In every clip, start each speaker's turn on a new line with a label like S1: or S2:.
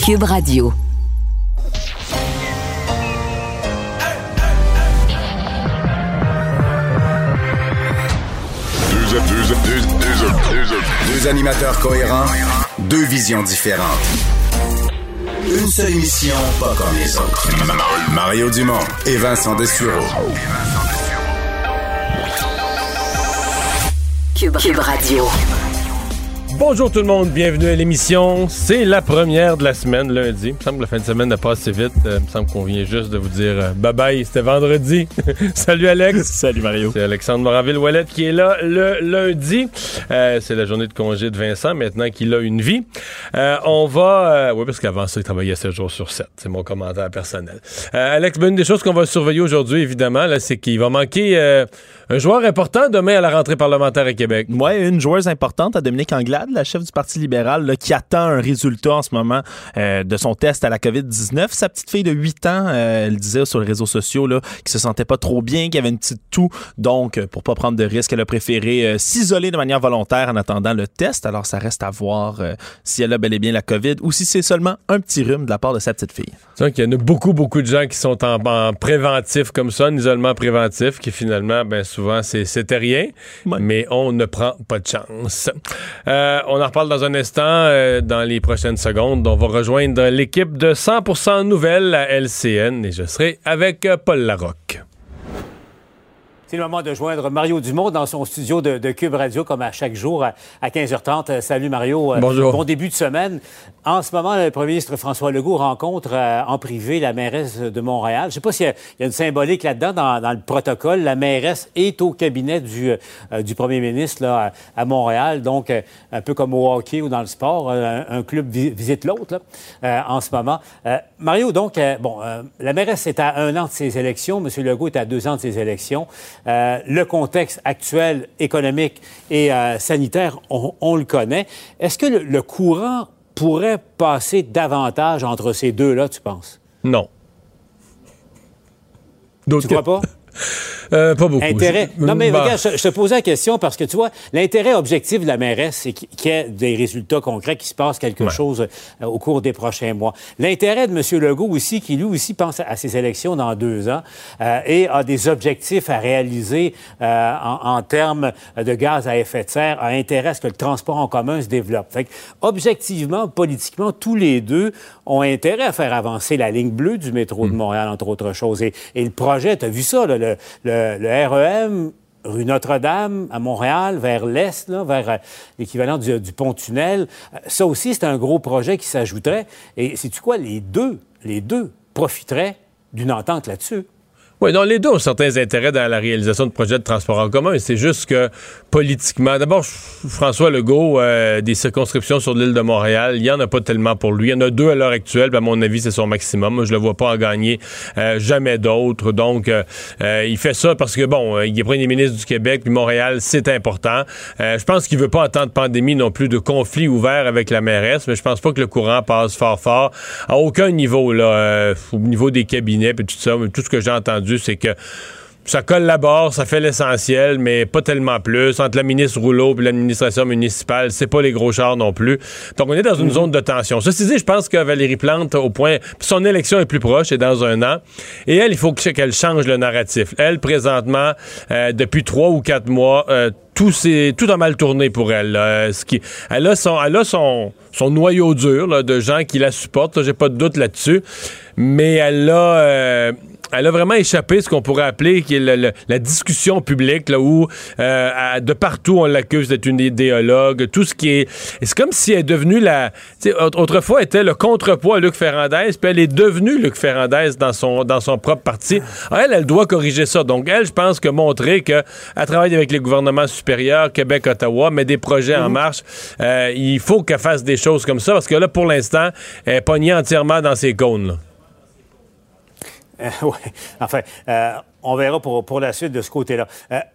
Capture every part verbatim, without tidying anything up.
S1: Cube Radio.
S2: Deux, deux, deux, deux, deux, deux animateurs cohérents, deux visions différentes. Une seule émission, pas comme les autres. Mario Dumont et Vincent Dessureau.
S1: Cube, Cube Radio.
S3: Bonjour tout le monde, bienvenue à l'émission. C'est la première de la semaine, lundi. Il me semble que la fin de semaine a passé vite. Euh, il me semble qu'on vient juste de vous dire euh, bye-bye, c'était vendredi. Salut Alex.
S4: Salut Mario.
S3: C'est Alexandre Moranville-Ouellette qui est là le lundi. Euh, c'est la journée de congé de Vincent, maintenant qu'il a une vie. Euh, on va... Euh, oui, parce qu'avant ça, il travaillait sept jours sur sept. C'est mon commentaire personnel. Euh, Alex, ben, une des choses qu'on va surveiller aujourd'hui, évidemment, là, c'est qu'il va manquer euh, un joueur important demain à la rentrée parlementaire à Québec.
S4: Oui, une joueuse importante, à Dominique Anglade, la chef du Parti libéral, là, qui attend un résultat en ce moment euh, de son test à la covid dix-neuf. Sa petite fille de huit ans, euh, elle disait sur les réseaux sociaux là, qu'il se sentait pas trop bien, qu'il avait une petite toux. Donc, euh, pour pas prendre de risques, elle a préféré euh, s'isoler de manière volontaire en attendant le test. Alors, ça reste à voir euh, si elle a bel et bien la COVID ou si c'est seulement un petit rhume de la part de sa petite fille.
S3: C'est vrai qu'il y en a beaucoup, beaucoup de gens qui sont en, en préventif comme ça, en isolement préventif, qui finalement, ben souvent, c'est, c'était rien, ouais. Mais on ne prend pas de chance. Euh, on en reparle dans un instant, euh, dans les prochaines secondes. On va rejoindre l'équipe de cent pour cent Nouvelles à L C N et je serai avec euh, Paul Larocque.
S5: C'est le moment de joindre Mario Dumont dans son studio de, de Cube Radio, comme à chaque jour à, à quinze heures trente. Salut Mario.
S3: Bonjour.
S5: Bon début de semaine. En ce moment, le premier ministre François Legault rencontre euh, en privé la mairesse de Montréal. Je ne sais pas s'il y, y a une symbolique là-dedans dans, dans le protocole. La mairesse est au cabinet du, euh, du premier ministre là, à, à Montréal. Donc, euh, un peu comme au hockey ou dans le sport, euh, un club vi- visite l'autre là, euh, en ce moment. Euh, Mario, donc, euh, bon, euh, la mairesse est à un an de ses élections. M. Legault est à deux ans de ses élections. Euh, le contexte actuel économique et euh, sanitaire, on, on le connaît. Est-ce que le, le courant pourrait passer davantage entre ces deux-là, tu penses?
S3: Non. D'autres
S5: tu crois
S3: que...
S5: pas?
S3: Euh, pas beaucoup.
S5: Intérêt.
S3: Je...
S5: Non, mais
S3: bah.
S5: regarde, je, je te posais la question parce que, tu vois, l'intérêt objectif de la mairesse, c'est qu'il y ait des résultats concrets, qu'il se passe quelque ouais. chose euh, au cours des prochains mois. L'intérêt de M. Legault aussi, qui lui aussi pense à ses élections dans deux ans euh, et a des objectifs à réaliser euh, en, en termes de gaz à effet de serre, a intérêt à ce que le transport en commun se développe. Fait que, objectivement, politiquement, tous les deux ont intérêt à faire avancer la ligne bleue du métro mmh. de Montréal, entre autres choses. Et, et le projet, tu as vu ça, là, le, le, le R E M, rue Notre-Dame, à Montréal, vers l'est, là, vers euh, l'équivalent du, du pont-tunnel, ça aussi, c'est un gros projet qui s'ajouterait. Et sais-tu quoi? Les deux, les deux profiteraient d'une entente là-dessus.
S3: Oui, donc les deux ont certains intérêts dans la réalisation de projets de transport en commun. C'est juste que, politiquement... D'abord, François Legault, euh, des circonscriptions sur l'île de Montréal, il n'y en a pas tellement pour lui. Il y en a deux à l'heure actuelle, puis à mon avis, c'est son maximum. Moi, je le vois pas en gagner euh, jamais d'autres. Donc, euh, euh, il fait ça parce que, bon, euh, il est premier ministre du Québec, puis Montréal, c'est important. Euh, je pense qu'il veut pas, en temps de pandémie, non plus de conflit ouvert avec la mairesse, mais je pense pas que le courant passe fort, fort. À aucun niveau, là, euh, au niveau des cabinets, puis tout ça, tout ce que j'ai entendu, c'est que ça collabore, ça fait l'essentiel, mais pas tellement plus. Entre la ministre Rouleau et l'administration municipale, c'est pas les gros chars non plus. Donc, on est dans une mm-hmm. zone de tension. Ceci dit, je pense que Valérie Plante, au point... Son élection est plus proche, c'est dans un an. Et elle, il faut qu'elle change le narratif. Elle, présentement, euh, depuis trois ou quatre mois... Euh, Tout, c'est, tout a mal tourné pour elle. Euh, ce qui, elle a son, elle a son, son noyau dur là, de gens qui la supportent. Là, j'ai pas de doute là-dessus. Mais elle a... Euh, Elle a vraiment échappé ce qu'on pourrait appeler qui est le, le, la discussion publique, là, où euh, à, de partout on l'accuse d'être une idéologue, tout ce qui est... Et c'est comme si elle est devenue la... Autrefois, elle était le contrepoids à Luc Ferrandez, puis elle est devenue Luc Ferrandez dans son, dans son propre parti. Alors, elle, elle doit corriger ça. Donc, elle, je pense que montrer qu'elle travaille avec les gouvernements supérieurs, Québec, Ottawa, met des projets mmh. en marche, euh, il faut qu'elle fasse des choses comme ça, parce que là, pour l'instant, elle est pognée entièrement dans ses cônes, là.
S5: Euh, oui, enfin, euh, on verra pour, pour la suite de ce côté-là. Euh,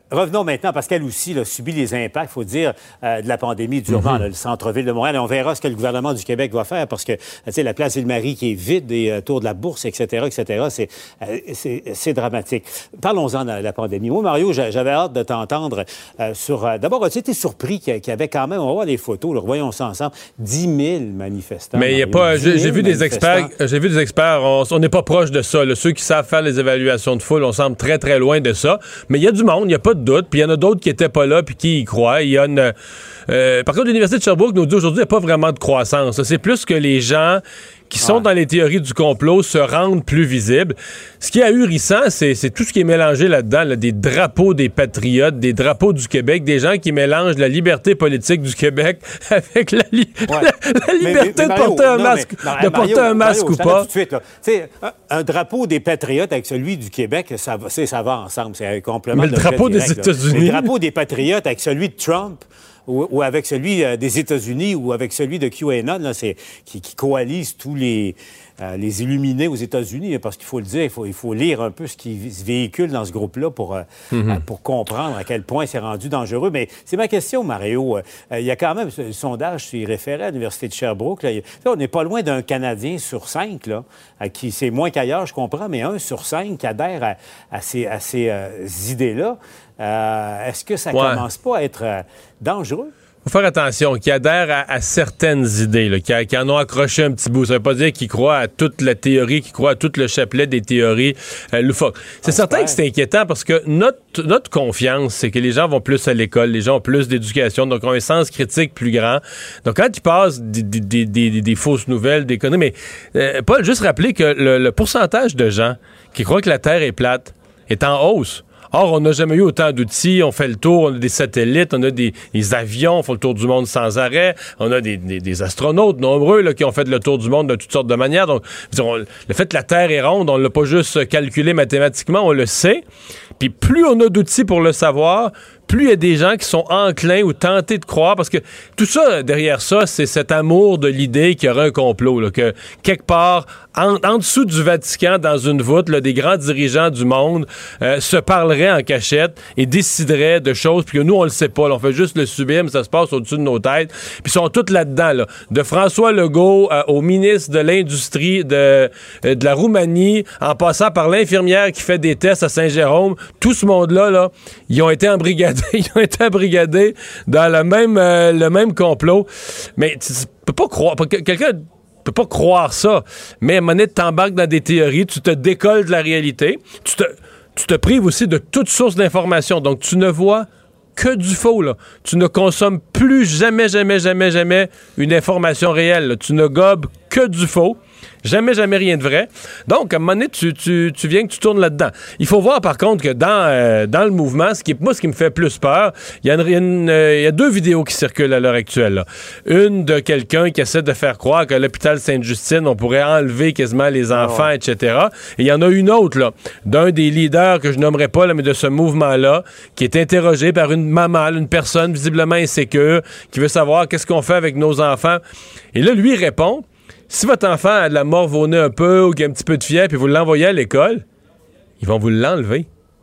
S5: revenons maintenant, parce qu'elle aussi là, subit les impacts, il faut dire, euh, de la pandémie durement mm-hmm. là, le centre-ville de Montréal. Et on verra ce que le gouvernement du Québec va faire, parce que, tu sais, la place Ville-Marie qui est vide, des euh, tours de la Bourse, et cetera, et cetera, c'est, euh, c'est, c'est dramatique. Parlons-en de la pandémie. Moi, Mario, j'avais hâte de t'entendre euh, sur... Euh, d'abord, as-tu été surpris qu'il y avait quand même, on va voir les photos, là, voyons ça ensemble, dix mille manifestants.
S3: Mais il n'y a pas... J'ai, j'ai vu des experts, j'ai vu des experts, on n'est pas proche de ça. Là. Ceux qui savent faire les évaluations de foule, on semble très, très loin de ça. Mais il y a du monde, il n'y a pas de doute. Puis il y en a d'autres qui n'étaient pas là puis qui y croient. Il y a une... Euh, par contre, l'Université de Sherbrooke nous dit aujourd'hui qu'il n'y a pas vraiment de croissance. C'est plus que les gens qui sont ouais. dans les théories du complot se rendent plus visibles. Ce qui est ahurissant, c'est, c'est tout ce qui est mélangé là-dedans, là, des drapeaux des patriotes, des drapeaux du Québec, des gens qui mélangent la liberté politique du Québec avec la, li- ouais. la, la liberté mais, mais, mais Mario, de porter un non, masque, mais, non, de Mario, porter un masque Mario, ou pas. Tout de suite, là. Un, un drapeau des patriotes avec celui du Québec, ça va, ça va ensemble. C'est un complément. Mais le drapeau direct, des États-Unis.
S5: Le drapeau des patriotes avec celui de Trump. Ou, ou avec celui euh, des États-Unis ou avec celui de QAnon, là, c'est, qui, qui coalise tous les, euh, les illuminés aux États-Unis, parce qu'il faut le dire, il faut, il faut lire un peu ce qui se véhicule dans ce groupe-là pour, euh, mm-hmm. euh, pour comprendre à quel point c'est rendu dangereux. Mais c'est ma question, Mario. Euh, il y a quand même le sondage s'y référait à l'Université de Sherbrooke. Là, là, on n'est pas loin d'un Canadien sur cinq, là, à qui c'est moins qu'ailleurs, je comprends, mais un sur cinq qui adhère à, à ces, à ces euh, idées-là. Euh, est-ce que ça ouais. commence pas à être euh, dangereux?
S3: Faut faire attention, qui adhèrent à, à certaines idées, là, qui, a, qui en ont accroché un petit bout. Ça veut pas dire qu'ils croient à toute la théorie, qu'ils croient à tout le chapelet des théories euh, loufoques. C'est On certain espère. que c'est inquiétant parce que notre, notre confiance, c'est que les gens vont plus à l'école, les gens ont plus d'éducation, donc ont un sens critique plus grand. Donc quand ils passent des, des, des, des, des fausses nouvelles, des conneries, mais euh, Paul, juste rappeler que le, le pourcentage de gens qui croient que la Terre est plate est en hausse. Or, on n'a jamais eu autant d'outils. On fait le tour, on a des satellites, on a des, des avions, on fait le tour du monde sans arrêt. On a des, des, des astronautes nombreux là, qui ont fait le tour du monde de toutes sortes de manières. Donc, on, le fait que la Terre est ronde, on ne l'a pas juste calculé mathématiquement, on le sait. Puis plus on a d'outils pour le savoir, plus il y a des gens qui sont enclins ou tentés de croire, parce que tout ça, derrière ça, c'est cet amour de l'idée qu'il y aurait un complot, là, que quelque part, en, en dessous du Vatican, dans une voûte, là, des grands dirigeants du monde euh, se parleraient en cachette et décideraient de choses, puis que nous, on le sait pas. Là, on fait juste le subir, mais ça se passe au-dessus de nos têtes. Puis ils sont tous là-dedans, là. De François Legault euh, au ministre de l'Industrie de, euh, de la Roumanie, en passant par l'infirmière qui fait des tests à Saint-Jérôme, tout ce monde-là, là, ils ont été embrigadés. Ils ont été embrigadés dans le même, euh, le même complot. Mais tu peux pas croire... Quelqu'un peut pas croire ça. Mais à un moment donné, tu t'embarques dans des théories, tu te décolles de la réalité, tu te, tu te prives aussi de toute source d'information. Donc, tu ne vois que du faux, là. Tu ne consommes plus jamais, jamais, jamais, jamais une information réelle, là. Tu ne gobes que du faux. Jamais, jamais rien de vrai. Donc, à un moment donné, tu, tu, tu viens que tu tournes là-dedans. Il faut voir, par contre, que dans, euh, dans le mouvement, ce qui, moi, ce qui me fait plus peur, il y a, une, une, euh, il y a deux vidéos qui circulent à l'heure actuelle, là. Une de quelqu'un qui essaie de faire croire qu'à l'hôpital Sainte-Justine, on pourrait enlever quasiment les enfants, oh ouais. et cetera. Et il y en a une autre, là, d'un des leaders que je nommerai pas, là, mais de ce mouvement-là, qui est interrogé par une maman, une personne visiblement insécure, qui veut savoir qu'est-ce qu'on fait avec nos enfants. Et là, lui, il répond... Si votre enfant a de la morve au nez un peu ou qu'il a un petit peu de fièvre puis vous l'envoyez à l'école, ils vont vous l'enlever.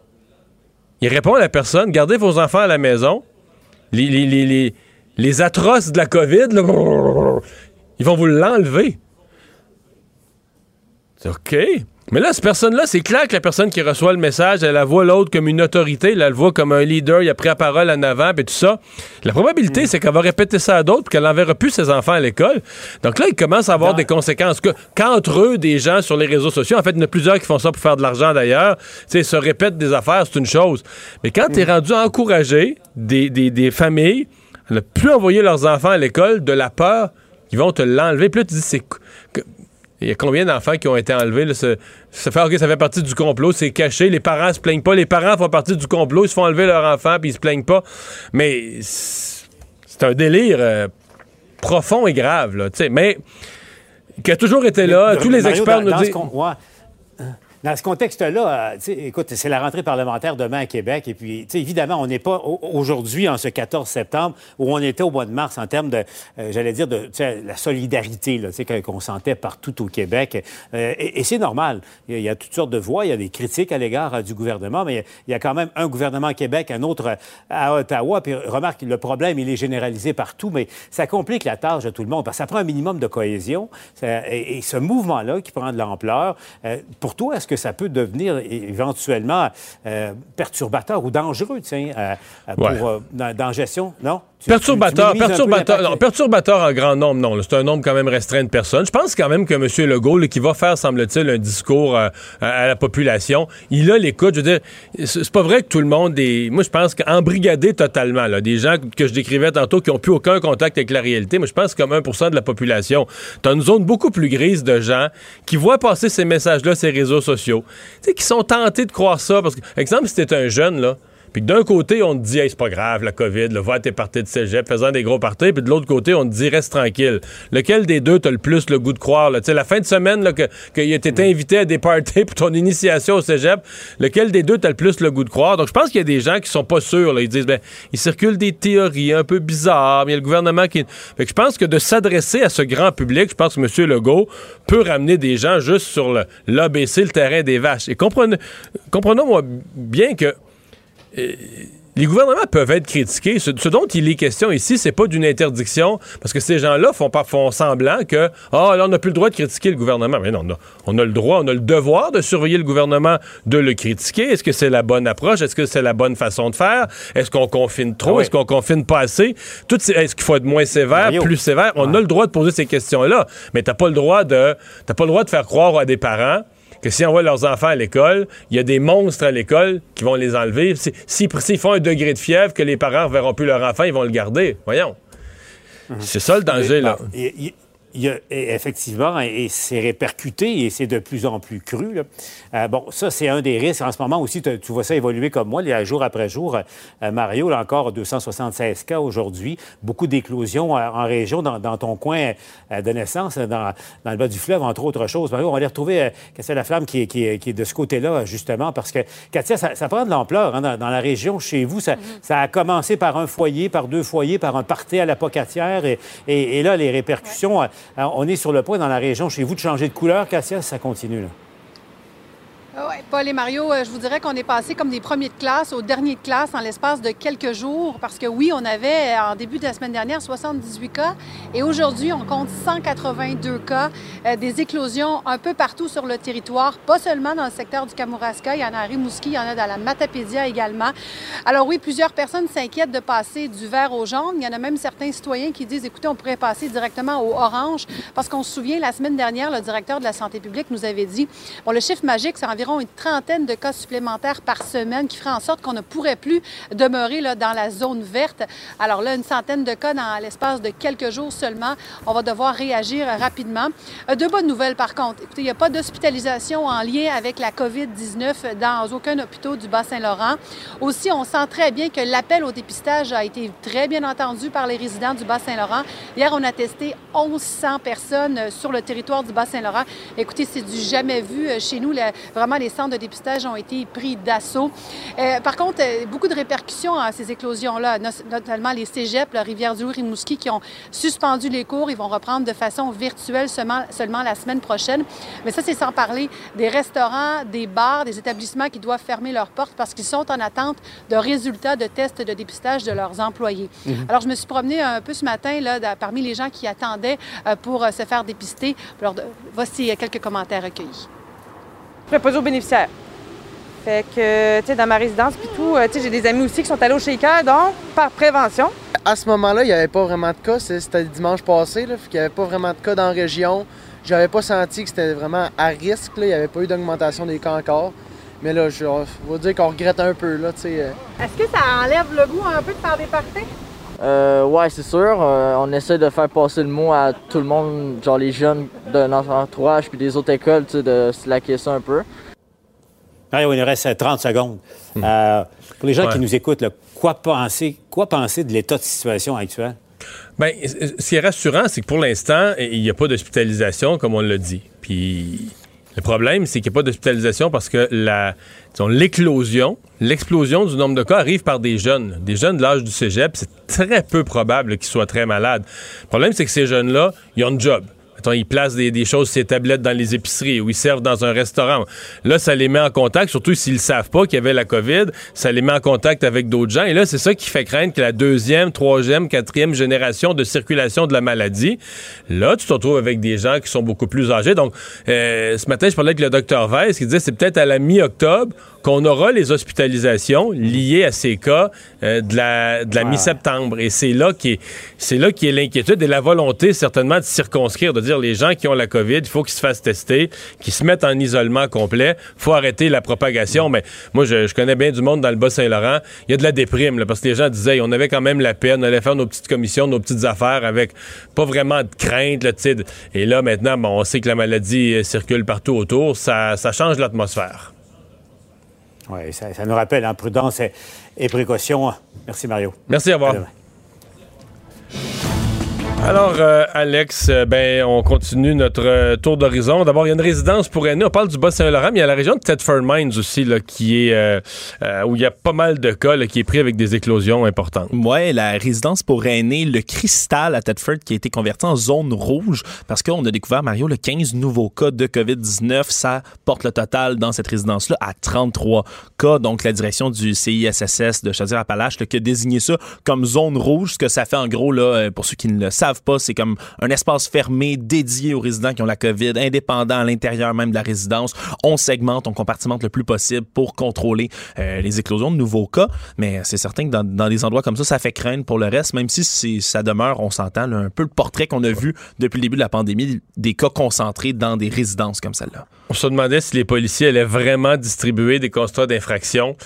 S3: Il répond à la personne, gardez vos enfants à la maison. Les, les, les, les, les atroces de la COVID, là, ils vont vous l'enlever. C'est OK. Mais là, cette personne-là, c'est clair que la personne qui reçoit le message, elle la voit l'autre comme une autorité, elle la voit comme un leader, il a pris la parole en avant, et tout ça. La probabilité, mmh. c'est qu'elle va répéter ça à d'autres, puis qu'elle n'enverra plus ses enfants à l'école. Donc là, il commence à avoir non. des conséquences. Que, qu'entre eux, des gens sur les réseaux sociaux, en fait, il y en a plusieurs qui font ça pour faire de l'argent d'ailleurs, tu sais, se répètent des affaires, c'est une chose. Mais quand mmh. tu es rendu à encourager des, des, des familles à ne plus envoyer leurs enfants à l'école de la peur, ils vont te l'enlever. Puis là, tu dis, c'est... Il y a combien d'enfants qui ont été enlevés? Là, ça, ça, fait, okay, ça fait partie du complot, c'est caché. Les parents se plaignent pas. Les parents font partie du complot, ils se font enlever leur enfant puis ils se plaignent pas. Mais c'est un délire euh, profond et grave. Là, mais qui a toujours été là. Mais, tous les Mario, experts dans, nous disent...
S5: Dans ce contexte-là, euh, écoute, c'est la rentrée parlementaire demain à Québec. Et puis, évidemment, on n'est pas aujourd'hui, en ce quatorze septembre, où on était au mois de mars en termes de, euh, j'allais dire, de la solidarité là, qu'on sentait partout au Québec. Euh, et, et c'est normal. Il y, a, il y a toutes sortes de voix. Il y a des critiques à l'égard euh, du gouvernement, mais il y, a, il y a quand même un gouvernement à Québec, un autre à Ottawa. Puis remarque, le problème, il est généralisé partout, mais ça complique la tâche de tout le monde parce que ça prend un minimum de cohésion. Ça, et, et ce mouvement-là qui prend de l'ampleur, euh, pour toi, est-ce que ça peut devenir éventuellement euh, perturbateur ou dangereux, tiens, euh, pour,
S3: ouais.
S5: euh, dans, dans gestion, non? Tu,
S3: perturbateur,
S5: tu, tu
S3: perturbateur, non, perturbateur en grand nombre, non. Là, c'est un nombre quand même restreint de personnes. Je pense quand même que M. Legault, là, qui va faire, semble-t-il, un discours euh, à la population, il a l'écoute. Je veux dire, c'est, c'est pas vrai que tout le monde est... Moi, je pense qu'embrigadé totalement, là, des gens que je décrivais tantôt qui n'ont plus aucun contact avec la réalité, moi, je pense que comme un pour cent de la population. T'as une zone beaucoup plus grise de gens qui voient passer ces messages-là, ces réseaux sociaux, tu sais, qui sont tentés de croire ça. Parce que, exemple, si t'es un jeune, là, puis que d'un côté, on te dit, hey, c'est pas grave, la COVID, là, va à tes parties de cégep, faisant des gros parties, puis de l'autre côté, on te dit, reste tranquille. Lequel des deux t'as le plus le goût de croire, là? Tu sais, la fin de semaine, là, que, que t'étais invité à des parties pour ton initiation au cégep, lequel des deux t'as le plus le goût de croire? Donc, je pense qu'il y a des gens qui sont pas sûrs, là. Ils disent, ben, il circule des théories un peu bizarres, mais il y a le gouvernement qui... Fait que je pense que de s'adresser à ce grand public, je pense que M. Legault peut ramener des gens juste sur le, l'A B C, le terrain des vaches. Et comprenez, comprenons-moi bien que les gouvernements peuvent être critiqués. Ce, ce dont il est question ici, c'est pas d'une interdiction, parce que ces gens-là font, font semblant que ah, là, on n'a plus le droit de critiquer le gouvernement. Mais non, on a, on a le droit, on a le devoir de surveiller le gouvernement, de le critiquer. Est-ce que c'est la bonne approche? Est-ce que c'est la bonne façon de faire? Est-ce qu'on confine trop? Ah oui. Est-ce qu'on confine pas assez? Tout, est-ce qu'il faut être moins sévère, Mario. plus sévère? On ouais. a le droit de poser ces questions-là, mais t'as pas le droit de, t'as pas le droit de faire croire à des parents que s'ils envoient leurs enfants à l'école, il y a des monstres à l'école qui vont les enlever. Si, si, s'ils font un degré de fièvre, que les parents ne verront plus leur enfant, ils vont le garder. Voyons. Mm-hmm. C'est ça le danger, là.
S5: Il, il, il y a, effectivement, et c'est répercuté et c'est de plus en plus cru. Là. Euh, bon, ça, c'est un des risques. En ce moment aussi, tu vois ça évoluer comme moi, là, jour après jour. Euh, Mario, là encore, deux cent soixante-seize cas aujourd'hui. Beaucoup d'éclosions euh, en région, dans, dans ton coin euh, de naissance, dans, dans le bas du fleuve, entre autres choses. Mario, on va aller retrouver euh, Katia Laflamme qui est, qui, est, qui est de ce côté-là, justement, parce que, Katia, ça, ça prend de l'ampleur hein, dans, dans la région, chez vous. Ça, mm-hmm. ça a commencé par un foyer, par deux foyers, par un party à la Pocatière. Et, et, et là, les répercussions... Ouais. Alors, on est sur le point dans la région chez vous de changer de couleur, Katia, ça continue, là.
S1: Oui, Paul et Mario, je vous dirais qu'on est passé comme des premiers de classe au dernier de classe en l'espace de quelques jours parce que oui, on avait en début de la semaine dernière soixante-dix-huit cas et aujourd'hui, on compte cent quatre-vingt-deux cas, euh, des éclosions un peu partout sur le territoire, pas seulement dans le secteur du Kamouraska, il y en a à Rimouski, il y en a dans la Matapédia également. Alors oui, plusieurs personnes s'inquiètent de passer du vert au jaune. Il y en a même certains citoyens qui disent, écoutez, on pourrait passer directement au orange parce qu'on se souvient, la semaine dernière, le directeur de la santé publique nous avait dit, bon, le chiffre magique, c'est environ une trentaine de cas supplémentaires par semaine qui ferait en sorte qu'on ne pourrait plus demeurer là, dans la zone verte. Alors là, une centaine de cas dans l'espace de quelques jours seulement. On va devoir réagir rapidement. De bonnes nouvelles, par contre. Écoutez, il n'y a pas d'hospitalisation en lien avec la covid dix-neuf dans aucun hôpital du Bas-Saint-Laurent. Aussi, on sent très bien que l'appel au dépistage a été très bien entendu par les résidents du Bas-Saint-Laurent. Hier, on a testé mille cent personnes sur le territoire du Bas-Saint-Laurent. Écoutez, c'est du jamais vu chez nous. Là, vraiment, les centres de dépistage ont été pris d'assaut. Euh, par contre, euh, beaucoup de répercussions à ces éclosions-là, notamment les cégeps, la Rivière-du-Loup, Rimouski, qui ont suspendu les cours. Ils vont reprendre de façon virtuelle seulement, seulement la semaine prochaine. Mais ça, c'est sans parler des restaurants, des bars, des établissements qui doivent fermer leurs portes parce qu'ils sont en attente de résultats de tests de dépistage de leurs employés. Mm-hmm. Alors, je me suis promenée un peu ce matin là, parmi les gens qui attendaient euh, pour euh, se faire dépister. Alors, de, voici quelques commentaires recueillis.
S6: Préposé aux bénéficiaires. Fait que, tu sais, dans ma résidence, puis tout, tu sais, j'ai des amis aussi qui sont allés au shaker, donc, par prévention.
S7: À ce moment-là, il n'y avait pas vraiment de cas. C'était dimanche passé, là, fait qu'il n'y avait pas vraiment de cas dans la région. J'avais pas senti que c'était vraiment à risque, là. Il n'y avait pas eu d'augmentation des cas encore. Mais là, je vais dire qu'on regrette un peu, là, tu sais.
S6: Est-ce que ça enlève le goût un peu de faire des parties?
S8: Euh, ouais, c'est sûr. Euh, on essaie de faire passer le mot à tout le monde, genre les jeunes de notre entourage puis des autres écoles, tu sais, de slacker ça un peu.
S5: Allez, il nous reste trente secondes. Mmh. Euh, pour les gens ouais. qui nous écoutent, là, quoi penser, quoi penser de l'état de situation actuel?
S3: Bien, ce qui est rassurant, c'est que pour l'instant, il n'y a pas d'hospitalisation, comme on l'a dit. Puis Le problème, c'est qu'il n'y a pas d'hospitalisation parce que la, disons, l'éclosion, l'explosion du nombre de cas arrive par des jeunes. Des jeunes de l'âge du cégep, c'est très peu probable qu'ils soient très malades. Le problème, c'est que ces jeunes-là, ils ont un job. Attends, ils placent des, des choses sur les tablettes dans les épiceries ou ils servent dans un restaurant. Là, ça les met en contact, surtout s'ils ne savent pas qu'il y avait la COVID, ça les met en contact avec d'autres gens. Et là, c'est ça qui fait craindre que la deuxième, troisième, quatrième génération de circulation de la maladie, là, tu te retrouves avec des gens qui sont beaucoup plus âgés. Donc, euh, ce matin, je parlais avec le docteur Weiss qui disait que c'est peut-être à la mi-octobre qu'on aura les hospitalisations liées à ces cas euh, de la, de la ah. mi-septembre. Et c'est là qui est, c'est là qui est l'inquiétude et la volonté, certainement, de circonscrire, de dire les gens qui ont la COVID, il faut qu'ils se fassent tester, qu'ils se mettent en isolement complet. Il faut arrêter la propagation. Mais moi, je, je connais bien du monde dans le Bas-Saint-Laurent. Il y a de la déprime, là, parce que les gens disaient, on avait quand même la peine, on allait faire nos petites commissions, nos petites affaires avec pas vraiment de crainte. Là, et là, maintenant, bon, on sait que la maladie circule partout autour. Ça, ça change l'atmosphère.
S5: Oui, ça, ça nous rappelle hein, prudence et, et précaution. Merci, Mario.
S3: Merci, au revoir. Alors, euh, Alex, euh, ben, on continue notre euh, tour d'horizon. D'abord, il y a une résidence pour aînés. On parle du Bas-Saint-Laurent, mais il y a la région de Thetford Mines aussi, là, qui est euh, euh, où il y a pas mal de cas là, qui est pris avec des éclosions importantes.
S4: Oui, la résidence pour aînés, le Cristal à Thetford, qui a été converti en zone rouge parce qu'on a découvert, Mario, le quinze nouveaux cas de covid dix-neuf. Ça porte le total dans cette résidence-là à trente-trois cas. Donc, la direction du C I S S S de Chaudière-Appalaches là, qui a désigné ça comme zone rouge. Ce que ça fait, en gros, là, pour ceux qui ne le savent pas, c'est comme un espace fermé dédié aux résidents qui ont la COVID, indépendant à l'intérieur même de la résidence. On segmente, on compartimente le plus possible pour contrôler euh, les éclosions de nouveaux cas. Mais c'est certain que dans, dans des endroits comme ça, ça fait craindre pour le reste, même si c'est, ça demeure, on s'entend, là, un peu le portrait qu'on a vu depuis le début de la pandémie, des cas concentrés dans des résidences comme celle-là.
S3: On se demandait si les policiers allaient vraiment distribuer des constats d'infraction.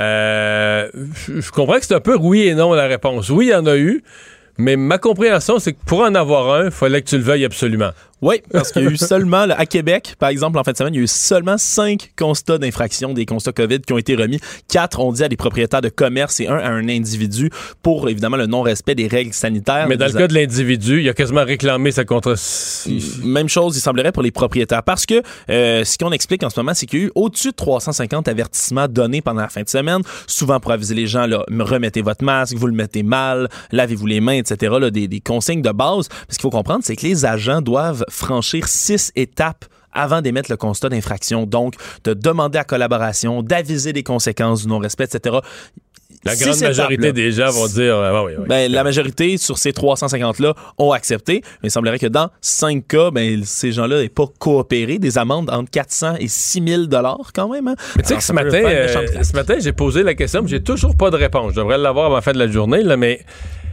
S3: Euh, je comprends que c'est un peu oui et non la réponse. Oui, il y en a eu. Mais ma compréhension, c'est que pour en avoir un, il fallait que tu le veuilles absolument.
S4: Oui, parce qu'il y a eu seulement, là, à Québec, par exemple, en fin de semaine, il y a eu seulement cinq constats d'infraction, des constats COVID qui ont été remis. Quatre, on dit, à des propriétaires de commerce et un à un individu pour, évidemment, le non-respect des règles sanitaires.
S3: Mais dans le cas de l'individu, il a quasiment réclamé sa contre...
S4: Même chose, il semblerait pour les propriétaires. Parce que euh, ce qu'on explique en ce moment, c'est qu'il y a eu au-dessus de trois cent cinquante avertissements donnés pendant la fin de semaine, souvent pour aviser les gens, là, remettez votre masque, vous le mettez mal, lavez-vous les mains, et cetera, là, des, des consignes de base. Ce qu'il faut comprendre, c'est que les agents doivent franchir six étapes avant d'émettre le constat d'infraction. Donc, de demander à collaboration, d'aviser des conséquences du non-respect, et cetera.
S3: La grande majorité étapes, des gens vont dire... Ah, oui, oui,
S4: ben, la majorité, sur ces trois cent cinquante-là, ont accepté. Mais il semblerait que dans cinq cas, ben, ces gens-là n'aient pas coopéré. Des amendes entre quatre cents et six mille dollars quand même. Hein?
S3: Mais tu sais que ce matin, euh, ce matin, j'ai posé la question, mais j'ai toujours pas de réponse. Je devrais l'avoir avant la fin de la journée, là, mais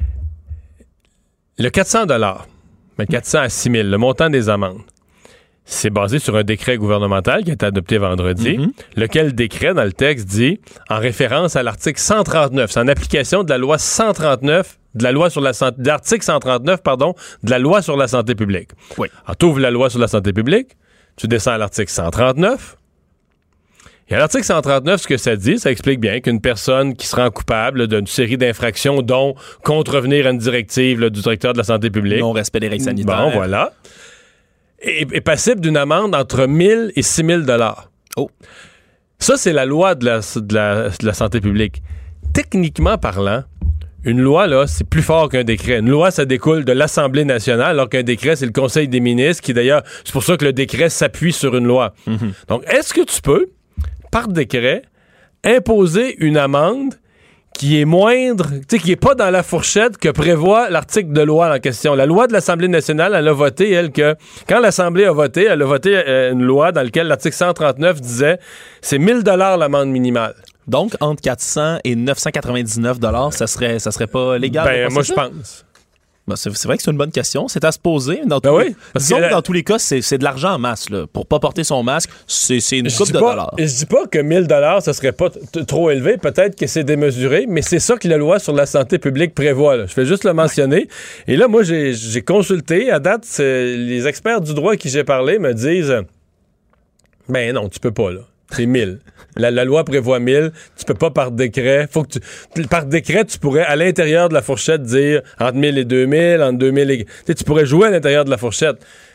S3: le quatre cents dollars, mais quatre cents à six mille, le montant des amendes, c'est basé sur un décret gouvernemental qui a été adopté vendredi, mm-hmm. lequel décret, dans le texte, dit, en référence à l'article cent trente-neuf, c'est en application de la loi cent trente-neuf, de la loi sur la santé, de l'article cent trente-neuf, pardon, de la loi sur la santé publique.
S4: Oui.
S3: Alors, tu ouvres la loi sur la santé publique, tu descends à l'article cent trente-neuf, et à l'article cent trente-neuf, ce que ça dit, ça explique bien qu'une personne qui se rend coupable d'une série d'infractions, dont contrevenir à une directive là, du directeur de la santé publique.
S4: Non-respect des règles sanitaires.
S3: Bon, voilà. Est, est passible d'une amende entre mille et six mille dollars.
S4: Oh.
S3: Ça, c'est la loi de la, de la, de la santé publique. Techniquement parlant, une loi, là, c'est plus fort qu'un décret. Une loi, ça découle de l'Assemblée nationale, alors qu'un décret, c'est le Conseil des ministres, qui d'ailleurs, c'est pour ça que le décret s'appuie sur une loi. Mm-hmm. Donc, est-ce que tu peux, par décret, imposer une amende qui est moindre, tu sais, qui est pas dans la fourchette que prévoit l'article de loi en question. La loi de l'Assemblée nationale, elle a voté, elle, que quand l'Assemblée a voté, elle a voté euh, une loi dans laquelle l'article cent trente-neuf disait c'est mille dollars l'amende minimale.
S4: Donc, entre quatre cents et neuf cent quatre-vingt-dix-neuf dollars, ça serait, ça serait pas légal?
S3: Ben, moi, je pense.
S4: Ben, c'est, c'est vrai que c'est une bonne question. C'est à se poser. Dans, ben tous, oui, les, disons que la... dans tous les cas, c'est, c'est de l'argent en masse. Là. Pour pas porter son masque, c'est, c'est une coupe de
S3: pas,
S4: dollars.
S3: Je dis pas que mille dollars, ça serait pas t- trop élevé. Peut-être que c'est démesuré, mais c'est ça que la loi sur la santé publique prévoit. Là. Je vais juste le mentionner. Ouais. Et là, moi, j'ai, j'ai consulté. À date, les experts du droit à qui j'ai parlé me disent ben non, tu peux pas, là. C'est mille. La, la loi prévoit mille. Tu peux pas par décret. Faut que tu, par décret, tu pourrais, à l'intérieur de la fourchette, dire entre mille et deux mille, entre deux mille et... Tu sais, tu pourrais jouer à l'intérieur de la fourchette.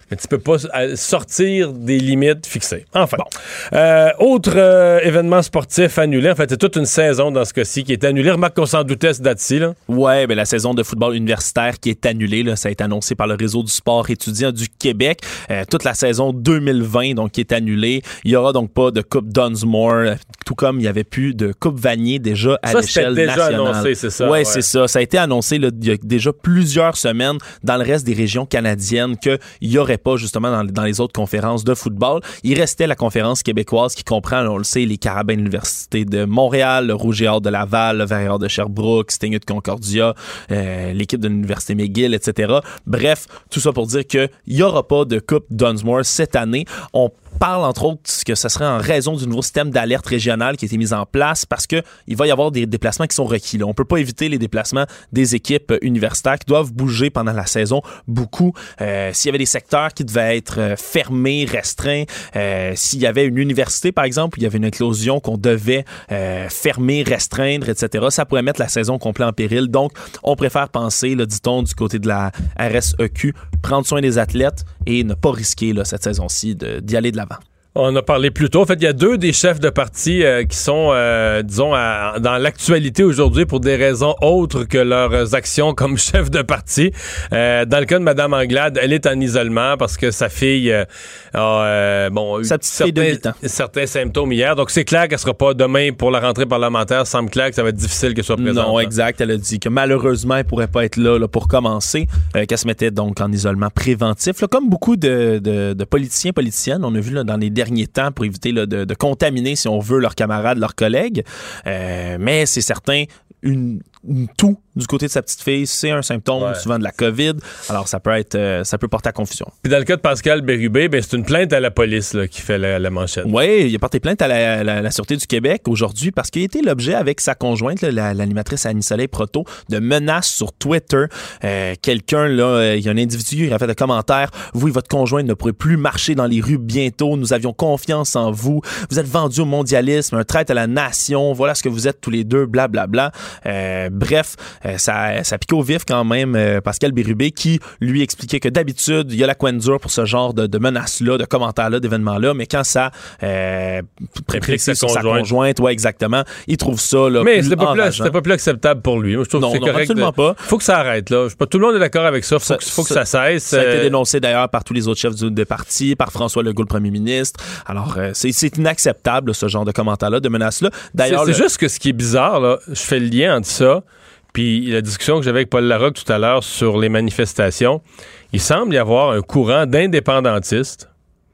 S3: Mais tu peux pas sortir des limites fixées. Enfin. Bon. Euh, autre euh, événement sportif annulé. En fait, c'est toute une saison dans ce cas-ci qui est annulée. Remarque qu'on s'en doutait, ce date-ci, là.
S4: Ouais, ben la saison de football universitaire qui est annulée, là, ça a été annoncé par le Réseau du sport étudiant du Québec. Euh, toute la saison deux mille vingt, donc, qui est annulée. Il y aura donc pas de Coupe Dunsmore, tout comme il y avait plus de Coupe Vanier déjà à
S3: ça,
S4: l'échelle
S3: déjà
S4: nationale.
S3: Annoncé, c'est ça.
S4: Ouais,
S3: ouais,
S4: c'est ça. Ça a été annoncé là, il y a déjà plusieurs semaines dans le reste des régions canadiennes qu'il y aurait pas justement dans, dans les autres conférences de football. Il restait la conférence québécoise qui comprend, on le sait, les Carabins de l'Université de Montréal, le Rouge et Or de Laval, le Vert et Or de Sherbrooke, Stingray de Concordia, euh, l'équipe de l'Université McGill, et cetera. Bref, tout ça pour dire qu'il n'y aura pas de Coupe Dunsmore cette année. On parle entre autres que ce serait en raison du nouveau système d'alerte régionale qui a été mis en place parce que il va y avoir des déplacements qui sont requis. Là. On peut pas éviter les déplacements des équipes universitaires qui doivent bouger pendant la saison beaucoup. Euh, s'il y avait des secteurs qui devaient être euh, fermés, restreints, euh, s'il y avait une université par exemple où il y avait une éclosion qu'on devait euh, fermer, restreindre, et cetera, ça pourrait mettre la saison complète en péril. Donc, on préfère penser, là, dit-on, du côté de la R S E Q, prendre soin des athlètes et ne pas risquer là, cette saison-ci de, d'y aller de l'avant.
S3: On a parlé plus tôt. En fait, il y a deux des chefs de parti euh, qui sont, euh, disons, à, dans l'actualité aujourd'hui pour des raisons autres que leurs actions comme chef de parti. Euh, dans le cas de Mme Anglade, elle est en isolement parce que sa fille euh, a euh, bon, eu certains, certains symptômes hier. Donc, c'est clair qu'elle ne sera pas demain pour la rentrée parlementaire. Semble clair que ça va être difficile qu'elle soit présente.
S4: Non, exact. Elle a dit que malheureusement, elle ne pourrait pas être là, là pour commencer, euh, qu'elle se mettait donc en isolement préventif. Là, comme beaucoup de, de, de politiciens, politiciennes, on a vu là, dans les derniers temps pour éviter là, de, de contaminer, si on veut, leurs camarades, leurs collègues. Euh, mais c'est certain, une, une toux du côté de sa petite fille, c'est un symptôme ouais. souvent de la COVID. Alors, ça peut être, euh, ça peut porter à confusion.
S3: Puis dans le cas de Pascal Bérubé, ben, c'est une plainte à la police là, qui fait la, la manchette.
S4: Oui, il a porté plainte à la, la, la Sûreté du Québec aujourd'hui parce qu'il a été l'objet avec sa conjointe, là, la, l'animatrice Annie-Soleil Proto, de menaces sur Twitter. Euh, quelqu'un, là, il y a un individu qui a fait des commentaires. Vous et votre conjointe ne pourrez plus marcher dans les rues bientôt. Nous avions confiance en vous. Vous êtes vendus au mondialisme, un traître à la nation. Voilà ce que vous êtes tous les deux, blablabla. Bla, bla. euh, bref, Euh, ça, ça pique au vif quand même euh, Pascal Bérubé qui lui expliquait que d'habitude il y a la coin dure pour ce genre de, de menaces-là, de commentaires-là, d'événements-là, mais quand ça euh, précise sur sa conjointe, ouais exactement, il trouve ça là,
S3: mais
S4: plus
S3: c'était pas, plus,
S4: enrageant.
S3: c'était pas plus acceptable pour lui. Moi, je trouve
S4: non,
S3: que c'est
S4: non,
S3: correct.
S4: Absolument
S3: de...
S4: pas.
S3: Faut que ça arrête là. Je, pas, tout le monde est d'accord avec ça. Faut, ça, que, faut ça, que ça cesse.
S4: Ça a été dénoncé d'ailleurs par tous les autres chefs du, de parti, par François Legault, le premier ministre. Alors euh, c'est, c'est inacceptable là, ce genre de commentaires-là, de menaces-là. D'ailleurs,
S3: c'est, c'est
S4: le...
S3: juste que ce qui est bizarre là, je fais le lien entre ça. Puis la discussion que j'avais avec Paul Larocque tout à l'heure sur les manifestations, il semble y avoir un courant d'indépendantistes,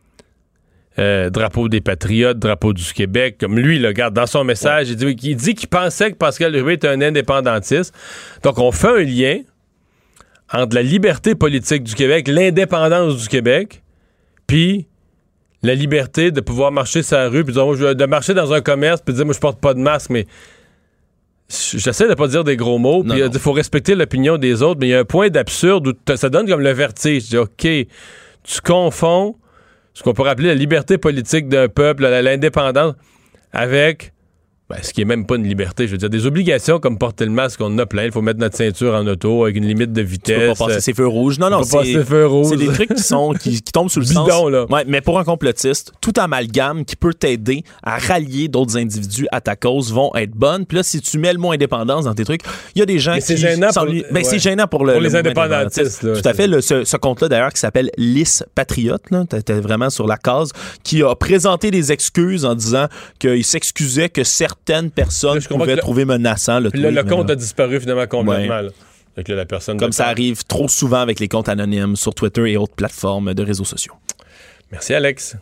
S3: euh, drapeau des patriotes, drapeau du Québec, comme lui, là, regarde, dans son message, ouais. il, dit, il dit qu'il pensait que Pascal Bérubé était un indépendantiste. Donc on fait un lien entre la liberté politique du Québec, l'indépendance du Québec, puis la liberté de pouvoir marcher sur la rue, puis dire, de marcher dans un commerce, puis dire, moi je porte pas de masque, mais... J'essaie de pas dire des gros mots, puis il faut respecter l'opinion des autres, mais il y a un point d'absurde où ça donne comme le vertige. Je dis, OK, tu confonds ce qu'on pourrait appeler la liberté politique d'un peuple, l'indépendance, avec ben, ce qui est même pas une liberté. Je veux dire, des obligations comme porter le masque, on en a plein. Il faut mettre notre ceinture en auto avec une limite de vitesse.
S4: Tu peux pas passer ses feux rouges. Non, non, c'est,
S3: passer feux rouges.
S4: c'est des trucs qui, sont, qui, qui tombent sous le
S3: Bidon,
S4: sens.
S3: Là.
S4: Ouais, mais pour un complotiste, tout amalgame qui peut t'aider à rallier d'autres individus à ta cause vont être bonnes. Puis là, si tu mets le mot indépendance dans tes trucs, il y a des gens
S3: mais
S4: qui...
S3: C'est gênant pour,
S4: ben,
S3: ouais.
S4: c'est gênant pour, le,
S3: pour
S4: le
S3: les indépendantistes. Là,
S4: tout à fait. Le, ce, ce compte-là, d'ailleurs, qui s'appelle Lys Patriote, là, t'étais vraiment sur la case, qui a présenté des excuses en disant qu'il s'excusait que certaines personnes je pouvait le, trouver menaçant. Le,
S3: le,
S4: tweet,
S3: le compte là. a disparu finalement complètement. Ouais. Là. Avec là, la personne
S4: Comme ça arrive trop souvent avec les comptes anonymes sur Twitter et autres plateformes de réseaux sociaux.
S3: Merci Alex.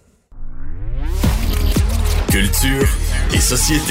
S2: Culture et société.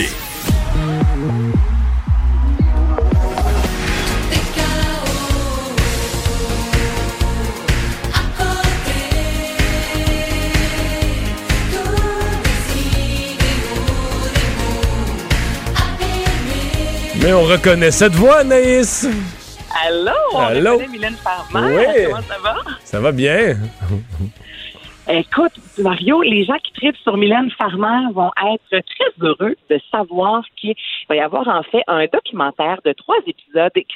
S3: Mais on reconnaît cette voix, Anaïs!
S9: Allô? On
S3: Allô?
S9: reconnaît Mylène Farmer.
S3: Oui.
S9: Comment ça va?
S3: Ça va bien.
S9: Écoute, Mario, les gens qui tripent sur Mylène Farmer vont être très heureux de savoir qu'il va y avoir en fait un documentaire de trois épisodes qui sera diffusé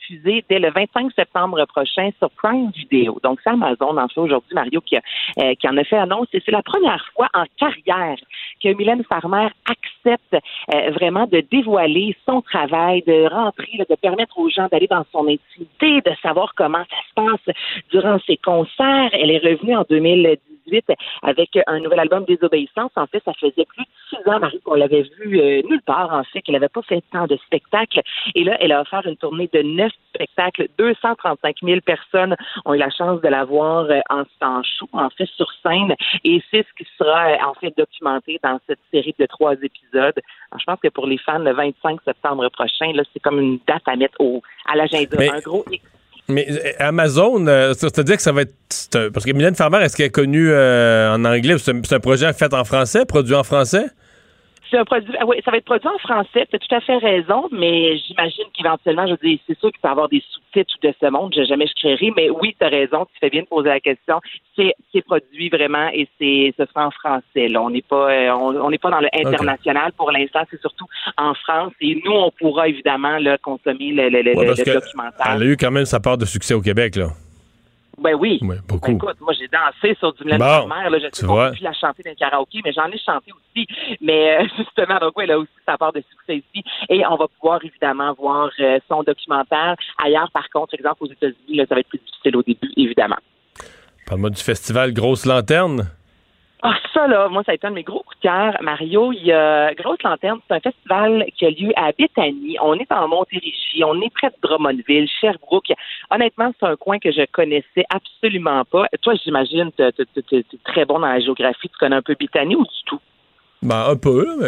S9: diffusé dès le vingt-cinq septembre prochain sur Prime Video. Donc, c'est Amazon, en fait, aujourd'hui, Mario, qui, a, euh, qui en a fait annonce. Et c'est la première fois en carrière que Mylène Farmer accepte euh, vraiment de dévoiler son travail, de rentrer, là, de permettre aux gens d'aller dans son intimité, de savoir comment ça se passe durant ses concerts. Elle est revenue en deux mille dix-huit avec un nouvel album Désobéissance. En fait, ça faisait plus de six ans, Marie, qu'on l'avait vu euh, nulle part, en fait, qu'elle n'avait pas fait tant de spectacles. Et là, elle a offert une tournée de neuf spectacles. deux cent trente-cinq mille personnes ont eu la chance de la voir euh, en, en show, en fait, sur scène. Et c'est ce qui sera, euh, en fait, documenté dans cette série de trois épisodes. Alors, je pense que pour les fans, le vingt-cinq septembre prochain, là, c'est comme une date à mettre au, à l'agenda. Mais... un gros
S3: Mais Amazon, euh, c'est-à-dire que ça va être... Un, parce que Mylène Farmer, est-ce qu'elle est connue euh, en anglais? C'est un, c'est un projet fait en français, produit en français?
S9: C'est un produit, oui, ça va être produit en français, tu as tout à fait raison, mais j'imagine qu'éventuellement, je veux dire, c'est sûr qu'il peut y avoir des sous-titres de ce monde, je jamais je créerai, mais oui, tu as raison, tu fais bien de poser la question. C'est, c'est produit vraiment et c'est ce sera en français. Là. On n'est pas euh, on, on n'est pas dans le international okay. Pour l'instant, c'est surtout en France. Et nous, on pourra évidemment là, consommer le, le, le, ouais, le, le documentaire.
S3: Elle a eu quand même sa part de succès au Québec, là.
S9: Ben oui.
S3: Oui, beaucoup.
S9: Ben écoute, moi, j'ai dansé sur du Mylène
S3: bon,
S9: Farmer. Là, je sais qu'on
S3: vois.
S9: ne peut plus la chanter dans le karaoké, mais j'en ai chanté aussi. Mais euh, justement, donc, oui, elle a aussi sa part de succès ici. Et on va pouvoir, évidemment, voir euh, son documentaire. Ailleurs, par contre, exemple, aux États-Unis, là, ça va être plus difficile au début, évidemment.
S3: Parle-moi du festival Grosse Lanterne.
S9: Ah, ça, là, moi, ça a été un de mes gros coups de cœur, Mario. Il y a Grosse Lanterne, c'est un festival qui a lieu à Béthanie. On est en Montérégie, on est près de Drummondville, Sherbrooke. Honnêtement, c'est un coin que je connaissais absolument pas. Toi, j'imagine, tu es très bon dans la géographie. Tu connais un peu Béthanie ou du tout?
S3: Ben, un peu, mais...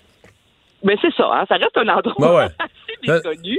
S9: Mais c'est ça, hein, ça reste un endroit
S3: ben ouais.
S9: assez méconnu.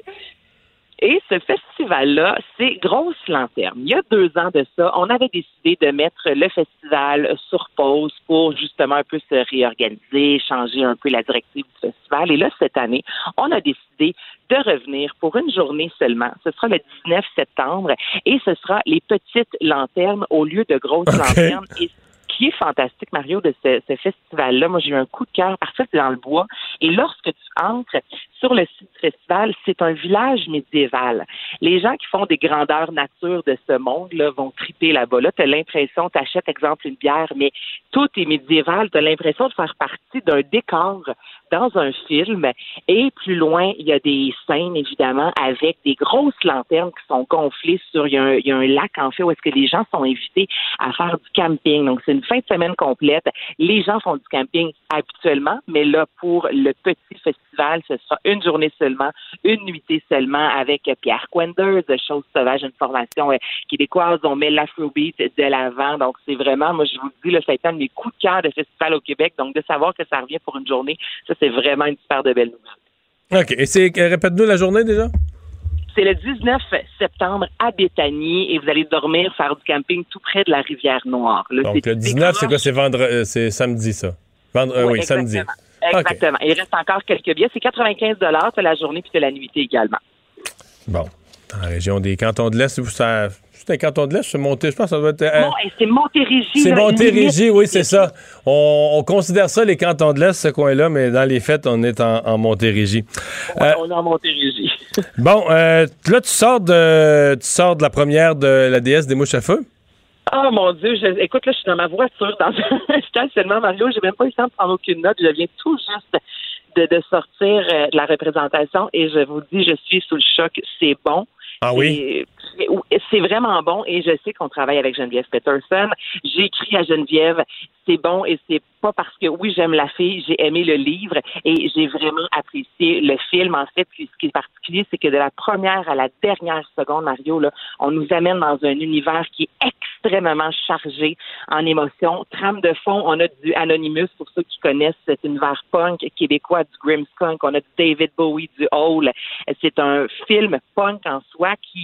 S9: Et ce festival-là, c'est Grosse Lanterne. Il y a deux ans de ça, on avait décidé de mettre le festival sur pause pour justement un peu se réorganiser, changer un peu la directive du festival. Et là, cette année, on a décidé de revenir pour une journée seulement. Ce sera le dix-neuf septembre et ce sera les petites lanternes au lieu de grosses okay. lanternes. Et ce qui est fantastique, Mario, de ce, ce festival-là, moi, j'ai eu un coup de cœur parce que c'est dans le bois. Et lorsque tu entres sur le site du festival, c'est un village médiéval. Les gens qui font des grandeurs nature de ce monde-là vont triper là-bas. Là, tu as l'impression, tu achètes, exemple, une bière, mais tout est médiéval. Tu as l'impression de faire partie d'un décor dans un film. Et plus loin, il y a des scènes, évidemment, avec des grosses lanternes qui sont gonflées sur... Il y a un, il y a un lac, en fait, où est-ce que les gens sont invités à faire du camping. Donc, c'est une fin de semaine complète. Les gens font du camping habituellement, mais là, pour le petit festival, ce sera une journée seulement, une nuitée seulement avec Pierre Quenders de Choses Sauvages, une formation euh, québécoise. On met l'afrobeat de l'avant. Donc, c'est vraiment, moi, je vous le dis, là, ça a été un de mes coups de cœur de festival au Québec. Donc, de savoir que ça revient pour une journée, ça, c'est vraiment une super de belle nouvelle.
S3: OK. Et c'est, répète-nous la journée déjà?
S9: C'est le dix-neuf septembre à Béthanie et vous allez dormir, faire du camping tout près de la Rivière-Noire. Là,
S3: donc, le dix-neuf, c'est quoi? C'est vendredi, c'est samedi, ça? Vendre... Oui, euh, oui samedi.
S9: Exactement. Okay. Il reste encore quelques billets. C'est quatre-vingt-quinze dollars pour la journée puis de la nuitée également.
S3: Bon. Dans la région des cantons de l'Est, ça... c'est un canton de l'Est, c'est monté, je pense que ça doit être... Euh...
S9: Bon, c'est Montérégie.
S3: C'est Montérégie, oui, c'est ça. On, on considère ça, les cantons de l'Est, ce coin-là, mais dans les fêtes, on est en, en Montérégie.
S9: Ouais, euh... on est en Montérégie.
S3: Bon, euh, là, tu sors, de, tu sors de la première de la déesse des mouches à feu?
S9: Oh mon Dieu, je, écoute, là, je suis dans ma voiture, dans un stationnement, Mario, j'ai même pas eu le temps de prendre aucune note, je viens tout juste de, de sortir euh, de la représentation et je vous dis, je suis sous le choc, c'est bon.
S3: Ah oui?
S9: C'est, c'est vraiment bon et je sais qu'on travaille avec Geneviève Peterson. J'ai écrit à Geneviève, c'est bon et c'est pas parce que, oui, j'aime la fille, j'ai aimé le livre et j'ai vraiment apprécié le film. En fait, ce qui est particulier, c'est que de la première à la dernière seconde, Mario, là, on nous amène dans un univers qui est extrêmement chargé en émotions. Trame de fond, on a du Anonymous, pour ceux qui connaissent cet univers punk québécois, du Grimmskunk, on a du David Bowie, du Hole. C'est un film punk en soi qui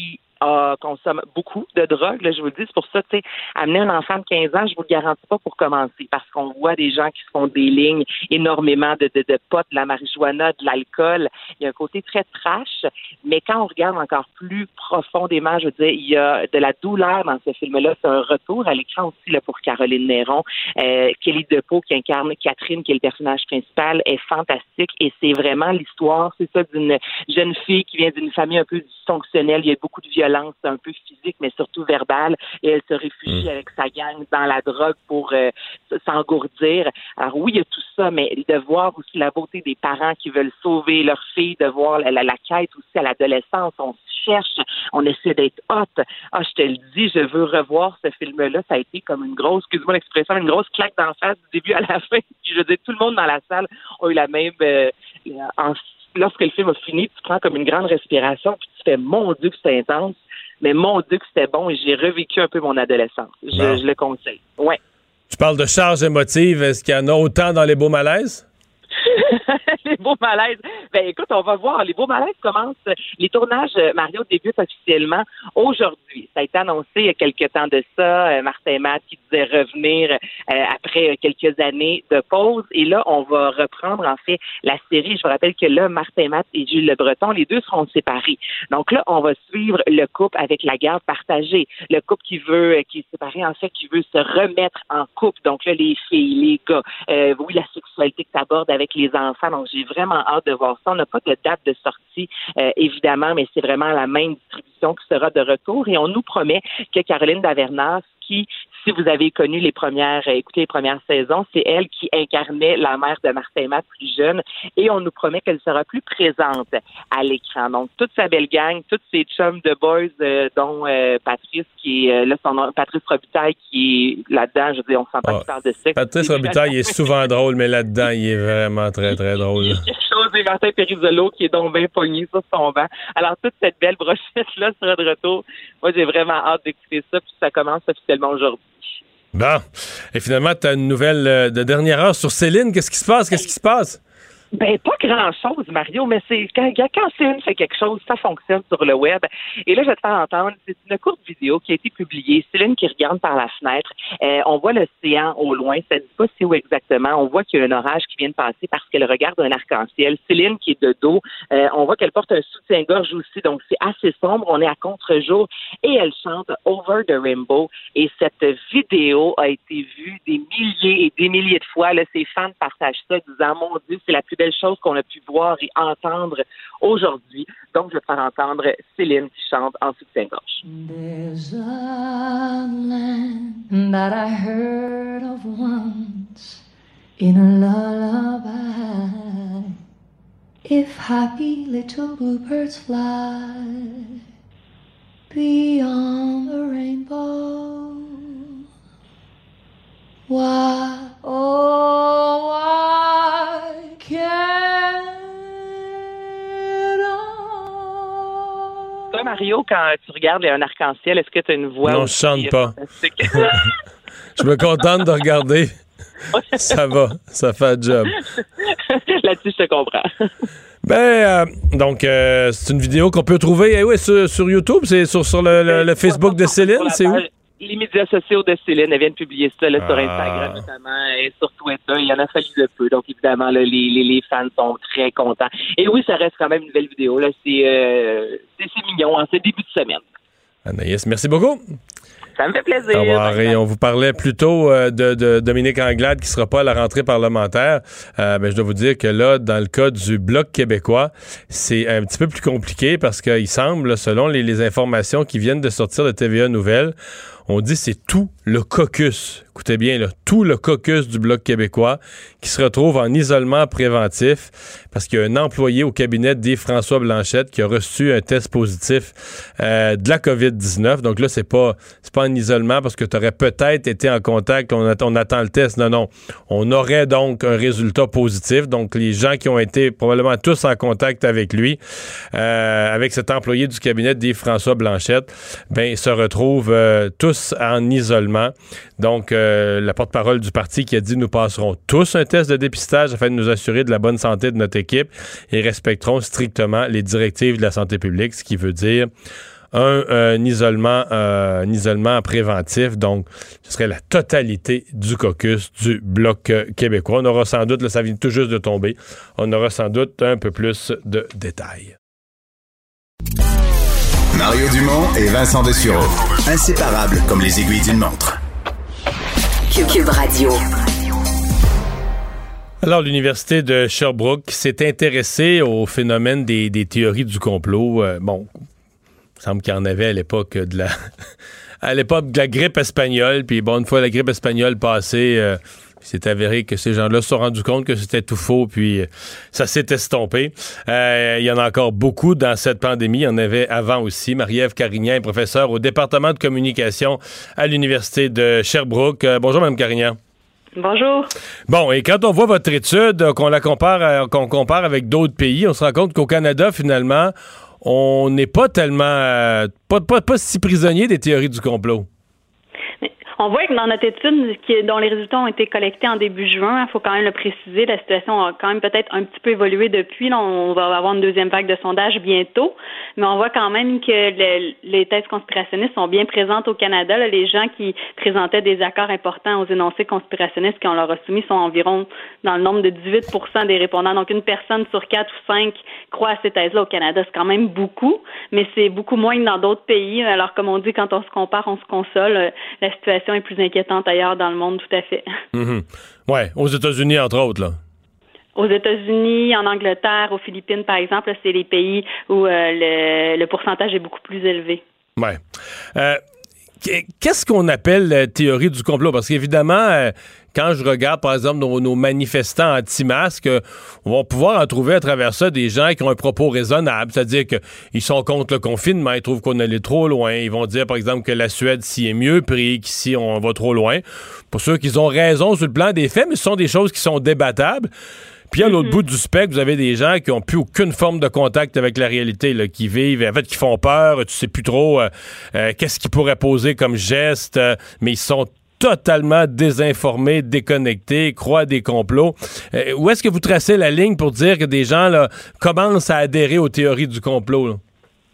S9: a, consomme beaucoup de drogue. Là, je vous le dis, c'est pour ça, tu sais, amener un enfant de quinze ans, je vous le garantis pas pour commencer, parce qu'on voit des gens qui se font des lignes énormément de, de, de potes, de la marijuana, de l'alcool. Il y a un côté très trash, mais quand on regarde encore plus profondément, je veux dire, il y a de la douleur dans ce film-là. C'est un retour à l'écran aussi là, pour Caroline Néron. Euh, Kelly DePau, qui incarne Catherine, qui est le personnage principal, est fantastique et c'est vraiment l'histoire, c'est ça, d'une jeune fille qui vient d'une famille un peu dysfonctionnelle. Il y a beaucoup de violence, un peu physique, mais surtout verbale, et elle se réfugie mmh. avec sa gang dans la drogue pour euh, s'engourdir. Alors oui, il y a tout ça, mais de voir aussi la beauté des parents qui veulent sauver leur fille, de voir la, la, la quête aussi à l'adolescence, on se cherche, on essaie d'être hot. Ah, je te le dis, je veux revoir ce film-là. Ça a été comme une grosse, excuse-moi l'expression, une grosse claque d'en face du début à la fin. Puis je veux dire, tout le monde dans la salle a eu la même... Euh, en, lorsque le film a fini, tu prends comme une grande respiration, puis tu fais « Mon Dieu que c'était intense », mais « Mon Dieu que c'était bon », et j'ai revécu un peu mon adolescence. Je, bon. je le conseille. Ouais.
S3: Tu parles de charge émotive. Est-ce qu'il y en a autant dans Les Beaux Malaises?
S9: Les Beaux Malaises. Ben écoute, on va voir. Les Beaux Malaises commencent. Les tournages, Mario, débutent officiellement aujourd'hui. Ça a été annoncé il y a quelques temps de ça. Euh, Martin Matt qui disait revenir euh, après quelques années de pause. Et là, on va reprendre en fait la série. Je vous rappelle que là, Martin Matt et Gilles Le Breton, les deux seront séparés. Donc là, on va suivre le couple avec la garde partagée. Le couple qui veut, qui est séparé en fait, qui veut se remettre en couple. Donc là, les filles, les gars, euh, oui, la sexualité que tu abordes avec les enfants. Donc, j'ai vraiment hâte de voir ça. On n'a pas de date de sortie, euh, évidemment, mais c'est vraiment la même distribution qui sera de retour. Et on nous promet que Caroline Davernas, qui, si vous avez connu les premières, écoutez les premières saisons, c'est elle qui incarnait la mère de Martin Matt plus jeune. Et on nous promet qu'elle sera plus présente à l'écran. Donc, toute sa belle gang, tous ses chums de boys, euh, dont euh, Patrice, qui est, euh, là, son nom, Patrice Robitaille, qui est là-dedans. Je veux dire, on s'entend oh. qu'il parle de sexe.
S3: Patrice Robitaille est souvent drôle, mais là-dedans, il est vraiment très, très drôle.
S9: Il y a quelque chose, et Martin Périsolo, qui est donc bien pogné sur son banc. Alors, toute cette belle brochette-là sera de retour. Moi, j'ai vraiment hâte d'écouter ça, puis ça commence officiellement aujourd'hui.
S3: Bon. Et finalement, tu as une nouvelle de dernière heure sur Céline. Qu'est-ce qui se passe? Qu'est-ce qui se passe?
S9: Ben, pas grand-chose, Mario, mais c'est quand, quand Céline fait quelque chose, ça fonctionne sur le web. Et là, je vais te faire entendre, c'est une courte vidéo qui a été publiée. Céline qui regarde par la fenêtre. Euh, on voit l'océan au loin. Ça ne dit pas c'est où exactement. On voit qu'il y a un orage qui vient de passer parce qu'elle regarde un arc-en-ciel. Céline qui est de dos. Euh, on voit qu'elle porte un soutien-gorge aussi, donc c'est assez sombre. On est à contre-jour. Et elle chante Over the Rainbow. Et cette vidéo a été vue des milliers et des milliers de fois. Là, ses fans partagent ça, disant, mon Dieu, c'est la plus belle chose qu'on a pu voir et entendre aujourd'hui. Donc, je vais te faire entendre Céline qui chante en soutien-gorge.
S10: There's a land that I heard of once in a lullaby. If happy little bluebirds fly beyond the rainbow, why, oh, why can't
S9: Toi, Mario, quand tu regardes un arc-en-ciel, est-ce que tu as une voix?
S3: Non, je chante pas. Je me contente de regarder. Ça va, ça fait un job.
S9: Là-dessus, je te comprends.
S3: Ben, euh, donc, euh, c'est une vidéo qu'on peut trouver eh oui, sur, sur YouTube, c'est sur, sur le, le, le Facebook de Céline, c'est où?
S9: Les médias sociaux de Céline, elle vient de publier ça là, ah. sur Instagram notamment et sur Twitter. Il y en a fallu de peu. Donc, évidemment, là, les, les, les fans sont très contents. Et oui, ça reste quand même une belle vidéo. Là. C'est, euh, c'est, c'est mignon. Hein. C'est début de semaine.
S3: Anaïs, merci beaucoup.
S9: Ça me fait plaisir.
S3: Au revoir. Et on vous parlait plutôt euh, de, de Dominique Anglade qui ne sera pas à la rentrée parlementaire. Euh, ben, je dois vous dire que là, dans le cas du Bloc québécois, c'est un petit peu plus compliqué parce qu'il semble, selon les, les informations qui viennent de sortir de T V A Nouvelles, on dit que c'est tout le caucus, écoutez bien, là, tout le caucus du Bloc québécois qui se retrouve en isolement préventif parce qu'il y a un employé au cabinet d'Yves-François Blanchette qui a reçu un test positif euh, de la covid dix-neuf. Donc là, c'est pas c'est pas en isolement parce que tu aurais peut-être été en contact, on, att- on attend le test. Non, non. On aurait donc un résultat positif. Donc les gens qui ont été probablement tous en contact avec lui, euh, avec cet employé du cabinet d'Yves-François Blanchette, ben, se retrouvent euh, tous en isolement. Donc, euh, la porte-parole du parti qui a dit « Nous passerons tous un test de dépistage afin de nous assurer de la bonne santé de notre équipe et respecterons strictement les directives de la santé publique », ce qui veut dire un, un, isolement, euh, un isolement préventif. Donc, ce serait la totalité du caucus du Bloc québécois. On aura sans doute, là, ça vient tout juste de tomber, on aura sans doute un peu plus de détails.
S2: Mario Dumont et Vincent Dessureau. Inséparables comme les aiguilles d'une montre.
S11: Cube Radio.
S3: Alors, l'Université de Sherbrooke s'est intéressée au phénomène des, des théories du complot. Euh, bon, il semble qu'il y en avait à l'époque de la à l'époque de la grippe espagnole. Puis bon, une fois la grippe espagnole passée, euh, il s'est avéré que ces gens-là se sont rendus compte que c'était tout faux, puis euh, ça s'est estompé. Euh, il y en a encore beaucoup dans cette pandémie. Il y en avait avant aussi. Marie-Ève Carignan est professeure au département de communication à l'Université de Sherbrooke. Euh, bonjour, Mme Carignan.
S12: Bonjour.
S3: Bon, et quand on voit votre étude, euh, qu'on la compare, à, qu'on compare avec d'autres pays, on se rend compte qu'au Canada, finalement, on n'est pas tellement, euh, pas, pas, pas si prisonnier des théories du complot.
S12: On voit que dans notre étude, qui, dont les résultats ont été collectés en début juin, il faut quand même le préciser, la situation a quand même peut-être un petit peu évolué depuis. Là, on va avoir une deuxième vague de sondage bientôt, mais on voit quand même que le, les thèses conspirationnistes sont bien présentes au Canada. Là, les gens qui présentaient des accords importants aux énoncés conspirationnistes qu'on leur a soumis sont environ dans le nombre de dix-huit pour cent des répondants. Donc, une personne sur quatre ou cinq croit à ces thèses-là au Canada. C'est quand même beaucoup, mais c'est beaucoup moins que dans d'autres pays. Alors, comme on dit, quand on se compare, on se console. La situation est plus inquiétante ailleurs dans le monde, tout à fait.
S3: Mm-hmm. Oui, aux États-Unis, entre autres, là.
S12: Aux États-Unis, en Angleterre, aux Philippines, par exemple, là, c'est les pays où euh, le, le pourcentage est beaucoup plus élevé.
S3: Oui. Euh, qu'est-ce qu'on appelle la théorie du complot? Parce qu'évidemment, euh, quand je regarde, par exemple, nos, nos manifestants anti-masques, euh, on va pouvoir en trouver à travers ça des gens qui ont un propos raisonnable, c'est-à-dire qu'ils sont contre le confinement, ils trouvent qu'on allait trop loin, ils vont dire, par exemple, que la Suède s'y est mieux pris, qu'ici, on va trop loin. Pour ceux qui ont raison sur le plan des faits, mais ce sont des choses qui sont débattables. Puis à l'autre mm-hmm. bout du spectre, vous avez des gens qui n'ont plus aucune forme de contact avec la réalité, là, qui vivent, en fait, qui font peur, tu sais plus trop euh, euh, qu'est-ce qu'ils pourraient poser comme geste, euh, mais ils sont totalement désinformés, déconnectés, croient à des complots. Euh, où est-ce que vous tracez la ligne pour dire que des gens là, commencent à adhérer aux théories du complot, là?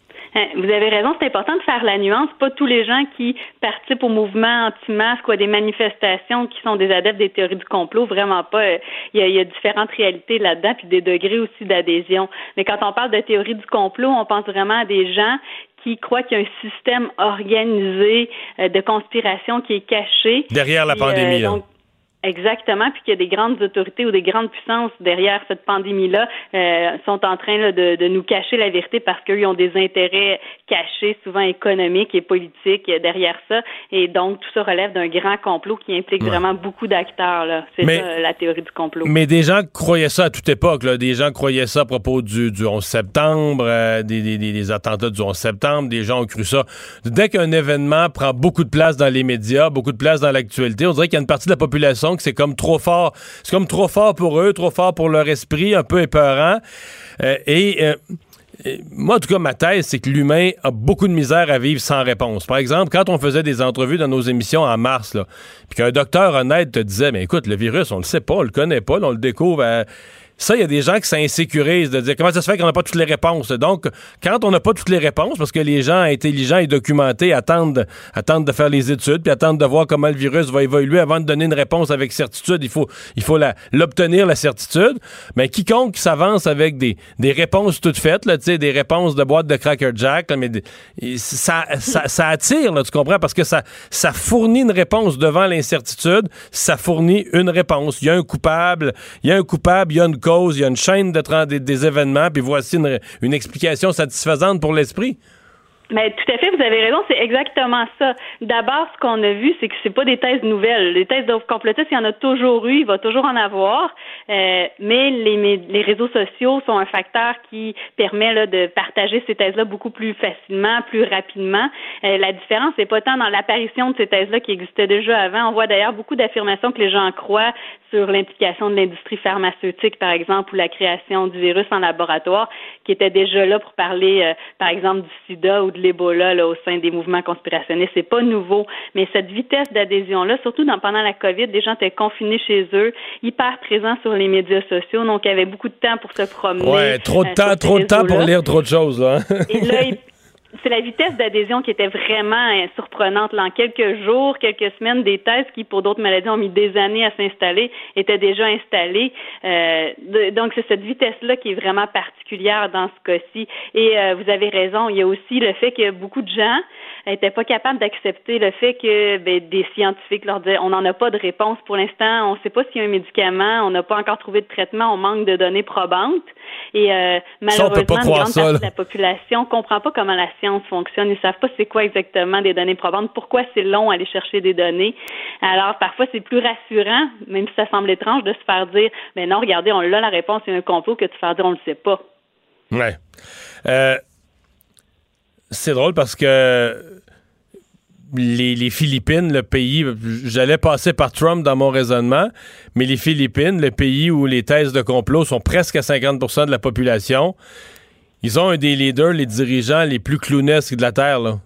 S12: Vous avez raison, c'est important de faire la nuance. Pas tous les gens qui participent au mouvement anti-masque ou à des manifestations qui sont des adeptes des théories du complot, vraiment pas. Il y a, il y a différentes réalités là-dedans, puis des degrés aussi d'adhésion. Mais quand on parle de théorie du complot, on pense vraiment à des gens qui croient qu'il y a un système organisé euh, de conspiration qui est caché.
S3: Derrière la
S12: puis,
S3: pandémie,
S12: euh, donc, exactement, puis qu'il y a des grandes autorités ou des grandes puissances derrière cette pandémie-là euh, sont en train là, de, de nous cacher la vérité parce qu'eux, ils ont des intérêts cachés, souvent économiques et politiques euh, derrière ça. Et donc, tout ça relève d'un grand complot qui implique ouais. vraiment beaucoup d'acteurs. Là. C'est mais, ça, la théorie du complot.
S3: Mais des gens croyaient ça à toute époque. Là. Des gens croyaient ça à propos du, du onze septembre, euh, des, des, des attentats du onze septembre. Des gens ont cru ça. Dès qu'un événement prend beaucoup de place dans les médias, beaucoup de place dans l'actualité, on dirait qu'il y a une partie de la population que c'est comme trop fort. C'est comme trop fort pour eux, trop fort pour leur esprit, un peu épeurant. Euh, et, euh, et moi, en tout cas, ma thèse, c'est que l'humain a beaucoup de misère à vivre sans réponse. Par exemple, quand on faisait des entrevues dans nos émissions en mars, là, puis qu'un docteur honnête te disait, mais écoute, le virus, on le sait pas, on le connaît pas, là, on le découvre à... Ça, il y a des gens qui s'insécurisent de dire comment ça se fait qu'on n'a pas toutes les réponses. Donc, quand on n'a pas toutes les réponses, parce que les gens intelligents et documentés attendent, attendent de faire les études, puis attendent de voir comment le virus va évoluer avant de donner une réponse avec certitude, il faut, il faut la, l'obtenir, la certitude. Mais quiconque s'avance avec des, des réponses toutes faites, là, tu sais, des réponses de boîte de Cracker Jack, là, mais ça, ça, ça attire, là, tu comprends, parce que ça, ça fournit une réponse devant l'incertitude, ça fournit une réponse. Il y a un coupable, il y a un coupable, il y a une cause, il y a une chaîne de tra- des, des événements, puis voici une, une explication satisfaisante pour l'esprit.
S12: Mais tout à fait, vous avez raison, c'est exactement ça. D'abord, ce qu'on a vu, c'est que c'est pas des thèses nouvelles. Les thèses de complotistes, il y en a toujours eu, il va toujours en avoir, euh, mais les, les réseaux sociaux sont un facteur qui permet là, de partager ces thèses-là beaucoup plus facilement, plus rapidement. Euh, la différence, c'est pas tant dans l'apparition de ces thèses-là qui existaient déjà avant. On voit d'ailleurs beaucoup d'affirmations que les gens croient sur l'implication de l'industrie pharmaceutique, par exemple, ou la création du virus en laboratoire, qui étaient déjà là pour parler, euh, par exemple, du sida ou de l'Ebola là, au sein des mouvements conspirationnistes. C'est pas nouveau, mais cette vitesse d'adhésion-là, surtout dans, pendant la COVID, des gens étaient confinés chez eux, hyper présents sur les médias sociaux, donc il y avait beaucoup de temps pour se promener.
S3: Ouais, trop de euh, temps, trop de temps pour lire trop de choses, là.
S12: Et là, ils c'est la vitesse d'adhésion qui était vraiment euh, surprenante. Là, en quelques jours, quelques semaines, des thèses qui, pour d'autres maladies, ont mis des années à s'installer, étaient déjà installées. Euh, de, donc, c'est cette vitesse-là qui est vraiment particulière dans ce cas-ci. Et euh, vous avez raison, il y a aussi le fait que beaucoup de gens n'étaient pas capables d'accepter le fait que ben, des scientifiques leur disaient on n'en a pas de réponse pour l'instant, on ne sait pas s'il y a un médicament, on n'a pas encore trouvé de traitement, on manque de données probantes. Et euh, malheureusement, une grande
S3: ça,
S12: partie de la population ne comprend pas comment la science fonctionne. Ils ne savent pas c'est quoi exactement des données probantes, pourquoi c'est long à aller chercher des données. Alors, parfois, c'est plus rassurant, même si ça semble étrange, de se faire dire mais non, regardez, on l'a la réponse, il y a un complot, que de se faire dire on ne le sait pas.
S3: Ouais. Euh, c'est drôle parce que Les, les Philippines, le pays, j'allais passer par Trump dans mon raisonnement, mais les Philippines, le pays où les thèses de complot sont presque à cinquante pour cent de la population, ils ont un des leaders, les dirigeants les plus clownesques de la Terre, là.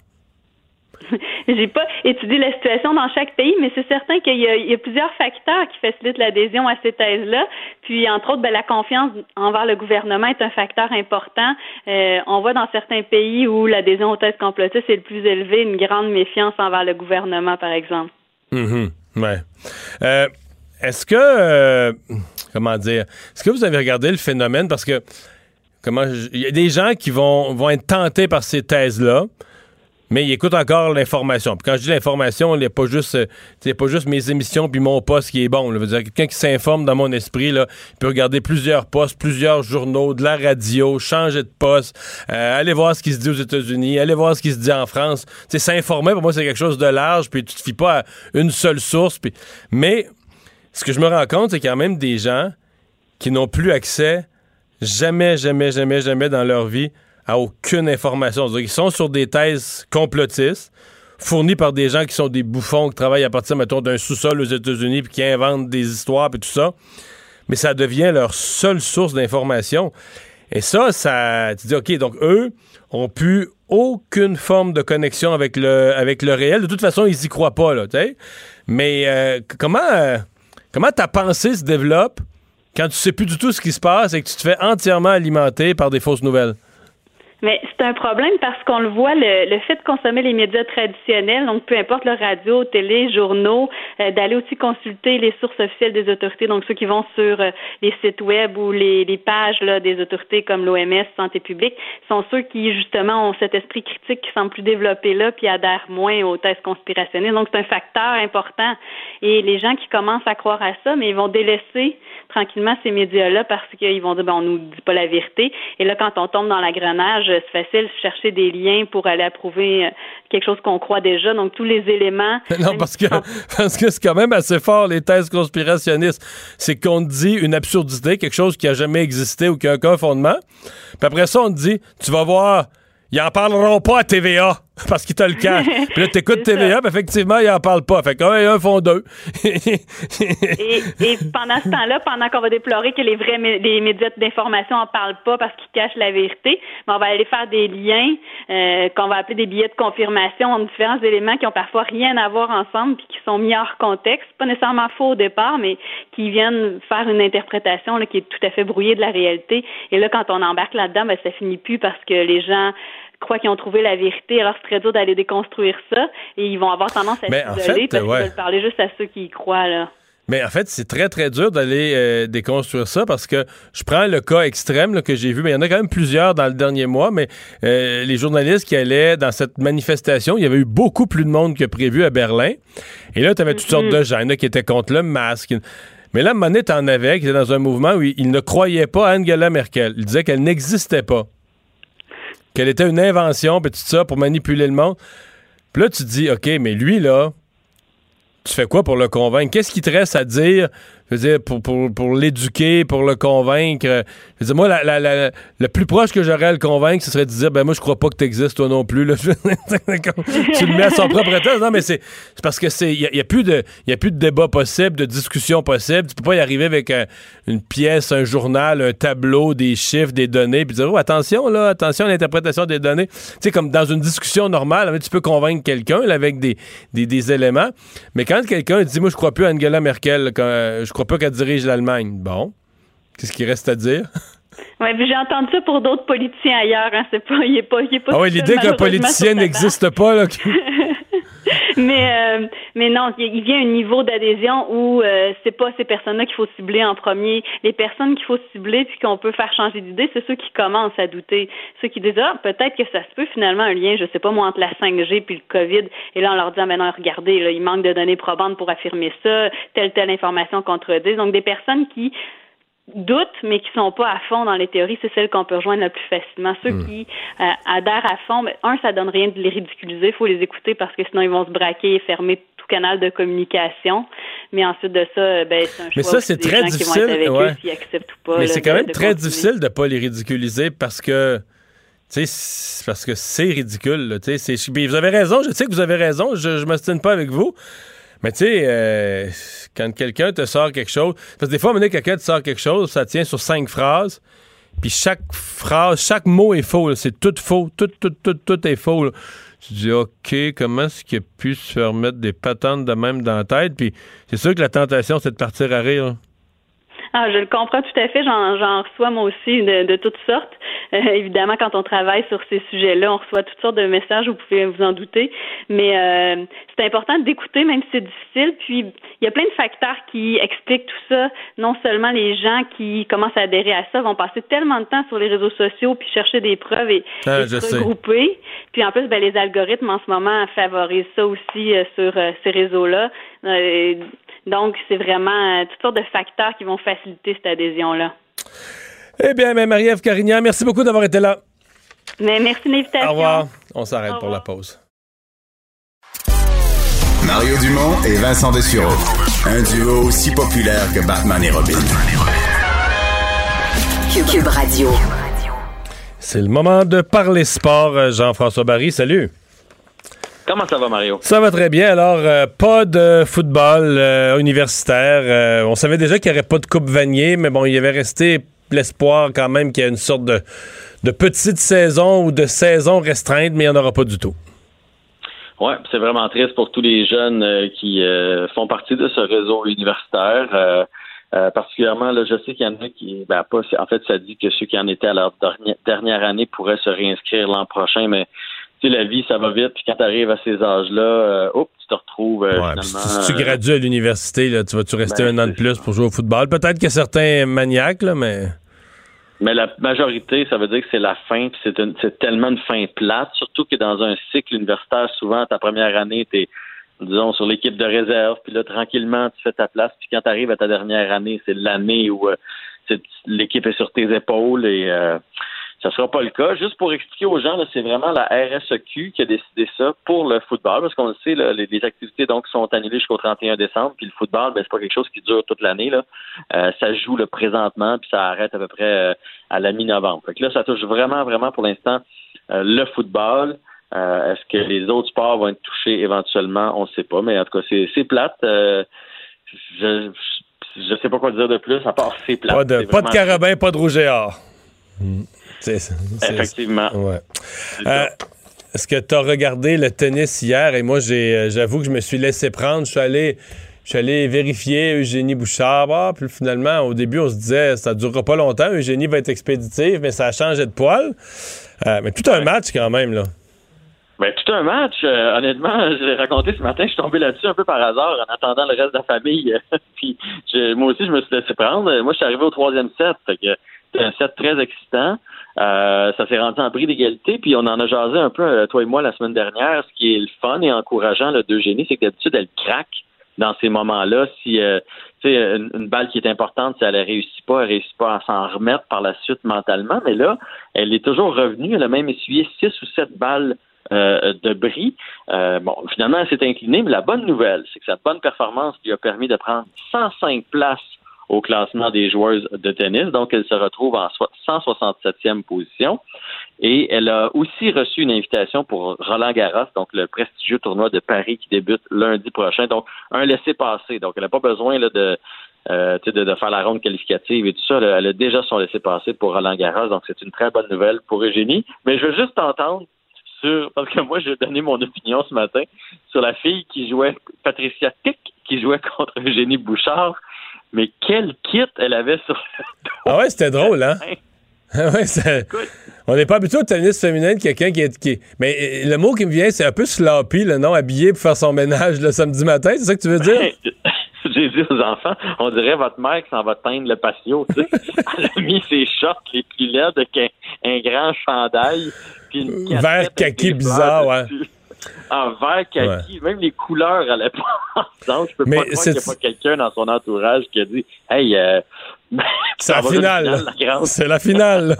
S12: J'ai pas étudié la situation dans chaque pays, mais c'est certain qu'il y a, il y a plusieurs facteurs qui facilitent l'adhésion à ces thèses-là. Puis, entre autres, ben, la confiance envers le gouvernement est un facteur important. Euh, on voit dans certains pays où l'adhésion aux thèses complotistes est le plus élevée, une grande méfiance envers le gouvernement, par exemple.
S3: Mm-hmm. Ouais. Euh, est-ce que, euh, comment dire, est-ce que vous avez regardé le phénomène? Parce que, comment, il y a des gens qui vont, vont être tentés par ces thèses-là, mais il écoute encore l'information. Puis quand je dis l'information, il n'y a pas juste, euh, pas juste mes émissions puis mon poste qui est bon. Là. Je veux dire, quelqu'un qui s'informe dans mon esprit, là, il peut regarder plusieurs postes, plusieurs journaux, de la radio, changer de poste, euh, aller voir ce qui se dit aux États-Unis, aller voir ce qui se dit en France. T'sais, s'informer, pour moi, c'est quelque chose de large, puis tu te fies pas à une seule source. Puis... Mais ce que je me rends compte, c'est qu'il y a même des gens qui n'ont plus accès jamais, jamais, jamais, jamais dans leur vie à aucune information. C'est-à-dire qu'ils sont sur des thèses complotistes, fournies par des gens qui sont des bouffons, qui travaillent à partir, mettons, d'un sous-sol aux États-Unis, puis qui inventent des histoires, puis tout ça. Mais ça devient leur seule source d'information. Et ça, ça... Tu dis, OK, donc eux ont plus aucune forme de connexion avec le, avec le réel. De toute façon, ils y croient pas, là, tu sais. Mais euh, comment, euh, comment ta pensée se développe quand tu sais plus du tout ce qui se passe et que tu te fais entièrement alimenter par des fausses nouvelles?
S12: Mais c'est un problème parce qu'on le voit, le, le fait de consommer les médias traditionnels, donc peu importe le radio, télé, journaux, euh, d'aller aussi consulter les sources officielles des autorités, donc ceux qui vont sur euh, les sites web ou les, les pages là, des autorités comme l'O M S, Santé publique, sont ceux qui justement ont cet esprit critique qui semble plus développé là, puis adhèrent moins aux thèses conspirationnelles. Donc c'est un facteur important. Et les gens qui commencent à croire à ça, mais ils vont délaisser tranquillement ces médias-là parce qu'ils vont dire ben on nous dit pas la vérité. Et là, quand on tombe dans l'engrenage, c'est facile de chercher des liens pour aller approuver quelque chose qu'on croit déjà. Donc, tous les éléments...
S3: Non, parce que, parce que c'est quand même assez fort, les thèses conspirationnistes. C'est qu'on dit une absurdité, quelque chose qui a jamais existé ou qui a aucun fondement. Puis après ça, on te dit, tu vas voir, ils en parleront pas à T V A. Parce qu'il te le cache. Puis là, t'écoutes T V A, puis effectivement, ils en parlent pas. Fait qu'un et un font deux.
S12: et, et pendant ce temps-là, pendant qu'on va déplorer que les vrais mé- les médias d'information en parlent pas parce qu'ils cachent la vérité, ben on va aller faire des liens euh, qu'on va appeler des billets de confirmation entre différents éléments qui ont parfois rien à voir ensemble puis qui sont mis hors contexte. Pas nécessairement faux au départ, mais qui viennent faire une interprétation là, qui est tout à fait brouillée de la réalité. Et là, quand on embarque là-dedans, ben ça finit plus parce que les gens croient qu'ils ont trouvé la vérité, alors c'est très dur d'aller déconstruire ça et ils vont avoir tendance à
S3: Mais
S12: s'isoler
S3: en fait,
S12: parce
S3: ouais.
S12: qu'ils veulent parler juste à ceux qui y croient, là.
S3: Mais en fait, c'est très, très dur d'aller euh, déconstruire ça parce que je prends le cas extrême là, que j'ai vu, mais il y en a quand même plusieurs dans le dernier mois, mais euh, les journalistes qui allaient dans cette manifestation, il y avait eu beaucoup plus de monde que prévu à Berlin. Et là, tu avais toutes mm-hmm. sortes de gens là, qui étaient contre le masque. Mais là, à un moment donné, t'en avais qui étaient dans un mouvement où ils ne croyaient pas à Angela Merkel. Ils disaient qu'elle n'existait pas. Qu'elle était une invention, puis tout ça, pour manipuler le monde. Puis là, tu te dis, OK, mais lui, là, tu fais quoi pour le convaincre? Qu'est-ce qui te reste à dire, je veux dire, pour, pour, pour l'éduquer, pour le convaincre? Je veux dire, moi, la, la, la, le plus proche que j'aurais à le convaincre, ce serait de dire, ben moi, je crois pas que t'existes, toi non plus. Là. Tu le mets à son propre temps. Non, mais c'est, c'est parce que c'est, il y, y a plus de, il y a plus de débat possible, de discussion possible. Tu peux pas y arriver avec un, une pièce, un journal, un tableau, des chiffres, des données, puis dire, oh, attention, là, attention à l'interprétation des données. Tu sais, comme dans une discussion normale, là, tu peux convaincre quelqu'un, là, avec des, des, des éléments. Mais quand quelqu'un dit, moi, je crois plus à Angela Merkel, quand, euh, je crois pas qu'elle dirige l'Allemagne. Bon. Qu'est-ce qu'il reste à dire?
S12: Oui, puis j'ai entendu ça pour d'autres politiciens ailleurs. Hein. C'est pas, il est pas, il est pas.
S3: Ah oui, l'idée qu'un politicien n'existe pas, là.
S12: mais, euh, mais non, il vient un niveau d'adhésion où euh, c'est pas ces personnes-là qu'il faut cibler en premier. Les personnes qu'il faut cibler puis qu'on peut faire changer d'idée, c'est ceux qui commencent à douter. Ceux qui disent, ah, peut-être que ça se peut finalement un lien, je sais pas moi, entre la cinq G puis le COVID. Et là, on leur dit, ah, mais non, regardez, là, il manque de données probantes pour affirmer ça, telle, telle information contredit. Donc, des personnes qui doutent, mais qui sont pas à fond dans les théories, c'est celles qu'on peut rejoindre le plus facilement. Ceux mmh. qui euh, adhèrent à fond, ben, un, ça donne rien de les ridiculiser, il faut les écouter parce que sinon ils vont se braquer et fermer tout canal de communication. Mais ensuite de ça, ben, c'est un choix.
S3: Mais ça, c'est très difficile.
S12: Avec
S3: ouais.
S12: eux, s'ils acceptent ou pas,
S3: mais
S12: là,
S3: c'est quand
S12: de,
S3: même
S12: de
S3: très
S12: continuer.
S3: difficile de pas les ridiculiser parce que tu sais, parce que c'est ridicule. Là, c'est, puis vous avez raison, je sais que vous avez raison, je ne m'ostine pas avec vous. Mais tu sais, euh, quand quelqu'un te sort quelque chose... Parce que des fois, à un moment donné, quelqu'un te sort quelque chose, ça tient sur cinq phrases, puis chaque phrase, chaque mot est faux. Là, c'est tout faux. Tout, tout, tout, tout est faux. Là. Tu dis, OK, comment est-ce qu'il a pu se faire mettre des patentes de même dans la tête? Puis c'est sûr que la tentation, c'est de partir à rire. Là.
S12: Ah, je le comprends tout à fait. J'en, j'en reçois moi aussi de, de toutes sortes. Euh, évidemment, quand on travaille sur ces sujets-là, on reçoit toutes sortes de messages, vous pouvez vous en douter. Mais euh, c'est important d'écouter, même si c'est difficile. Puis, il y a plein de facteurs qui expliquent tout ça. Non seulement les gens qui commencent à adhérer à ça vont passer tellement de temps sur les réseaux sociaux puis chercher des preuves et,
S3: ah,
S12: et se regrouper. Sais. Puis en plus, ben, les algorithmes en ce moment favorisent ça aussi euh, sur euh, ces réseaux-là. Euh, Donc, c'est vraiment euh, toutes sortes de facteurs qui vont faciliter cette adhésion-là.
S3: Eh bien, mais Marie-Ève Carignan, merci beaucoup d'avoir été là.
S12: Mais merci de l'invitation.
S3: Au revoir. On s'arrête pour la pause.
S2: Mario Dumont et Vincent Dessureau. Un duo aussi populaire que Batman et Robin.
S11: Cube Radio.
S3: C'est le moment de parler sport. Jean-François Barry, salut.
S13: Comment ça va, Mario?
S3: Ça va très bien. Alors, euh, pas de football euh, universitaire. Euh, on savait déjà qu'il n'y aurait pas de Coupe Vanier, mais bon, il y avait resté l'espoir quand même qu'il y ait une sorte de, de petite saison ou de saison restreinte, mais il n'y en aura pas du tout.
S13: Oui, c'est vraiment triste pour tous les jeunes euh, qui euh, font partie de ce réseau universitaire. Euh, euh, particulièrement, là, je sais qu'il y en a qui... Ben, pas, en fait, ça dit que ceux qui en étaient à leur dernière, dernière année pourraient se réinscrire l'an prochain, mais la vie, ça va vite, puis quand tu arrives à ces âges-là, euh, oups, tu te retrouves euh,
S3: ouais,
S13: finalement...
S3: Si tu gradues à l'université, là, tu vas-tu rester ben, un an de plus pour jouer au football? Peut-être qu'il y a certains maniaques, là, mais...
S13: Mais la majorité, ça veut dire que c'est la fin, puis c'est, une, c'est tellement une fin plate, surtout que dans un cycle universitaire, souvent, ta première année, t'es, disons, sur l'équipe de réserve, puis là, tranquillement, tu fais ta place, puis quand tu arrives à ta dernière année, c'est l'année où euh, c'est, l'équipe est sur tes épaules, et... Euh, ça ne sera pas le cas. Juste pour expliquer aux gens, là, c'est vraiment la R S E Q qui a décidé ça pour le football, parce qu'on le sait, là, les, les activités donc sont annulées jusqu'au trente et un décembre, puis le football, ben, c'est pas quelque chose qui dure toute l'année. Là. Euh, ça joue là, présentement, puis ça arrête à peu près euh, à la mi-novembre. Fait que là, ça touche vraiment, vraiment pour l'instant euh, le football. Euh, est-ce que les autres sports vont être touchés éventuellement? On ne sait pas, mais en tout cas, c'est, c'est plate. Euh, je je sais pas quoi dire de plus, à part c'est plate.
S3: Pas de,
S13: c'est
S3: pas de carabin, pas de rouge et or. Mmh. C'est, c'est,
S13: Effectivement.
S3: Ouais. Euh, est-ce que tu as regardé le tennis hier? Et moi, j'ai, j'avoue que je me suis laissé prendre. Je suis allé, je suis allé vérifier Eugénie Bouchard. Ah, puis finalement, au début, on se disait ça ne durera pas longtemps. Eugénie va être expéditive, mais ça a changé de poil. Euh, mais tout un ouais. match quand même, là.
S13: Ben, tout un match. Euh, honnêtement, je l'ai raconté ce matin. Je suis tombé là-dessus un peu par hasard en attendant le reste de la famille. Puis je, moi aussi, je me suis laissé prendre. Moi, je suis arrivé au troisième set. Fait que c'était un set très excitant. Euh, ça s'est rendu en bris d'égalité, puis on en a jasé un peu, toi et moi, la semaine dernière. Ce qui est le fun et encourageant là, d'Eugénie, c'est que d'habitude, elle craque dans ces moments-là. Si euh, tu sais, une, une balle qui est importante, si elle ne réussit pas, elle ne réussit pas à s'en remettre par la suite mentalement. Mais là, elle est toujours revenue. Elle a même essuyé six ou sept balles euh, de bris. Euh, bon, finalement, elle s'est inclinée, mais la bonne nouvelle, c'est que sa bonne performance lui a permis de prendre cent cinq places au classement des joueuses de tennis. Donc, elle se retrouve en cent soixante-septième position. Et elle a aussi reçu une invitation pour Roland Garros, donc le prestigieux tournoi de Paris qui débute lundi prochain. Donc, un laissez-passer. Donc, elle n'a pas besoin là, de, euh, de, de faire la ronde qualificative et tout ça. Là, elle a déjà son laissez-passer pour Roland Garros. Donc, c'est une très bonne nouvelle pour Eugénie. Mais je veux juste t'entendre sur, parce que moi, j'ai donné mon opinion ce matin sur la fille qui jouait, Patricia Pic, qui jouait contre Eugénie Bouchard. Mais quel kit elle avait sur le dos.
S3: Ah ouais, c'était drôle, hein? ouais, ça... On n'est pas habitué au tennis féminin de quelqu'un qui est, qui est... Mais le mot qui me vient, c'est un peu sloppy, le nom, habillé pour faire son ménage le samedi matin. C'est ça que tu veux dire?
S13: J'ai dit aux enfants, on dirait votre mère qui s'en va teindre le patio, tu sais. Elle a mis ses shorts les plus laids avec un, un grand chandail. Puis une
S3: vert kaki bizarre, ouais.
S13: En vert kaki, ouais. Même les couleurs allaient pas ensemble. Je peux
S3: mais
S13: pas croire qu'il n'y a pas quelqu'un dans son entourage qui a dit « Hey, euh,
S3: c'est la finale. finale la c'est la finale.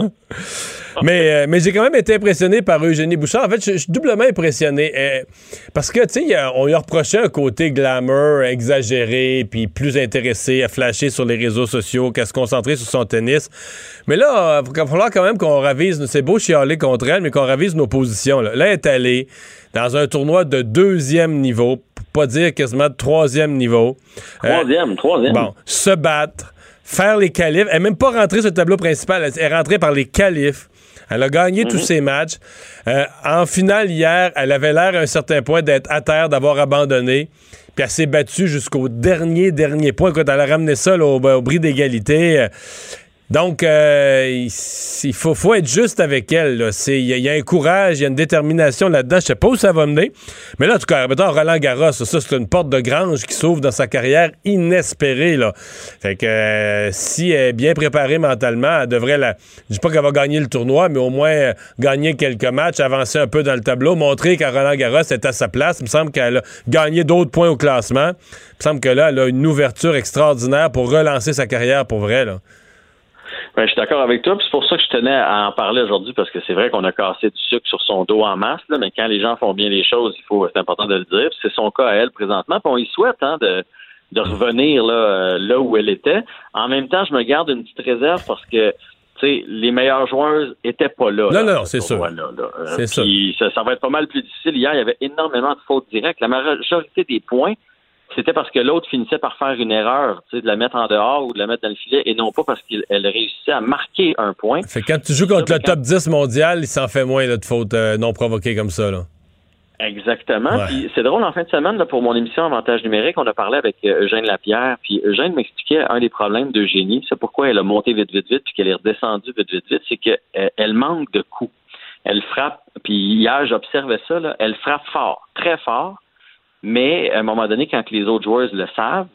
S3: mais euh, mais j'ai quand même été impressionné par Eugénie Bouchard. En fait, je suis doublement impressionné. Euh, parce que, tu sais, on lui reprochait un côté glamour, exagéré, puis plus intéressé à flasher sur les réseaux sociaux qu'à se concentrer sur son tennis. Mais là, il va falloir quand même qu'on ravise, c'est beau chialer contre elle, mais qu'on ravise nos positions. Là, là elle est allée dans un tournoi de deuxième niveau, pour pas dire quasiment de troisième niveau.
S13: Troisième, euh, troisième.
S3: Bon, se battre, faire les qualifs. Elle n'est même pas rentrée sur le tableau principal. Elle est rentrée par les qualifs. Elle a gagné mm-hmm. tous ses matchs. Euh, en finale, hier, elle avait l'air à un certain point d'être à terre, d'avoir abandonné. Puis elle s'est battue jusqu'au dernier, dernier point. Écoute, elle a ramené ça là, au, au bris d'égalité. Donc, euh, il faut, faut être juste avec elle. Il y, y a un courage, il y a une détermination là-dedans. Je sais pas où ça va mener. Mais là, en tout cas, mettons, Roland Garros, ça, c'est une porte de grange qui s'ouvre dans sa carrière inespérée. Là. Fait que euh, si elle est bien préparée mentalement, elle devrait la... Je dis pas qu'elle va gagner le tournoi, mais au moins euh, gagner quelques matchs, avancer un peu dans le tableau, montrer qu'à Roland Garros est à sa place. Il me semble qu'elle a gagné d'autres points au classement. Il me semble que là, elle a une ouverture extraordinaire pour relancer sa carrière pour vrai, là.
S13: Ben, je suis d'accord avec toi, puis c'est pour ça que je tenais à en parler aujourd'hui, parce que c'est vrai qu'on a cassé du sucre sur son dos en masse, là, mais quand les gens font bien les choses, il faut, c'est important de le dire. Puis c'est son cas à elle présentement, puis on y souhaite hein, de, de revenir là, là où elle était. En même temps, je me garde une petite réserve parce que tu sais, les meilleurs joueurs étaient pas là.
S3: Non,
S13: là,
S3: non, non, c'est sûr.
S13: Là, là. Euh,
S3: c'est sûr.
S13: Ça, ça va être pas mal plus difficile. Hier, il y avait énormément de fautes directes. La majorité des points, c'était parce que l'autre finissait par faire une erreur, tu sais, de la mettre en dehors ou de la mettre dans le filet, et non pas parce qu'elle réussissait à marquer un point.
S3: Fait que quand tu joues contre le top dix mondial, il s'en fait moins là, de fautes euh, non provoquées comme ça, là.
S13: Exactement.
S3: Ouais.
S13: Puis c'est drôle, en fin de semaine, là, pour mon émission Avantage numérique, on a parlé avec euh, Eugène Lapierre, puis Eugène m'expliquait un des problèmes d'Eugénie, c'est pourquoi elle a monté vite, vite, vite, puis qu'elle est redescendue vite, vite, vite, c'est qu'elle euh, manque de coups. Elle frappe, puis hier, j'observais ça, là, elle frappe fort, très fort, mais à un moment donné, quand les autres joueurs le savent,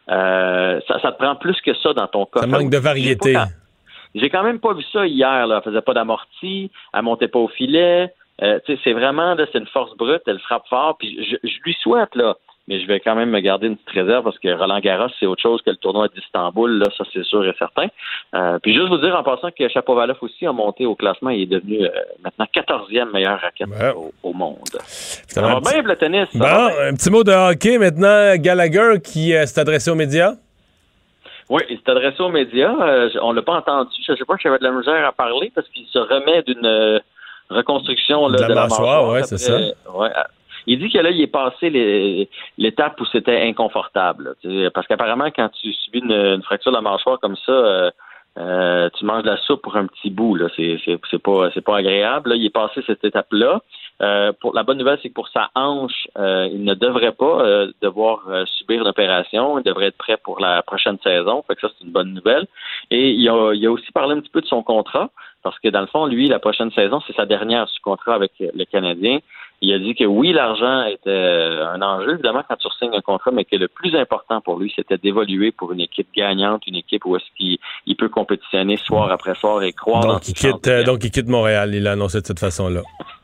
S13: euh, ça, ça te prend plus que ça dans ton cas.
S3: Ça manque de variété.
S13: J'ai, j'ai quand même pas vu ça hier. Là. Elle faisait pas d'amorti, elle montait pas au filet. Euh, c'est vraiment, là, c'est une force brute, elle frappe fort. Puis je, je lui souhaite, là, mais je vais quand même me garder une petite réserve parce que Roland Garros, c'est autre chose que le tournoi d'Istanbul, là, ça c'est sûr et certain. Euh, puis juste vous dire en passant que Shapovalov aussi a monté au classement, il est devenu euh, maintenant quatorzième meilleur raquette ouais. au, au monde. Ça va bien le tennis.
S3: Bon, un petit mot de hockey maintenant. Gallagher qui euh, s'est adressé aux médias.
S13: Oui, il s'est adressé aux médias. Euh, on l'a pas entendu. Je sais pas que j'avais de la misère à parler parce qu'il se remet d'une euh, reconstruction là, de, la de la mâchoire. mâchoire
S3: ouais, c'est ça.
S13: Ouais, il dit que là, il est passé les, l'étape où c'était inconfortable. Là, parce qu'apparemment, quand tu subis une, une fracture de la mâchoire comme ça, euh, euh, tu manges de la soupe pour un petit bout. Là. C'est, c'est, c'est pas, c'est pas agréable. Là, il est passé cette étape-là. Euh, pour, la bonne nouvelle, c'est que pour sa hanche, euh, il ne devrait pas euh, devoir euh, subir une opération. Il devrait être prêt pour la prochaine saison. Fait que ça, c'est une bonne nouvelle. Et il a, il a aussi parlé un petit peu de son contrat. Parce que dans le fond, lui, la prochaine saison, c'est sa dernière sous contrat avec le Canadien. Il a dit que oui, l'argent était un enjeu, évidemment, quand tu signes un contrat, mais que le plus important pour lui, c'était d'évoluer pour une équipe gagnante, une équipe où est-ce qu'il il peut compétitionner soir après soir et croire
S3: donc,
S13: dans
S3: il quitte, euh, donc, il quitte Montréal. Il l'a annoncé de cette façon-là.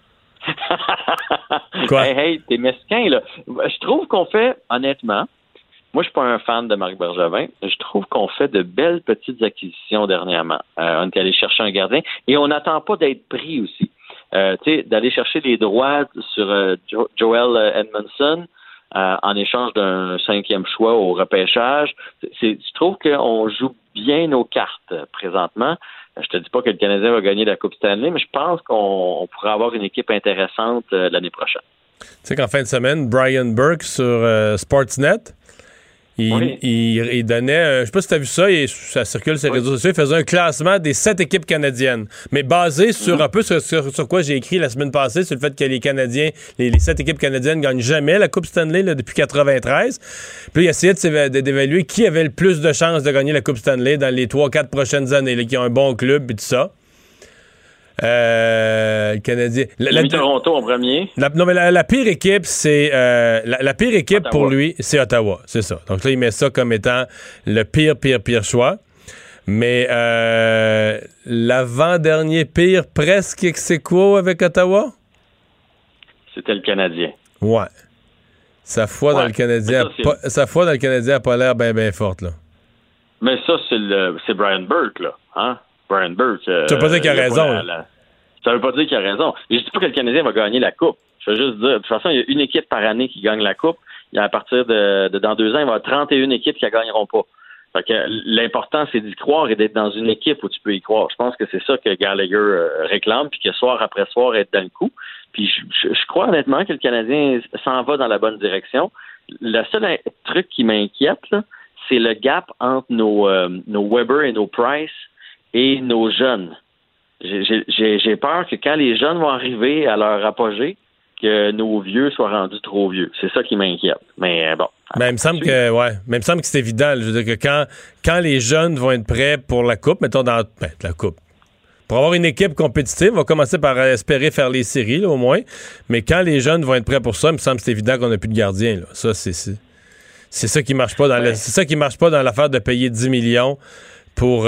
S3: Quoi?
S13: Hey, hey, t'es mesquin, là. Je trouve qu'on fait, honnêtement, moi, je suis pas un fan de Marc Bergevin. Je trouve qu'on fait de belles petites acquisitions dernièrement. Euh, on est allé chercher un gardien et on n'attend pas d'être pris aussi. Euh, tu sais, d'aller chercher les droits sur euh, jo- Joel Edmondson euh, en échange d'un cinquième choix au repêchage. C'est, je trouve qu'on joue bien nos cartes euh, présentement. Je te dis pas que le Canadien va gagner la Coupe Stanley, mais je pense qu'on on pourrait avoir une équipe intéressante euh, l'année prochaine.
S3: Tu sais qu'en fin de semaine, Brian Burke sur euh, Sportsnet, Il, oui. il, il donnait, euh, je sais pas si tu as vu ça, il, ça circule sur les oui. réseaux sociaux, il faisait un classement des sept équipes canadiennes, mais basé sur mm-hmm. un peu sur, sur, sur quoi j'ai écrit la semaine passée, sur le fait que les Canadiens, les, les sept équipes canadiennes gagnent jamais la Coupe Stanley là, depuis quatre-vingt-treize. Puis il essayait de, d'évaluer qui avait le plus de chances de gagner la Coupe Stanley dans les trois quatre prochaines années, là, qui ont un bon club et tout ça. Euh, le Canadien. La,
S13: la,
S3: la,
S13: Toronto en premier.
S3: La, non, mais la, la pire équipe, c'est... Euh, la, la pire équipe Ottawa. Pour lui, c'est Ottawa. C'est ça. Donc là, il met ça comme étant le pire, pire, pire choix. Mais euh, l'avant-dernier pire, presque ex aequo avec Ottawa?
S13: C'était le Canadien.
S3: Ouais. Sa foi, ouais. dans, le Canadien ça, pas, sa foi dans le Canadien n'a pas l'air bien, bien forte, là.
S13: Mais ça, c'est, le, c'est Brian Burke, là. Hein? Brian Burke. Euh,
S3: ça veut pas dire qu'il a raison.
S13: La, la... Ça veut pas dire qu'il a raison. Je dis pas que le Canadien va gagner la Coupe. Je veux juste dire, de toute façon, il y a une équipe par année qui gagne la Coupe. Il y a, à partir de, de dans deux ans, il va y avoir trente et une équipes qui ne gagneront pas. Fait que l'important, c'est d'y croire et d'être dans une équipe où tu peux y croire. Je pense que c'est ça que Gallagher euh, réclame, puis que soir après soir, être dans le coup. Puis je, je, je crois honnêtement que le Canadien s'en va dans la bonne direction. Le seul truc qui m'inquiète, là, c'est le gap entre nos, euh, nos Weber et nos Price et nos jeunes. J'ai, j'ai, j'ai peur que quand les jeunes vont arriver à leur apogée, que nos vieux soient rendus trop vieux. C'est ça qui m'inquiète. Mais bon.
S3: Ben, il me semble que, ouais, mais il me semble que c'est évident. Je veux dire que quand, quand les jeunes vont être prêts pour la Coupe, mettons dans ben, la Coupe, pour avoir une équipe compétitive, on va commencer par espérer faire les séries, là, au moins. Mais quand les jeunes vont être prêts pour ça, il me semble que c'est évident qu'on n'a plus de gardien. Là. Ça, c'est, c'est, c'est ça qui marche pas dans ouais. le, c'est ça qui marche pas dans l'affaire de payer dix millions pour,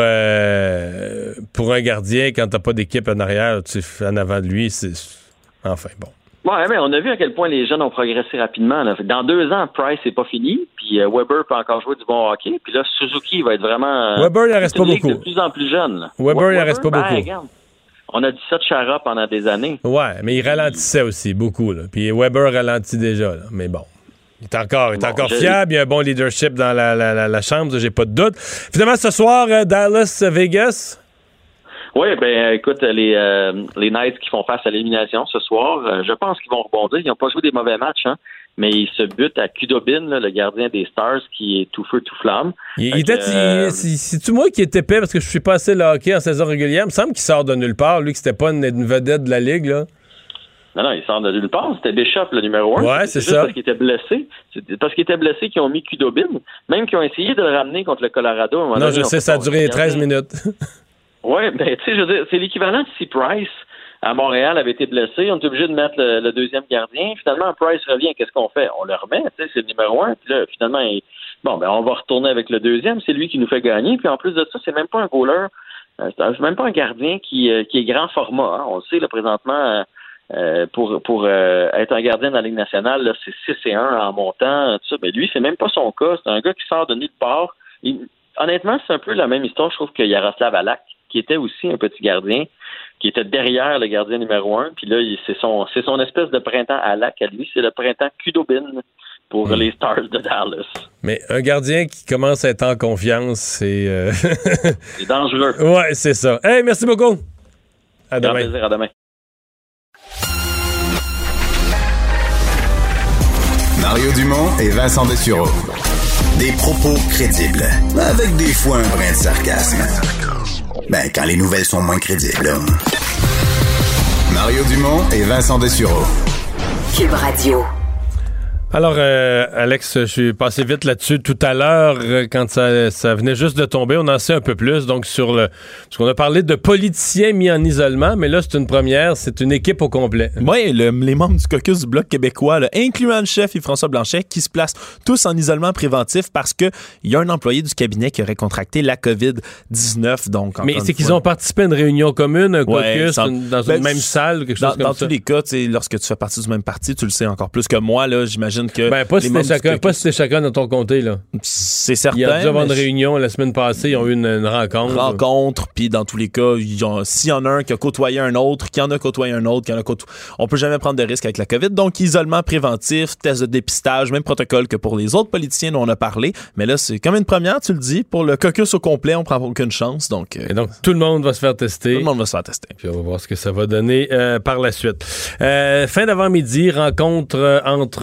S3: euh, pour un gardien quand t'as pas d'équipe en arrière, tu sais, en avant de lui. C'est, enfin, bon.
S13: Ouais, mais on a vu à quel point les jeunes ont progressé rapidement. Là. Dans deux ans, Price n'est pas fini, puis euh, Weber peut encore jouer du bon hockey, puis là, Suzuki va être vraiment...
S3: Euh, Weber, il en reste pas beaucoup.
S13: De plus en plus jeune. Là.
S3: Weber, Weber, il en reste pas ben, beaucoup.
S13: Regarde, on a dit ça de Chara pendant des années.
S3: Ouais, mais il ralentissait aussi beaucoup. Là. Puis Weber ralentit déjà, là. Mais bon. Il est encore, il est bon, encore fiable, il y a un bon leadership dans la, la, la, la chambre, j'ai pas de doute. Finalement, ce soir, euh, Dallas-Vegas...
S13: Oui, ben écoute, les euh, les Knights qui font face à l'élimination ce soir, euh, je pense qu'ils vont rebondir. Ils n'ont pas joué des mauvais matchs, hein, mais ils se butent à Kudobin, là, le gardien des Stars, qui est tout feu, tout flamme.
S3: Il, il était, euh, c'est-tu moi qui est épais parce que je suis passé le hockey en saison régulière? Il me semble qu'il sort de nulle part, lui, que c'était pas une, une vedette de la Ligue, là.
S13: Non, non, il sort de nulle part. C'était Bishop, le numéro un.
S3: Ouais, c'est,
S13: c'est
S3: ça.
S13: Parce qu'il était blessé. C'est parce qu'il était blessé qu'ils ont mis Kudobin. Même qu'ils ont essayé de le ramener contre le Colorado.
S3: Non, donné, je sais, ça a duré treize minutes.
S13: Oui, ben tu sais, je veux dire, c'est l'équivalent de si Price à Montréal avait été blessé, on est obligé de mettre le, le deuxième gardien. Finalement, Price revient, qu'est-ce qu'on fait? On le remet, tu sais, c'est le numéro un, puis là, finalement, il... bon, ben on va retourner avec le deuxième, c'est lui qui nous fait gagner, puis en plus de ça, c'est même pas un goaler, c'est même pas un gardien qui, qui est grand format, hein. On le sait, là, présentement, euh, pour, pour euh, être un gardien dans la Ligue nationale, là, c'est six et un en montant, tout ça, mais lui, c'est même pas son cas, c'est un gars qui sort de nulle part. Il... Honnêtement, c'est un peu la même histoire, je trouve, que Yaroslav Halak, qui était aussi un petit gardien, qui était derrière le gardien numéro un. Puis là, c'est son, c'est son espèce de printemps à lac à lui. C'est le printemps Kudobin pour mmh. les Stars de Dallas.
S3: Mais un gardien qui commence à être en confiance, c'est... Euh...
S13: c'est dangereux.
S3: Ouais, c'est ça. Hey, merci beaucoup. À demain.
S13: Grand plaisir, à demain.
S2: Mario Dumont et Vincent Dessureau. Des propos crédibles, avec des fois un brin de sarcasme. Ben, quand les nouvelles sont moins crédibles, là. Mario Dumont et Vincent Dessureau.
S11: Cube Radio.
S3: Alors, euh, Alex, je suis passé vite là-dessus tout à l'heure, euh, quand ça, ça venait juste de tomber. On en sait un peu plus, donc, sur le... Parce qu'on a parlé de politiciens mis en isolement, mais là, c'est une première, c'est une équipe au complet.
S4: Oui, le, les membres du caucus du Bloc québécois, là, incluant le chef Yves-François Blanchet, qui se placent tous en isolement préventif parce qu'il y a un employé du cabinet qui aurait contracté la covid dix-neuf. Donc,
S3: mais c'est qu'ils fois, ont participé à une réunion commune, un
S4: ouais,
S3: caucus,
S4: sans,
S3: une, dans
S4: ben,
S3: une même salle, quelque chose
S4: dans,
S3: comme
S4: dans
S3: ça.
S4: Dans tous les cas, lorsque tu fais partie du même parti, tu le sais encore plus que moi, là, j'imagine que...
S3: Ben, pas si c'était chacun, pas si chacun dans ton comté, là.
S4: C'est certain.
S3: Il y a dû avoir une réunion la semaine passée, ils ont eu une, une rencontre.
S4: Rencontre, puis dans tous les cas, s'il y en a un qui a côtoyé un autre, qui en a côtoyé un autre, qui en a côtoyé... On peut jamais prendre de risque avec la COVID. Donc, isolement préventif, test de dépistage, même protocole que pour les autres politiciens dont on a parlé. Mais là, c'est comme une première, tu le dis. Pour le caucus au complet, on prend aucune chance. Donc, euh,
S3: Et donc, tout le monde va se faire tester.
S4: Tout le monde va se faire tester.
S3: Puis on va voir ce que ça va donner euh, par la suite. Euh, fin d'avant-midi, rencontre euh, entre le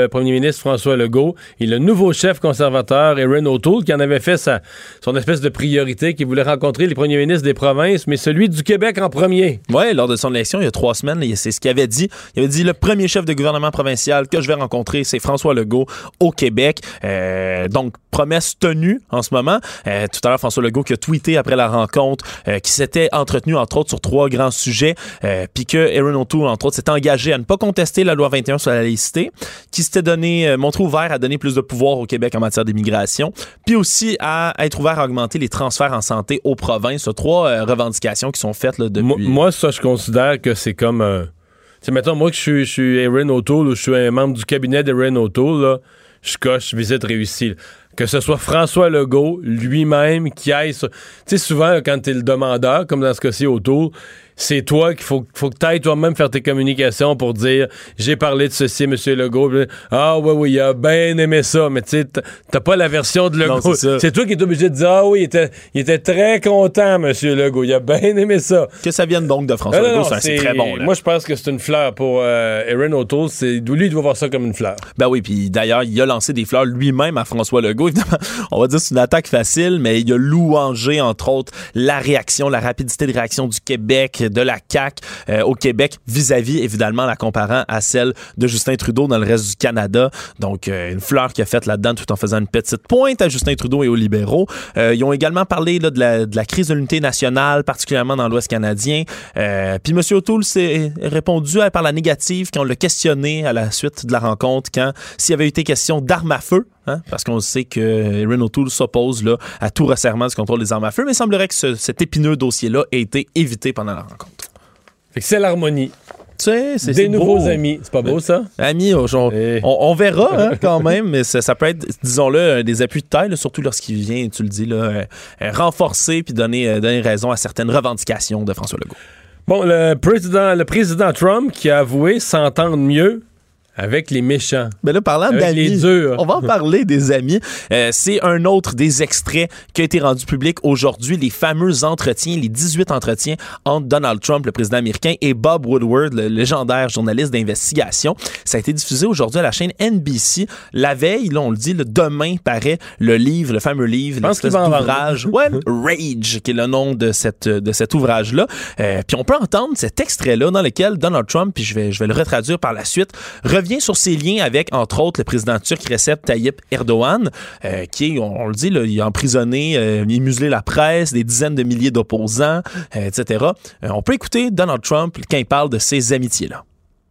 S3: premier ministre François Legault et le nouveau chef conservateur Erin O'Toole, qui en avait fait sa, son espèce de priorité, qui voulait rencontrer les premiers ministres des provinces, mais celui du Québec en premier.
S4: Oui, lors de son élection, il y a trois semaines, c'est ce qu'il avait dit. Il avait dit, le premier chef de gouvernement provincial que je vais rencontrer, c'est François Legault au Québec. Euh, donc, promesse tenue en ce moment. Euh, tout à l'heure, François Legault qui a tweeté après la rencontre, euh, qui s'était entretenu, entre autres, sur trois grands sujets, euh, puis que Erin O'Toole, entre autres, s'est engagé à ne pas contester la loi vingt et un sur la laïcité, qui s'était donné, euh, montré ouvert à donner plus de pouvoir au Québec en matière d'immigration, puis aussi à être ouvert à augmenter les transferts en santé aux provinces. Trois euh, revendications qui sont faites là, depuis...
S3: Moi, moi, ça, je considère que c'est comme... Euh, tu mettons, moi que je suis, je suis Erin O'Toole ou je suis un membre du cabinet d'Erin O'Toole, là, je coche visite réussie. Que ce soit François Legault lui-même qui aille sur... Tu sais, souvent, quand t'es le demandeur, comme dans ce cas-ci O'Toole, c'est toi qu'il faut, faut que tu ailles toi-même faire tes communications pour dire j'ai parlé de ceci, M. Legault. Ah oui, oui, il a bien aimé ça, mais tu sais, t'as pas la version de Legault. Non, c'est, c'est toi qui es obligé de dire ah oui, il était, il était très content, M. Legault. Il a bien aimé ça.
S4: Que ça vienne donc de François non, Legault, non, c'est, c'est très bon. Là.
S3: Moi, je pense que c'est une fleur pour euh, Erin O'Toole. C'est, lui, il doit voir ça comme une fleur.
S4: Ben oui, puis d'ailleurs, il a lancé des fleurs lui-même à François Legault. Évidemment, on va dire que c'est une attaque facile, mais il a louangé, entre autres, la réaction, la rapidité de réaction du Québec, de la C A Q euh, au Québec, vis-à-vis, évidemment, la comparant à celle de Justin Trudeau dans le reste du Canada. Donc, euh, une fleur qu'il a faite là-dedans tout en faisant une petite pointe à Justin Trudeau et aux libéraux. Euh, ils ont également parlé là, de, la, de la crise de l'unité nationale, particulièrement dans l'Ouest canadien. Euh, puis M. O'Toole s'est répondu à, par la négative quand on l'a questionné à la suite de la rencontre, quand s'il y avait été question d'armes à feu, hein, parce qu'on sait que Erin O'Toole s'oppose là, à tout resserrement du contrôle des armes à feu, mais il semblerait que ce, cet épineux dossier-là ait été évité pendant la rencontre.
S3: Fait que c'est l'harmonie.
S4: Tu sais, c'est,
S3: Des
S4: c'est
S3: nouveaux
S4: beau.
S3: amis. C'est pas beau, ça?
S4: Amis, on, on, on verra hein, quand même, mais ça, ça peut être, disons-le, des appuis de taille, là, surtout lorsqu'il vient, tu le dis, là, euh, renforcer puis donner, donner raison à certaines revendications de François Legault.
S3: Bon, le président, le président Trump qui a avoué s'entendre mieux avec les méchants.
S4: Ben là, parlant
S3: avec
S4: d'amis,
S3: les durs.
S4: On va en parler des amis. Euh, c'est un autre des extraits qui a été rendu public aujourd'hui, les fameux entretiens, les dix-huit entretiens entre Donald Trump, le président américain, et Bob Woodward, le légendaire journaliste d'investigation. Ça a été diffusé aujourd'hui à la chaîne N B C. La veille, là, on le dit, le demain paraît le livre, le fameux livre, l'espèce d'ouvrage, ouais, Rage, qui est le nom de cette de cet ouvrage-là. Euh, puis on peut entendre cet extrait-là dans lequel Donald Trump, puis je vais je vais le retraduire par la suite, revient sur ses liens avec, entre autres, le président turc Recep Tayyip Erdogan, euh, qui est, on, on le dit, là, il a emprisonné, euh, il a muselé la presse, des dizaines de milliers d'opposants, euh, et cetera. Euh, on peut écouter Donald Trump quand il parle de ces amitiés-là.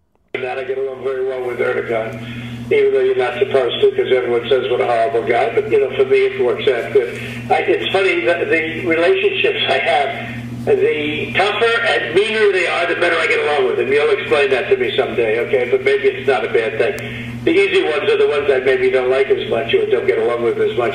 S14: I get along very well with Erdogan, even though you're not supposed to, because everyone says what a horrible guy. But you know, for me, it works out good. I, it's funny that the relationships I have, the tougher and meaner they are, the better I get along with them. You'll explain that to me someday, okay? But maybe it's not a bad thing. The easy ones are the ones I maybe don't like as much or don't get along with as much.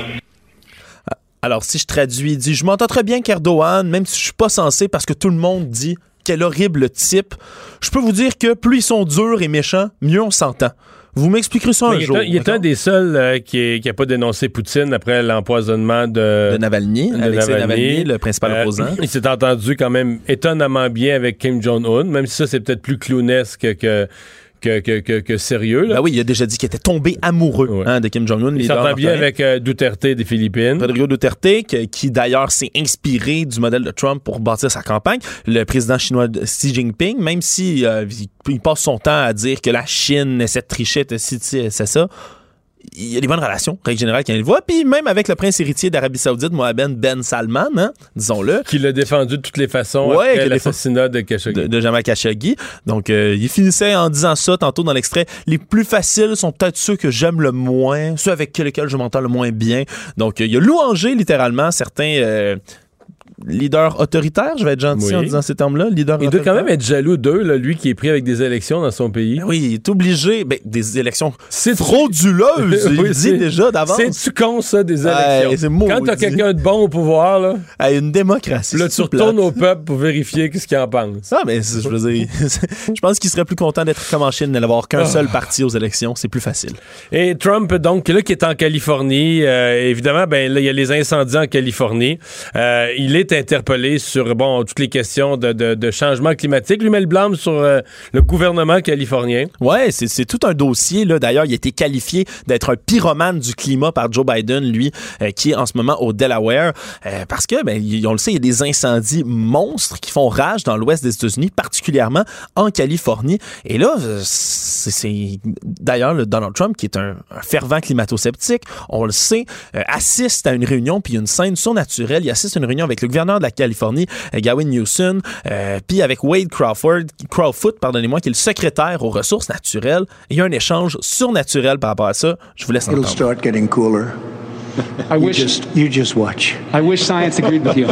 S4: Alors, si je traduis, il dit, je m'entends très bien qu'Erdogan, même si je suis pas censé, parce que tout le monde dit quel horrible type. Je peux vous dire que plus ils sont durs et méchants, mieux on s'entend. Vous m'expliquerez ça un
S3: il
S4: jour.
S3: Est un, il est un des seuls euh, qui n'a pas dénoncé Poutine après l'empoisonnement de,
S4: de Navalny, de Alexei Navalny, Navalny, le principal euh, opposant.
S3: Il s'est entendu quand même étonnamment bien avec Kim Jong-un, même si ça, c'est peut-être plus clownesque que... Que, que, que, que sérieux. Là.
S4: Ben oui, il a déjà dit qu'il était tombé amoureux ouais. hein, de Kim Jong-un.
S3: Il s'entend bien avec euh, Duterte des Philippines.
S4: Rodrigo Duterte, qui, qui d'ailleurs s'est inspiré du modèle de Trump pour bâtir sa campagne. Le président chinois Xi Jinping, même s'il euh, il, il passe son temps à dire que la Chine essaie de tricher, c'est ça. Il y a des bonnes relations, règle générale, quand il le voit. Puis même avec le prince héritier d'Arabie Saoudite, Mohammed Ben Salman, hein, disons-le.
S3: Qui l'a défendu de toutes les façons
S4: ouais,
S3: après l'assassinat de Khashoggi.
S4: De, de Jamal Khashoggi. Donc, euh, il finissait en disant ça tantôt dans l'extrait. Les plus faciles sont peut-être ceux que j'aime le moins, ceux avec lesquels je m'entends le moins bien. Donc, euh, il a louangé littéralement certains... Euh, leader autoritaire, je vais être gentil oui. en disant ces termes-là. Leader
S3: il doit quand même être jaloux d'eux, là, lui qui est pris avec des élections dans son pays.
S4: Ben oui, il est obligé. Ben, des élections c'est frauduleuses, il oui, dit c'est... déjà d'avance.
S3: C'est-tu con, ça, des élections? Ouais, quand t'as quelqu'un de bon au pouvoir, là...
S4: À une démocratie.
S3: Là, tu retournes au peuple pour vérifier ce qu'il en pense.
S4: Ah, mais je veux dire, je pense qu'il serait plus content d'être comme en Chine, de n'avoir qu'un oh. seul parti aux élections. C'est plus facile.
S3: Et Trump, donc, là, qui est en Californie, euh, évidemment, ben là, il y a les incendies en Californie. Euh, il est été interpellé sur bon toutes les questions de, de, de changement climatique. Lui met le blâme sur euh, le gouvernement californien.
S4: Ouais, c'est, c'est tout un dossier. Là. D'ailleurs, il a été qualifié d'être un pyromane du climat par Joe Biden, lui, euh, qui est en ce moment au Delaware. Euh, parce que, ben, on le sait, il y a des incendies monstres qui font rage dans l'ouest des États-Unis, particulièrement en Californie. Et là, c'est, c'est d'ailleurs le Donald Trump, qui est un, un fervent climato-sceptique, on le sait, euh, assiste à une réunion, puis une scène surnaturelle. Il assiste à une réunion avec le gouverneur de la Californie, euh, Gavin Newsom, euh, puis avec Wade Crawford, Crowfoot, pardonnez-moi, qui est le secrétaire aux ressources naturelles. Il y a un échange surnaturel par rapport à ça. Je vous laisse entendre.
S15: It'll start getting cooler.
S16: I
S15: you
S16: wish
S15: just, you just watch.
S16: I wish science agreed with you.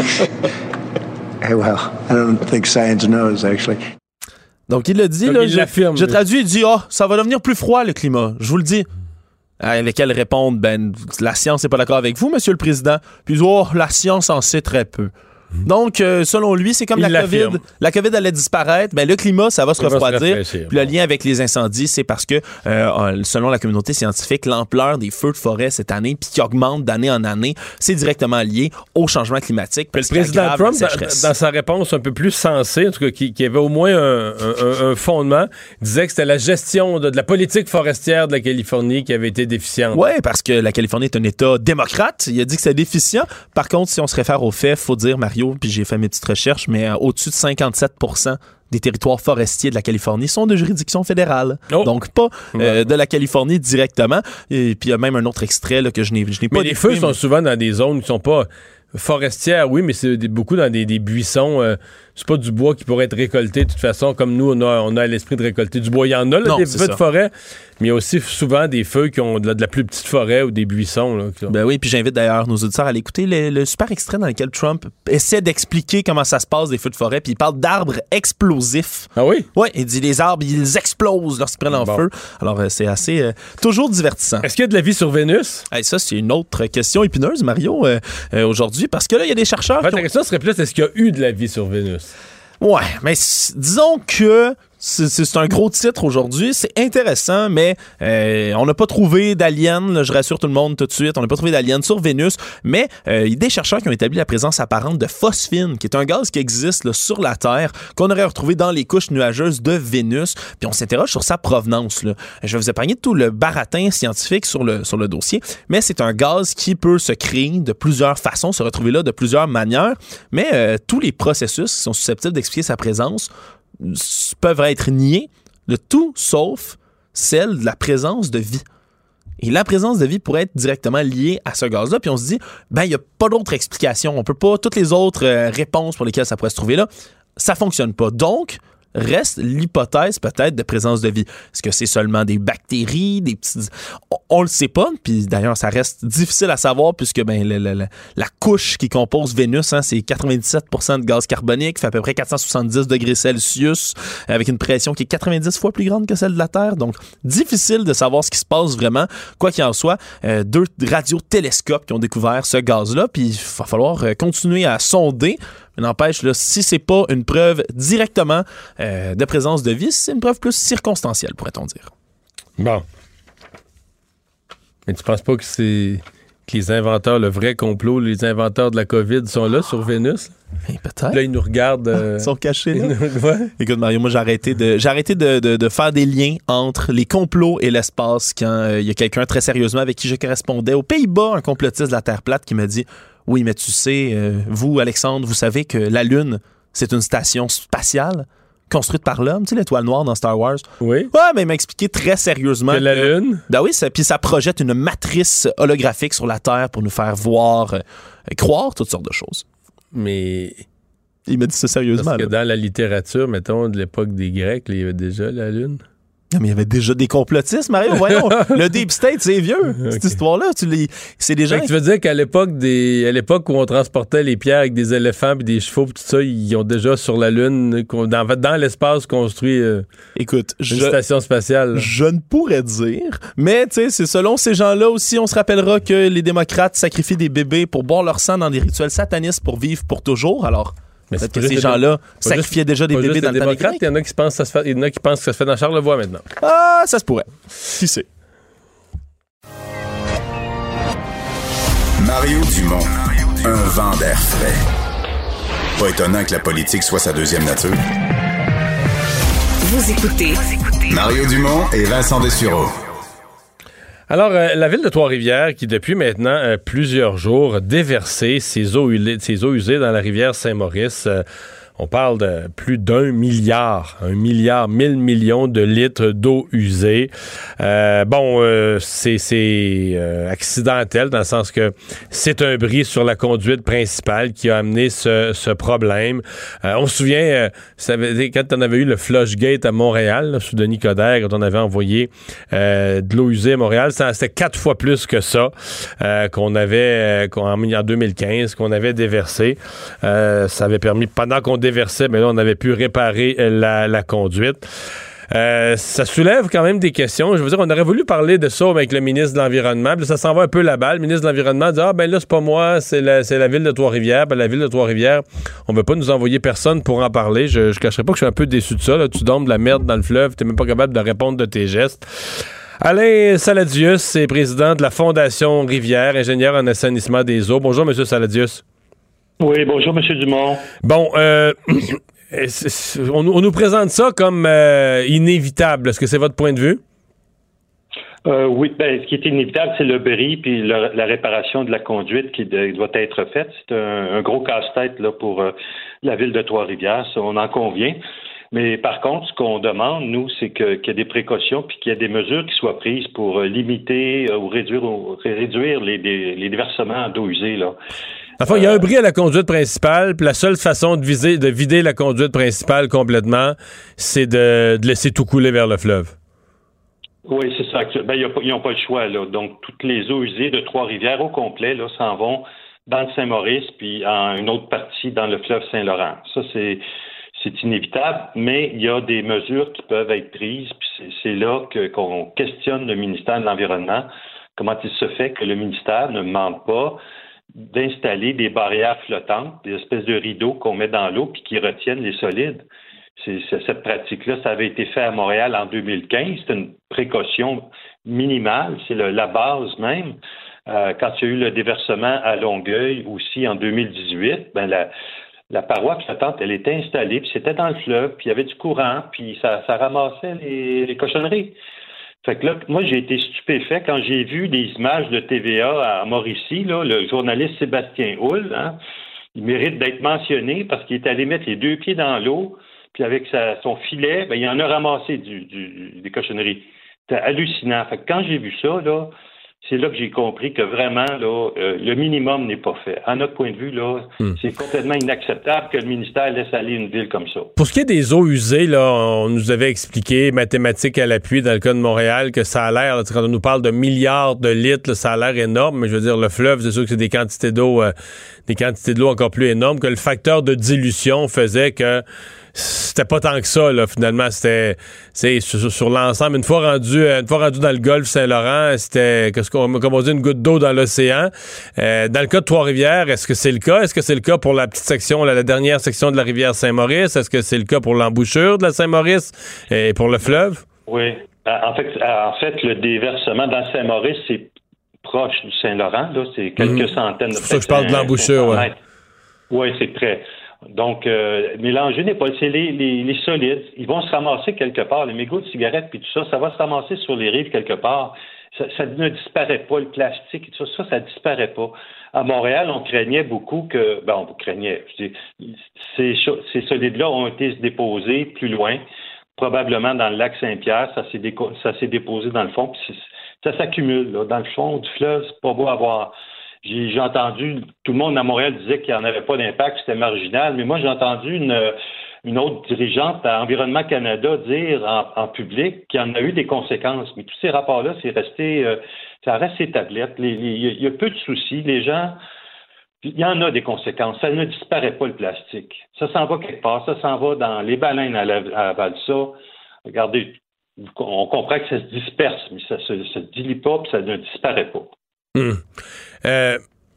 S15: Hey, well, I don't think science knows, actually.
S4: Donc, il le dit,
S3: Donc,
S4: là,
S3: il
S4: je,
S3: l'affirme,
S4: je
S3: lui.
S4: traduis, il dit, oh, ça va devenir plus froid, le climat. Je vous le dis. À lesquels répondent, ben, la science n'est pas d'accord avec vous, monsieur le président. Puis, oh, la science en sait très peu. Donc, euh, selon lui, c'est comme
S3: Il
S4: la
S3: l'affirme.
S4: COVID. La COVID allait disparaître. Ben, le climat, ça va se
S3: Ça va se
S4: refroidir.
S3: rafraîchir,
S4: Puis le
S3: bon.
S4: lien avec les incendies, c'est parce que, euh, selon la communauté scientifique, l'ampleur des feux de forêt cette année, puis qui augmente d'année en année, c'est directement lié au changement climatique.
S3: Le président Trump, dans, dans sa réponse un peu plus sensée, en tout cas, qui, qui avait au moins un, un, un fondement, disait que c'était la gestion de, de la politique forestière de la Californie qui avait été déficiente.
S4: Oui, parce que la Californie est un État démocrate. Il a dit que c'est déficient. Par contre, si on se réfère aux faits, faut dire, Mario, puis j'ai fait mes petites recherches, mais euh, au-dessus de cinquante-sept pour cent des territoires forestiers de la Californie sont de juridiction fédérale. Oh. Donc, pas euh, ouais. de la Californie directement. Et puis, il y a même un autre extrait là, que je n'ai, je n'ai pas
S3: Mais les feux mais... sont souvent dans des zones qui sont pas forestières, oui, mais c'est des, beaucoup dans des, des buissons. Euh, c'est pas du bois qui pourrait être récolté de toute façon, comme nous, on a, on a à l'esprit de récolter du bois. Il y en a, là, non, des feux ça. de forêt, mais il y a aussi souvent des feux qui ont de la, de la plus petite forêt ou des buissons. Là, qui ont...
S4: Ben oui, puis j'invite d'ailleurs nos auditeurs à aller écouter le, le super extrait dans lequel Trump essaie d'expliquer comment ça se passe des feux de forêt, puis il parle d'arbres explosifs.
S3: Ah oui?
S4: Oui, il dit les arbres, ils explosent lorsqu'ils prennent en bon. feu. Alors, euh, c'est assez, euh, toujours divertissant.
S3: Est-ce qu'il y a de la vie sur Vénus?
S4: Hey, ça, c'est une autre question épineuse, Mario, euh, euh, aujourd'hui, parce que là, il y a des chercheurs...
S3: En fait,
S4: qui ont...
S3: la question serait plus, est-ce qu'il y a eu de la vie sur Vénus?
S4: Ouais, mais c- disons que c'est, c'est un gros titre aujourd'hui. C'est intéressant, mais euh, on n'a pas trouvé d'aliens. Là, je rassure tout le monde tout de suite. On n'a pas trouvé d'aliens sur Vénus, mais euh, il y a des chercheurs qui ont établi la présence apparente de phosphine, qui est un gaz qui existe là, sur la Terre, qu'on aurait retrouvé dans les couches nuageuses de Vénus. Puis on s'interroge sur sa provenance. Là. Je vais vous épargner tout le baratin scientifique sur le, sur le dossier, mais c'est un gaz qui peut se créer de plusieurs façons, se retrouver là de plusieurs manières, mais euh, tous les processus qui sont susceptibles d'expliquer sa présence peuvent être niés, le tout sauf celle de la présence de vie. Et la présence de vie pourrait être directement liée à ce gaz-là. Puis on se dit, ben il n'y a pas d'autre explication. On peut pas, toutes les autres euh, réponses pour lesquelles ça pourrait se trouver là, ça fonctionne pas. Donc, reste l'hypothèse peut-être de présence de vie. Est-ce que c'est seulement des bactéries, des petits... On, on le sait pas, puis d'ailleurs, ça reste difficile à savoir puisque ben, le, le, le, la couche qui compose Vénus, hein, c'est quatre-vingt-dix-sept pour cent de gaz carbonique, fait à peu près quatre cent soixante-dix degrés Celsius, avec une pression qui est quatre-vingt-dix fois plus grande que celle de la Terre. Donc, difficile de savoir ce qui se passe vraiment. Quoi qu'il en soit, euh, deux radiotélescopes qui ont découvert ce gaz-là, puis il va falloir euh, continuer à sonder. Mais n'empêche, là, si c'est pas une preuve directement euh, de présence de vie, c'est une preuve plus circonstancielle, pourrait-on dire.
S3: Bon. Mais tu penses pas que c'est que les inventeurs, le vrai complot, les inventeurs de la COVID sont là sur Vénus?
S4: Et peut-être.
S3: Là, ils nous regardent. Euh...
S4: Ils sont cachés. Là.
S3: Ouais.
S4: Écoute, Mario, moi, j'ai arrêté de, j'ai arrêté de, de, de faire des liens entre les complots et l'espace quand il euh, y a quelqu'un très sérieusement avec qui je correspondais aux Pays-Bas, un complotiste de la Terre plate qui m'a dit « Oui, mais tu sais, euh, vous, Alexandre, vous savez que la Lune, c'est une station spatiale construite par l'homme, tu sais, l'étoile noire dans Star Wars. »
S3: Oui.
S4: Ouais, mais il m'a expliqué très sérieusement.
S3: Que la Lune?
S4: Ben oui, ça, puis ça projette une matrice holographique sur la Terre pour nous faire voir, euh, croire toutes sortes de choses.
S3: Mais...
S4: Il m'a dit ça sérieusement.
S3: Parce que
S4: là.
S3: dans la littérature, mettons, de l'époque des Grecs, là, il y avait déjà la Lune.
S4: Non, mais il y avait déjà des complotistes, Mario. Voyons, le Deep State, c'est vieux. Okay. Cette histoire-là, tu les, c'est des gens...
S3: Tu veux dire qu'à l'époque des, à l'époque où on transportait les pierres avec des éléphants et des chevaux, pis tout ça, ils ont déjà sur la Lune, dans, dans l'espace, construit euh,
S4: Écoute,
S3: une
S4: je,
S3: station spatiale. Là.
S4: Je ne pourrais dire, mais tu sais, c'est selon ces gens-là aussi, on se rappellera que les démocrates sacrifient des bébés pour boire leur sang dans des rituels satanistes pour vivre pour toujours. Alors... Mais peut-être que ces gens-là sacrifiaient déjà des bébés dans le temps des Grecs.
S3: Il y en a qui pensent que ça se fait, il y en a qui pensent que ça se fait dans Charlevoix maintenant.
S4: Ah, ça se pourrait. Qui sait?
S2: Mario Dumont, un vent d'air frais. Pas étonnant que la politique soit sa deuxième nature.
S11: Vous écoutez
S2: Mario Dumont et Vincent Dessureau.
S3: Alors, euh, la ville de Trois-Rivières, qui depuis maintenant euh, plusieurs jours a déversé ses eaux, ses eaux usées dans la rivière Saint-Maurice. Euh, on parle de plus d'un milliard, un milliard, mille millions de litres d'eau usée. Euh, bon, euh, c'est, c'est euh, accidentel dans le sens que c'est un bris sur la conduite principale qui a amené ce, ce problème. Euh, on se souvient, euh, ça avait, quand on avait eu le Flushgate à Montréal, là, sous Denis Coderre, quand on avait envoyé euh, de l'eau usée à Montréal, ça, c'était quatre fois plus que ça euh, qu'on avait, euh, qu'on, en deux mille quinze, qu'on avait déversé. Euh, ça avait permis, pendant qu'on déversait, mais là, on avait pu réparer la, la conduite. Euh, ça soulève quand même des questions. Je veux dire, on aurait voulu parler de ça avec le ministre de l'Environnement. Puis ça s'en va un peu la balle. Le ministre de l'Environnement dit « Ah, ben là, c'est pas moi, c'est la, c'est la ville de Trois-Rivières. » Ben, la ville de Trois-Rivières, on veut pas nous envoyer personne pour en parler. Je, je cacherai pas que je suis un peu déçu de ça. Là. Tu dompes de la merde dans le fleuve, t'es même pas capable de répondre de tes gestes. Alain Saladius est président de la Fondation Rivière, ingénieur en assainissement des eaux. Bonjour, M. Saladius.
S17: Oui, bonjour, M. Dumont.
S3: Bon, euh, on, on nous présente ça comme euh, inévitable. Est-ce que c'est votre point de vue?
S17: Euh, oui, ben, ce qui est inévitable, c'est le bris puis le, la réparation de la conduite qui de, doit être faite. C'est un, un gros casse-tête là, pour euh, la ville de Trois-Rivières, ça, on en convient. Mais par contre, ce qu'on demande, nous, c'est que, qu'il y ait des précautions puis qu'il y ait des mesures qui soient prises pour euh, limiter euh, ou réduire, ou réduire les, les, les déversements d'eau usée, là.
S3: Enfin, il y a un bris à la conduite principale, puis la seule façon de, viser, de vider la conduite principale complètement, c'est de, de laisser tout couler vers le fleuve.
S17: Oui, c'est ça. Ben, ils n'ont pas le choix, là. Donc, toutes les eaux usées de Trois-Rivières au complet, là, s'en vont dans le Saint-Maurice, puis en une autre partie dans le fleuve Saint-Laurent. Ça, c'est, c'est inévitable, mais il y a des mesures qui peuvent être prises, puis c'est, c'est là que, qu'on questionne le ministère de l'Environnement. Comment il se fait que le ministère ne demande pas d'installer des barrières flottantes, des espèces de rideaux qu'on met dans l'eau puis qui retiennent les solides. C'est, c'est, cette pratique-là, ça avait été fait à Montréal en deux mille quinze. C'est une précaution minimale, c'est le, la base même. Euh, quand il y a eu le déversement à Longueuil aussi en deux mille dix-huit, ben la, la paroi flottante, elle était installée, puis c'était dans le fleuve, puis il y avait du courant, puis ça, ça ramassait les, les cochonneries. Fait que là, moi, j'ai été stupéfait quand j'ai vu des images de T V A à Mauricie, là, le journaliste Sébastien Houle, hein, il mérite d'être mentionné parce qu'il est allé mettre les deux pieds dans l'eau, puis avec sa, son filet, ben, il en a ramassé du, du, des cochonneries. C'était hallucinant. Fait que quand j'ai vu ça, là, c'est là que j'ai compris que vraiment, là, euh, le minimum n'est pas fait. À notre point de vue, là, hmm. c'est complètement inacceptable que le ministère laisse aller une ville comme ça.
S3: Pour ce qui est des eaux usées, là, on nous avait expliqué, mathématiques à l'appui, dans le cas de Montréal, que ça a l'air, là, quand on nous parle de milliards de litres, là, ça a l'air énorme, mais je veux dire, le fleuve, c'est sûr que c'est des quantités d'eau, euh, des quantités de l'eau encore plus énormes, que le facteur de dilution faisait que c'était pas tant que ça, là, finalement. C'était, c'est sur, sur l'ensemble. Une fois rendu, une fois rendu dans le golfe Saint-Laurent, c'était, qu'est-ce qu'on, comme on dit, une goutte d'eau dans l'océan. Euh, dans le cas de Trois-Rivières, est-ce que c'est le cas? Est-ce que c'est le cas pour la petite section, la, la dernière section de la rivière Saint-Maurice? Est-ce que c'est le cas pour l'embouchure de la Saint-Maurice et pour le fleuve?
S17: Oui. En fait, en fait, le déversement dans le Saint-Maurice, c'est proche du Saint-Laurent, là. C'est quelques mmh. centaines de mètres.
S3: C'est pour ça que je parle de l'embouchure, oui.
S17: Oui, c'est près. Donc, euh, mélanger n'est pas... C'est les, les, les solides. Ils vont se ramasser quelque part. Les mégots de cigarettes puis tout ça, ça va se ramasser sur les rives quelque part. Ça, ça ne disparaît pas. Le plastique et tout ça, ça, ça disparaît pas. À Montréal, on craignait beaucoup que... Ben, on craignait. Je dis, ces, ces solides-là ont été déposés plus loin, probablement dans le lac Saint-Pierre. Ça s'est, déco... ça s'est déposé dans le fond. Puis ça s'accumule là, dans le fond du fleuve. C'est pas beau à voir. J'ai, j'ai entendu, tout le monde à Montréal disait qu'il n'y en avait pas d'impact, c'était marginal, mais moi j'ai entendu une, une autre dirigeante à Environnement Canada dire en, en public qu'il y en a eu des conséquences. Mais tous ces rapports-là, c'est resté, euh, ça reste ces tablettes. Il y a peu de soucis. Les gens, il y en a des conséquences. Ça ne disparaît pas le plastique. Ça s'en va quelque part. Ça s'en va dans les baleines à, la, à avalent ça. Regardez, on comprend que ça se disperse, mais ça ne se, se dilie pas puis ça ne disparaît pas.
S3: Mmh. Euh,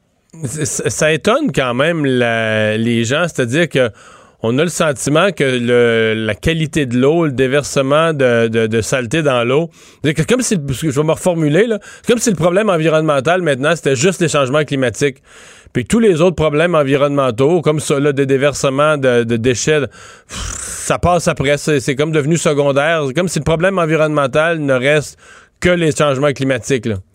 S3: ça étonne quand même la, les gens, c'est-à-dire que on a le sentiment que le, la qualité de l'eau, le déversement de, de, de saleté dans l'eau, c'est comme si, je vais me reformuler, là, c'est comme si le problème environnemental maintenant, c'était juste les changements climatiques. puis tous les autres problèmes environnementaux, comme ça, là, des déversements de, de déchets, pff, ça passe après, c'est, c'est comme devenu secondaire. C'est comme si le problème environnemental ne reste que les changements climatiques, là.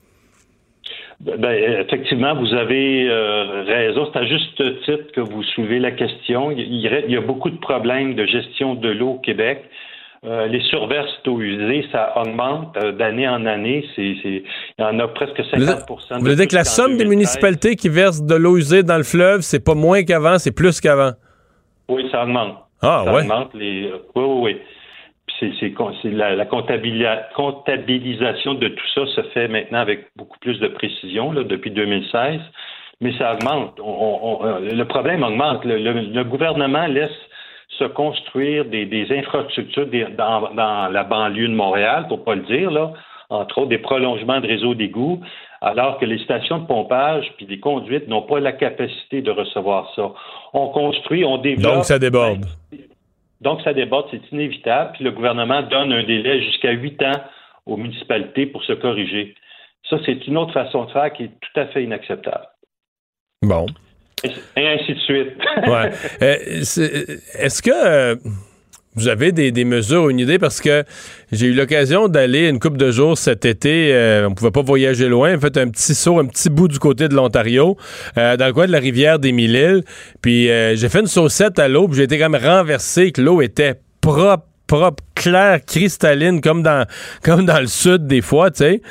S17: Ben, effectivement, vous avez euh, raison. C'est à juste titre que vous soulevez la question. Il y, a, il y a beaucoup de problèmes de gestion de l'eau au Québec. Euh, les surverses d'eau usée, ça augmente euh, d'année en année. C'est, c'est, il y en a presque cinquante pour cent.
S3: Vous voulez dire que la somme des municipalités qui versent de l'eau usée dans le fleuve, c'est pas moins qu'avant, c'est plus qu'avant?
S17: Oui, ça augmente.
S3: Ah,
S17: ça
S3: ouais?
S17: augmente. Les... Euh, oui, oui, oui. C'est, c'est, c'est la, la comptabili- comptabilisation de tout ça se fait maintenant avec beaucoup plus de précision là, depuis deux mille seize, mais ça augmente. On, on, le problème augmente. Le, le, le gouvernement laisse se construire des, des infrastructures des, dans, dans la banlieue de Montréal, pour pas le dire, là, entre autres des prolongements de réseaux d'égouts, alors que les stations de pompage puis des conduites n'ont pas la capacité de recevoir ça. On construit, on développe...
S3: Donc ça déborde.
S17: Donc, ça déborde, c'est inévitable. Puis le gouvernement donne un délai jusqu'à huit ans aux municipalités pour se corriger. Ça, c'est une autre façon de faire qui est tout à fait inacceptable.
S3: Bon.
S17: Et, et ainsi de suite.
S3: Ouais. Euh, c'est, est-ce que euh, vous avez des, des mesures ou une idée? Parce que j'ai eu l'occasion d'aller une couple de jours cet été. Euh, on pouvait pas voyager loin. On fait un petit saut, un petit bout du côté de l'Ontario, euh, dans le coin de la rivière des Mille-Îles. Puis euh, j'ai fait une saucette à l'eau, puis j'ai été quand même renversé, que l'eau était propre, propre, claire, cristalline, comme dans comme dans le sud des fois, tu sais.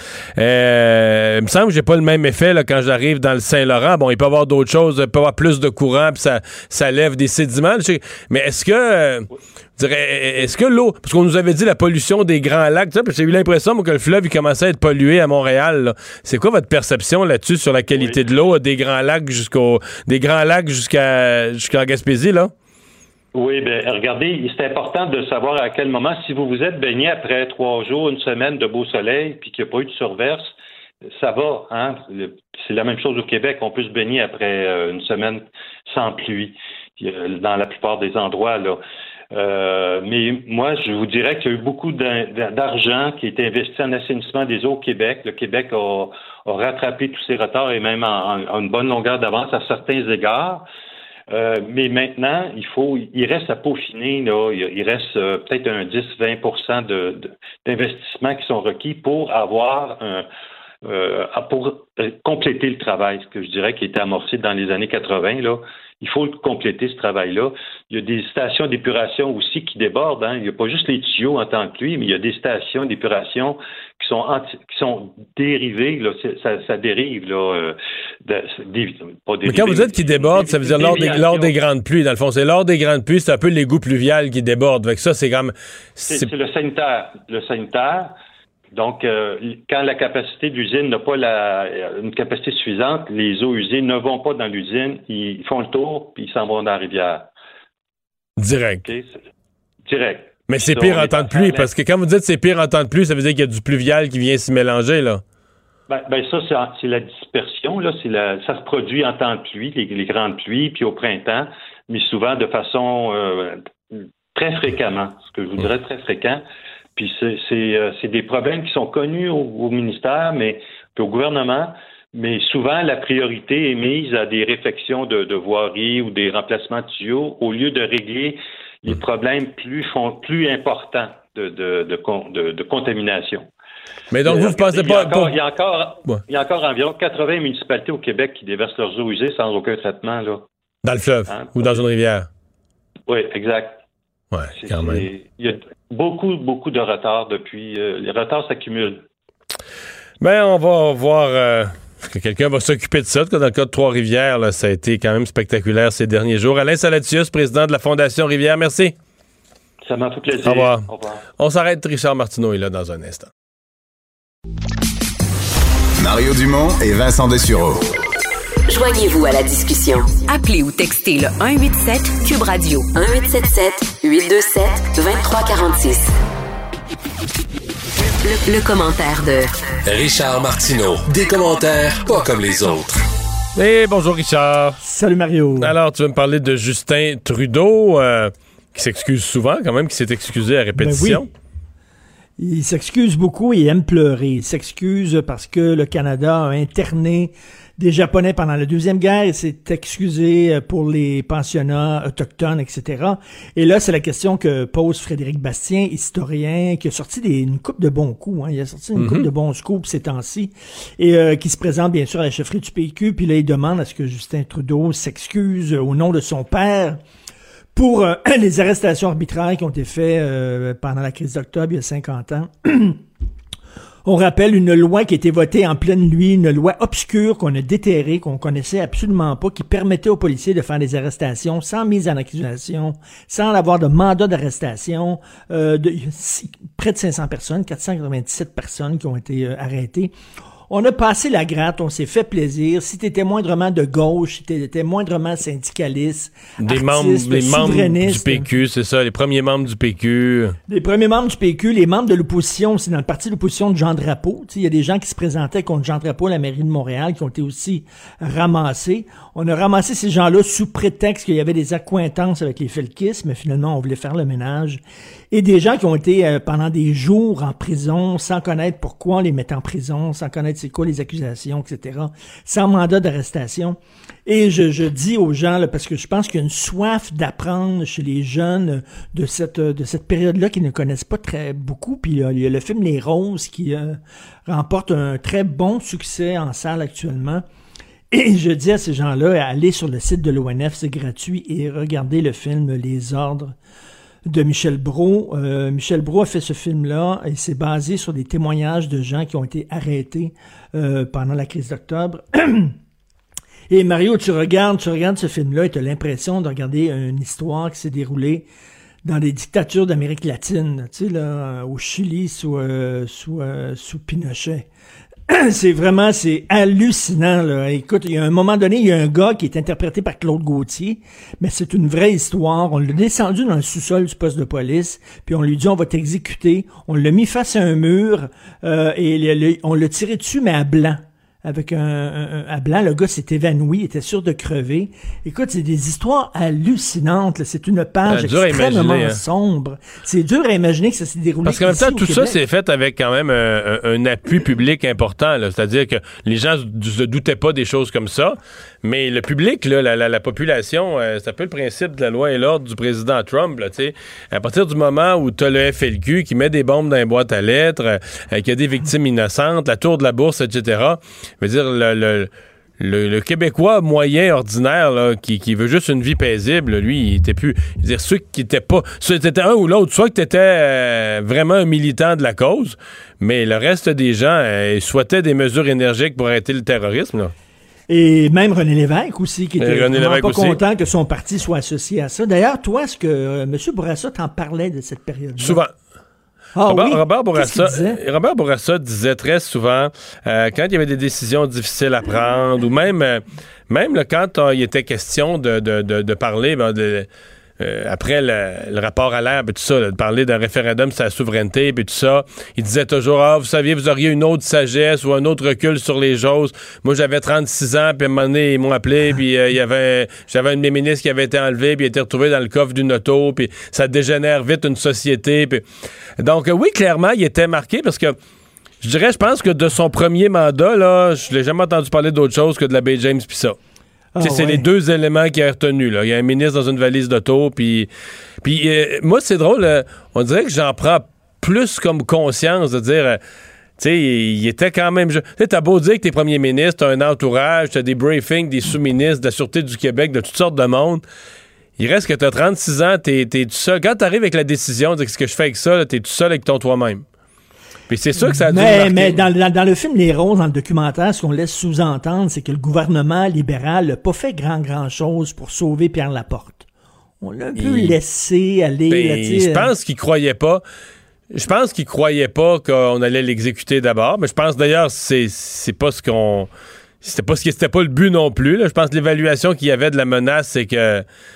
S3: Euh, il me semble que j'ai pas le même effet là, quand j'arrive dans le Saint-Laurent. Bon, il peut y avoir d'autres choses, il peut y avoir plus de courant, puis ça, ça lève des sédiments. Mais est-ce que... Euh, Est-ce que l'eau, parce qu'on nous avait dit la pollution des grands lacs, parce que j'ai eu l'impression moi, que le fleuve il commençait à être pollué à Montréal. Là. C'est quoi votre perception là-dessus sur la qualité oui. de l'eau des grands lacs jusqu'au des grands lacs jusqu'à jusqu'en Gaspésie là?
S17: Oui, bien, regardez, c'est important de savoir à quel moment, si vous vous êtes baigné après trois jours, une semaine de beau soleil, puis qu'il n'y a pas eu de surverse, ça va, hein? C'est la même chose au Québec, on peut se baigner après une semaine sans pluie, dans la plupart des endroits, là. Euh, mais moi, je vous dirais qu'il y a eu beaucoup d'argent qui a été investi en assainissement des eaux au Québec. Le Québec a, a rattrapé tous ses retards et même en, en une bonne longueur d'avance à certains égards. Euh, mais maintenant, il faut, il reste à peaufiner, là. Il reste euh, peut-être un dix à vingt pour cent de, de, d'investissements qui sont requis pour avoir un, euh, pour compléter le travail, ce que je dirais qui a été amorcé dans les années quatre-vingt, là. Il faut compléter ce travail-là. Il y a des stations d'épuration aussi qui débordent. Hein. Il n'y a pas juste les tuyaux en tant que pluie, mais il y a des stations d'épuration qui sont anti- qui sont dérivées. Là. Ça, ça dérive. Là, euh, de, des, pas dérivé,
S3: mais quand vous dites qu'ils débordent, ça veut dire lors des, lors des grandes pluies. Dans le fond, c'est lors des grandes pluies, c'est un peu l'égout pluvial qui déborde. Avec ça, c'est comme...
S17: C'est, c'est... c'est le sanitaire. Le sanitaire... Donc, euh, quand la capacité de l'usine n'a pas la, une capacité suffisante, les eaux usées ne vont pas dans l'usine, ils font le tour, puis ils s'en vont dans la rivière.
S3: Direct.
S17: Okay? Direct.
S3: Mais c'est ça, pire en temps de pluie, parce que quand vous dites c'est pire en temps de pluie, ça veut dire qu'il y a du pluvial qui vient s'y mélanger, là.
S17: Ben, ben ça, c'est, c'est la dispersion, là. C'est la, ça se produit en temps de pluie, les, les grandes pluies, puis au printemps, mais souvent de façon euh, très fréquemment, ce que je vous dirais très fréquent. Puis c'est, c'est, euh, c'est des problèmes qui sont connus au, au ministère, mais puis au gouvernement, mais souvent la priorité est mise à des réfections de, de voiries ou des remplacements de tuyaux au lieu de régler les problèmes plus fond, plus importants de, de, de, de, de contamination.
S3: Mais donc, vous ne pensez pas...
S17: Il y a encore, ouais. il y a encore environ quatre-vingts municipalités au Québec qui déversent leurs eaux usées sans aucun traitement, là.
S3: Dans le fleuve hein? Ou dans une rivière?
S17: Oui, exact.
S3: Oui, quand même.
S17: Il y a beaucoup, beaucoup de retards depuis. Euh, les retards s'accumulent.
S3: Bien, on va voir euh, que quelqu'un va s'occuper de ça. Dans le cas de Trois-Rivières, là, ça a été quand même spectaculaire ces derniers jours. Alain Salatius, président de la Fondation Rivière, merci.
S17: Ça m'a fait plaisir.
S3: Au revoir.
S17: Au revoir.
S3: On s'arrête. Richard Martineau est là dans un instant.
S2: Mario Dumont et Vincent Dessureau.
S11: Joignez-vous à la discussion. Appelez ou textez le un huit sept Cube Radio un huit sept sept huit deux sept deux trois quatre six. Le, le commentaire de
S18: Richard Martineau. Des commentaires pas comme les autres.
S3: Et bonjour Richard.
S19: Salut Mario.
S3: Alors tu veux me parler de Justin Trudeau euh, qui s'excuse souvent quand même, qui s'est excusé à répétition.
S19: Ben oui. Il s'excuse beaucoup et aime pleurer. Il s'excuse parce que le Canada a interné des Japonais pendant la Deuxième Guerre. Il s'est excusé pour les pensionnats autochtones, et cetera. Et là, c'est la question que pose Frédéric Bastien, historien, qui a sorti des, une coupe de bons coups. Hein. Il a sorti une mm-hmm. coupe de bons scoops ces temps-ci. Et euh, qui se présente, bien sûr, à la chefferie du P Q. Puis là, il demande à ce que Justin Trudeau s'excuse au nom de son père pour euh, les arrestations arbitraires qui ont été faites euh, pendant la crise d'octobre, il y a cinquante ans. On rappelle une loi qui a été votée en pleine nuit, une loi obscure qu'on a déterrée, qu'on connaissait absolument pas, qui permettait aux policiers de faire des arrestations sans mise en accusation, sans avoir de mandat d'arrestation. Euh, de, près de cinq cents personnes, quatre cent quatre-vingt-dix-sept personnes qui ont été euh, arrêtées. On a passé la gratte, on s'est fait plaisir. Si t'étais moindrement de gauche, si t'étais moindrement syndicaliste,
S3: des
S19: artiste,
S3: membres, les membres du P Q, c'est ça, les premiers membres du P Q.
S19: Les premiers membres du P Q, les membres de l'opposition, c'est dans le parti de l'opposition de Jean Drapeau. Il y a des gens qui se présentaient contre Jean Drapeau à la mairie de Montréal qui ont été aussi ramassés. On a ramassé ces gens-là sous prétexte qu'il y avait des accointances avec les Felkis, mais finalement, on voulait faire le ménage. Et des gens qui ont été euh, pendant des jours en prison, sans connaître pourquoi on les mettait en prison, sans connaître c'est quoi les accusations, et cetera, sans mandat d'arrestation. Et je, je dis aux gens, là, parce que je pense qu'il y a une soif d'apprendre chez les jeunes de cette de cette période-là qu'ils ne connaissent pas très beaucoup. Puis là, il y a le film Les Roses qui euh, remporte un très bon succès en salle actuellement. Et je dis à ces gens-là, allez sur le site de l'O N F, c'est gratuit, et regardez le film Les Ordres de Michel Brault. Euh, Michel Brault a fait ce film-là et c'est basé sur des témoignages de gens qui ont été arrêtés euh, pendant la crise d'octobre. Et Mario, tu regardes, tu regardes ce film-là et tu as l'impression de regarder une histoire qui s'est déroulée dans des dictatures d'Amérique latine, tu sais, là, au Chili sous, euh, sous, euh, sous Pinochet. C'est vraiment, c'est hallucinant, là. Écoute, il y a un moment donné, il y a un gars qui est interprété par Claude Gauthier, mais c'est une vraie histoire. On l'a descendu dans le sous-sol du poste de police, puis on lui dit, on va t'exécuter. On l'a mis face à un mur, euh, et le, le, on l'a tiré dessus, mais à blanc. Avec un, un, un à blanc, le gars s'est évanoui, il était sûr de crever. Écoute, c'est des histoires hallucinantes, là. C'est une page
S3: euh,
S19: extrêmement
S3: hein.
S19: sombre. C'est dur à imaginer que ça s'est déroulé.
S3: Parce qu'en même temps, tout
S19: Québec.
S3: ça, c'est fait avec quand même un, un, un appui public important. Là. C'est-à-dire que les gens ne se doutaient pas des choses comme ça. Mais le public, là, la, la, la population, euh, c'est un peu le principe de la loi et l'ordre du président Trump. Là, à partir du moment où tu as le F L Q qui met des bombes dans les boîtes à lettres, euh, qui a des victimes innocentes, la tour de la bourse, et cetera, je veux dire, le, le, le, le Québécois moyen, ordinaire, là, qui, qui veut juste une vie paisible, lui, il était plus... Je veux dire, ceux qui étaient pas... Ceux qui étaient un ou l'autre, soit que tu étais euh, vraiment un militant de la cause, mais le reste des gens, euh, ils souhaitaient des mesures énergiques pour arrêter le terrorisme, là.
S19: Et même René Lévesque aussi, qui était vraiment pas
S3: aussi.
S19: content que son parti soit associé à ça. D'ailleurs, toi, est-ce que euh, M. Bourassa t'en parlait de cette période-là?
S3: Souvent.
S19: Ah,
S3: Robert,
S19: oui?
S3: Robert, Bourassa,
S19: disait?
S3: Robert Bourassa disait très souvent, euh, quand il y avait des décisions difficiles à prendre, ou même, euh, même là, quand euh, il était question de, de, de, de parler... Ben, de, Euh, après le, le rapport à l'air et tout ça, là, de parler d'un référendum sur la souveraineté et tout ça, il disait toujours, ah, vous saviez, vous auriez une autre sagesse ou un autre recul sur les choses. Moi, j'avais trente-six ans, puis à un moment donné, ils m'ont appelé, puis euh, il y avait, j'avais un de mes ministres qui avait été enlevé, puis il a été retrouvé dans le coffre d'une auto, puis ça dégénère vite une société. Pis... Donc, euh, oui, clairement, il était marqué parce que je dirais, je pense que de son premier mandat, là, je l'ai jamais entendu parler d'autre chose que de la baie James pis ça. Ah, c'est ouais. les deux éléments qu'il a retenus. Là. Il y a un ministre dans une valise d'auto, puis puis euh, moi, c'est drôle, euh, on dirait que j'en prends plus comme conscience de dire... Euh, tu sais, il était quand même... Tu sais, t'as beau dire que t'es premier ministre, t'as un entourage, t'as des briefings, des sous-ministres de la Sûreté du Québec, de toutes sortes de monde. Il reste que t'as trente-six ans, t'es, t'es tout seul. Quand t'arrives avec la décision de ce que je fais avec ça, là, t'es tout seul avec ton toi-même. Puis c'est sûr que ça a dû
S19: Mais, mais dans, dans, dans le film Les Roses, dans le documentaire, ce qu'on laisse sous-entendre, c'est que le gouvernement libéral n'a pas fait grand, grand chose pour sauver Pierre Laporte. On l'a vu Il... laisser aller.
S3: Ben,
S19: là,
S3: je pense qu'il croyait pas. Je pense qu'il croyait pas qu'on allait l'exécuter d'abord. Mais je pense d'ailleurs c'est c'est pas ce qu'on. C'était pas ce qui c'était pas le but non plus. Là. Je pense que l'évaluation qu'il y avait de la menace, c'est que.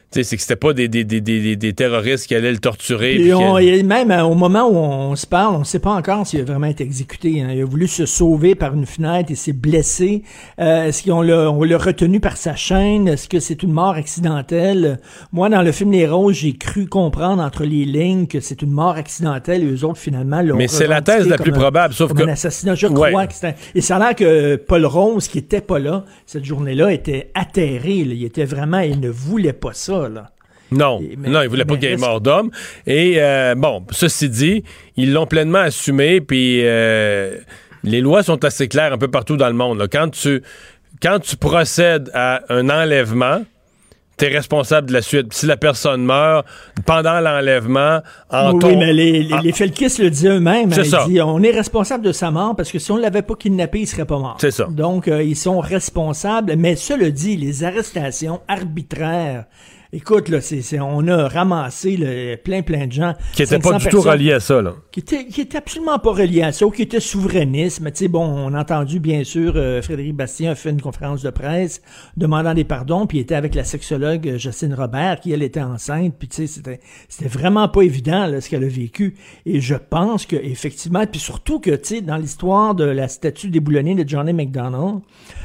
S3: C'est que c'était pas des, des, des, des, des terroristes qui allaient le torturer.
S19: Et, on,
S3: que...
S19: et même euh, au moment où on se parle, on ne sait pas encore s'il a vraiment été exécuté. Hein. Il a voulu se sauver par une fenêtre et s'est blessé. Euh, est-ce qu'on l'a, on l'a retenu par sa chaîne? Est-ce que c'est une mort accidentelle? Moi, dans le film Les Roses, j'ai cru comprendre entre les lignes que c'est une mort accidentelle et eux autres, finalement, l'ont
S3: Mais c'est la thèse la plus
S19: un,
S3: probable, sauf
S19: comme
S3: que...
S19: un assassinat. Je ouais. crois que c'était... Et ça a l'air que Paul Rose, qui était pas là, cette journée-là, était atterré. Là. Il était vraiment... Il ne voulait pas ça, là.
S3: Non, mais, non, il voulait pas qu'il y ait mort d'homme. Et euh, bon, ceci dit, ils l'ont pleinement assumé, puis euh, les lois sont assez claires un peu partout dans le monde. Là. Quand tu quand tu procèdes à un enlèvement, t'es responsable de la suite. Si la personne meurt pendant l'enlèvement, en
S19: oui,
S3: ton...
S19: Oui, mais les, les, les Felkis le disent eux-mêmes.
S3: C'est
S19: hein,
S3: ça.
S19: Ils disent, on est responsable de sa mort parce que si on ne l'avait pas kidnappé, il serait pas mort.
S3: C'est ça.
S19: Donc, euh, ils sont responsables. Mais cela dit, les arrestations arbitraires... Écoute, là, c'est, c'est, on a ramassé là, plein, plein de gens.
S3: Qui n'étaient pas du tout reliés à ça, là.
S19: Qui étaient, qui étaient absolument pas reliés à ça, ou qui étaient souverainistes. Mais tu sais, bon, on a entendu, bien sûr, euh, Frédéric Bastien a fait une conférence de presse demandant des pardons, puis il était avec la sexologue Jocelyne Robert, qui, elle, était enceinte, puis tu sais, c'était, c'était vraiment pas évident, là, ce qu'elle a vécu. Et je pense que, effectivement, puis surtout que, tu sais, dans l'histoire de la statue déboulonnée de Johnny McDonald,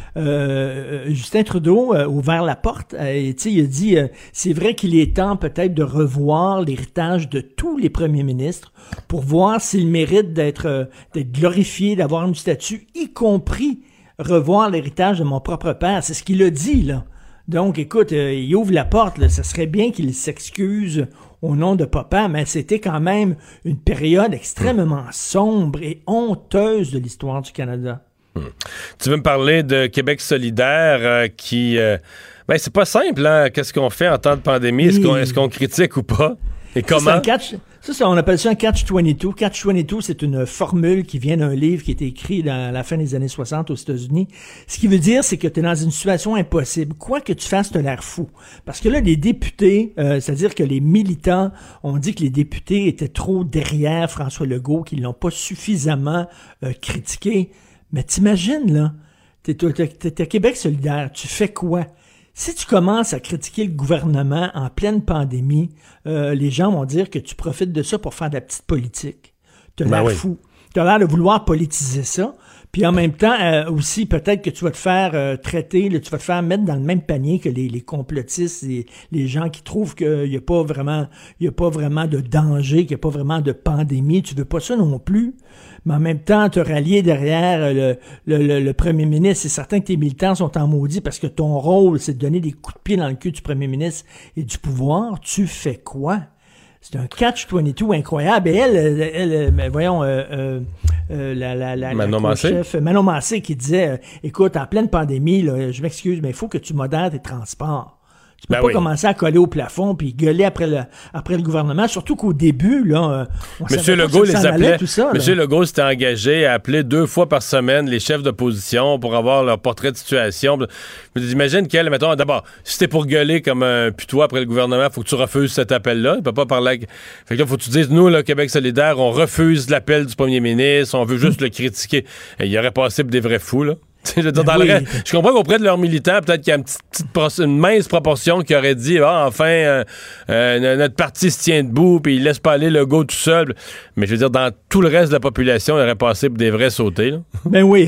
S19: Euh, Justin Trudeau a ouvert la porte euh, et il a dit euh, c'est vrai qu'il est temps peut-être de revoir l'héritage de tous les premiers ministres pour voir s'il mérite d'être, euh, d'être glorifié, d'avoir une statue, y compris revoir l'héritage de mon propre père. C'est ce qu'il a dit, là. Donc, écoute, euh, il ouvre la porte, là. Ça serait bien qu'il s'excuse au nom de papa, mais c'était quand même une période extrêmement sombre et honteuse de l'histoire du Canada.
S3: Hmm. Tu veux me parler de Québec solidaire euh, qui... Euh, ben, c'est pas simple, hein? Qu'est-ce qu'on fait en temps de pandémie? Est-ce qu'on, est-ce qu'on critique ou pas? Et comment?
S19: Ça, c'est un catch, ça, ça, on appelle ça un catch vingt-deux. Catch vingt-deux, c'est une formule qui vient d'un livre qui a été écrit dans la fin des années soixante aux États-Unis. Ce qui veut dire, c'est que tu es dans une situation impossible. Quoi que tu fasses, tu as l'air fou. Parce que là, les députés, euh, c'est-à-dire que les militants ont dit que les députés étaient trop derrière François Legault, qu'ils l'ont pas suffisamment euh, critiqué. Mais t'imagines, là, t'es, t'es, t'es à Québec solidaire, tu fais quoi? Si tu commences à critiquer le gouvernement en pleine pandémie, euh, les gens vont dire que tu profites de ça pour faire de la petite politique. T'as
S3: ben
S19: l'air
S3: oui.
S19: fou. T'as l'air de vouloir politiser ça. Puis en même temps, euh, aussi, peut-être que tu vas te faire euh, traiter, là, tu vas te faire mettre dans le même panier que les, les complotistes, les, les gens qui trouvent qu'il n'y a pas vraiment, il y a pas vraiment de danger, qu'il n'y a pas vraiment de pandémie. Tu veux pas ça non plus. Mais en même temps, te rallier derrière le, le, le, le premier ministre, c'est certain que tes militants sont en maudit parce que ton rôle, c'est de donner des coups de pied dans le cul du premier ministre et du pouvoir. Tu fais quoi? C'est un catch vingt-deux incroyable. Et elle, elle, elle ben voyons, euh, euh, euh, la, la, la,
S3: Manon
S19: la
S3: Massé.
S19: chef Manon Massé qui disait, euh, écoute, en pleine pandémie, là, je m'excuse, mais il faut que tu modères tes transports. Tu peux
S3: Ben
S19: pas
S3: oui.
S19: commencer à coller au plafond puis gueuler après le, après le gouvernement, surtout qu'au début, là, on
S3: Monsieur
S19: savait pas
S3: Legault
S19: si
S3: les
S19: ça en allait,
S3: appelait.
S19: tout ça, là.
S3: Monsieur Legault s'était engagé à appeler deux fois par semaine les chefs d'opposition pour avoir leur portrait de situation. J'imagine qu'elle, mettons, d'abord, si t'es pour gueuler comme un putois après le gouvernement, faut que tu refuses cet appel-là. Il peut pas parler. Avec... Fait que là, faut que tu dises, nous, le Québec solidaire, on refuse l'appel du premier ministre, on veut juste le critiquer. Et il y aurait passé pour des vrais fous, là. Je, veux dire, dans
S19: oui.
S3: le reste, je comprends qu'auprès de leurs militants, peut-être qu'il y a une, petite, petite, une mince proportion qui aurait dit ah, enfin, euh, euh, notre parti se tient debout puis il laisse pas aller Legault tout seul. Mais je veux dire, dans tout le reste de la population, il aurait passé pour des vrais sautés. Là.
S19: Ben oui.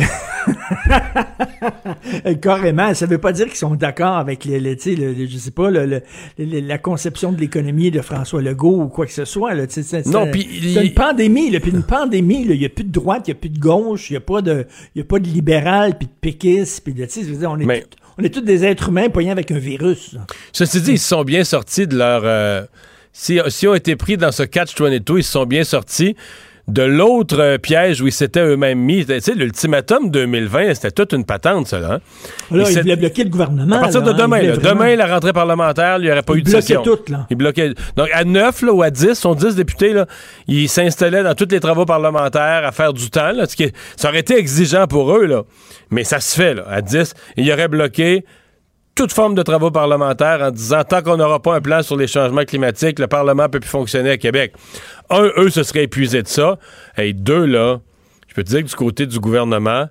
S19: Carrément. Ça veut pas dire qu'ils sont d'accord avec les, les, le, le, je sais pas, le, le, le, la conception de l'économie de François Legault ou quoi que ce soit. Là. C'est, c'est,
S3: non,
S19: c'est,
S3: puis
S19: c'est une pandémie. Là, puis une pandémie, il n'y a plus de droite, il n'y a plus de gauche, il n'y a pas de, y a pas de libéral, puis de péquiste, puis de, tu sais, je veux dire, on est
S3: Mais...
S19: tout, on est tous des êtres humains poignés avec un virus.
S3: Ceci dit, ils se sont bien sortis de leur... Euh, si, si ont été pris dans ce catch vingt-deux, ils se sont bien sortis de l'autre euh, piège où ils s'étaient eux-mêmes mis. Tu sais, l'ultimatum deux mille vingt, c'était toute une patente, ça, là. Hein?
S19: Là, ils voulaient bloquer le gouvernement.
S3: À partir
S19: là,
S3: de demain,
S19: hein,
S3: là,
S19: vraiment...
S3: demain, la rentrée parlementaire, il n'y aurait pas
S19: ils
S3: eu de session.
S19: Ils bloquaient tout, là.
S3: Ils bloquaient. Donc, à neuf là, ou à dix, sont dix députés, là, ils s'installaient dans tous les travaux parlementaires à faire du temps, là, ce qui est... Ça aurait été exigeant pour eux, là. Mais ça se fait, là. À dix, il y aurait bloqué toute forme de travaux parlementaires en disant tant qu'on n'aura pas un plan sur les changements climatiques, le Parlement ne peut plus fonctionner à Québec. Un, eux se seraient épuisés de ça. Et deux, là, je peux te dire que du côté du gouvernement,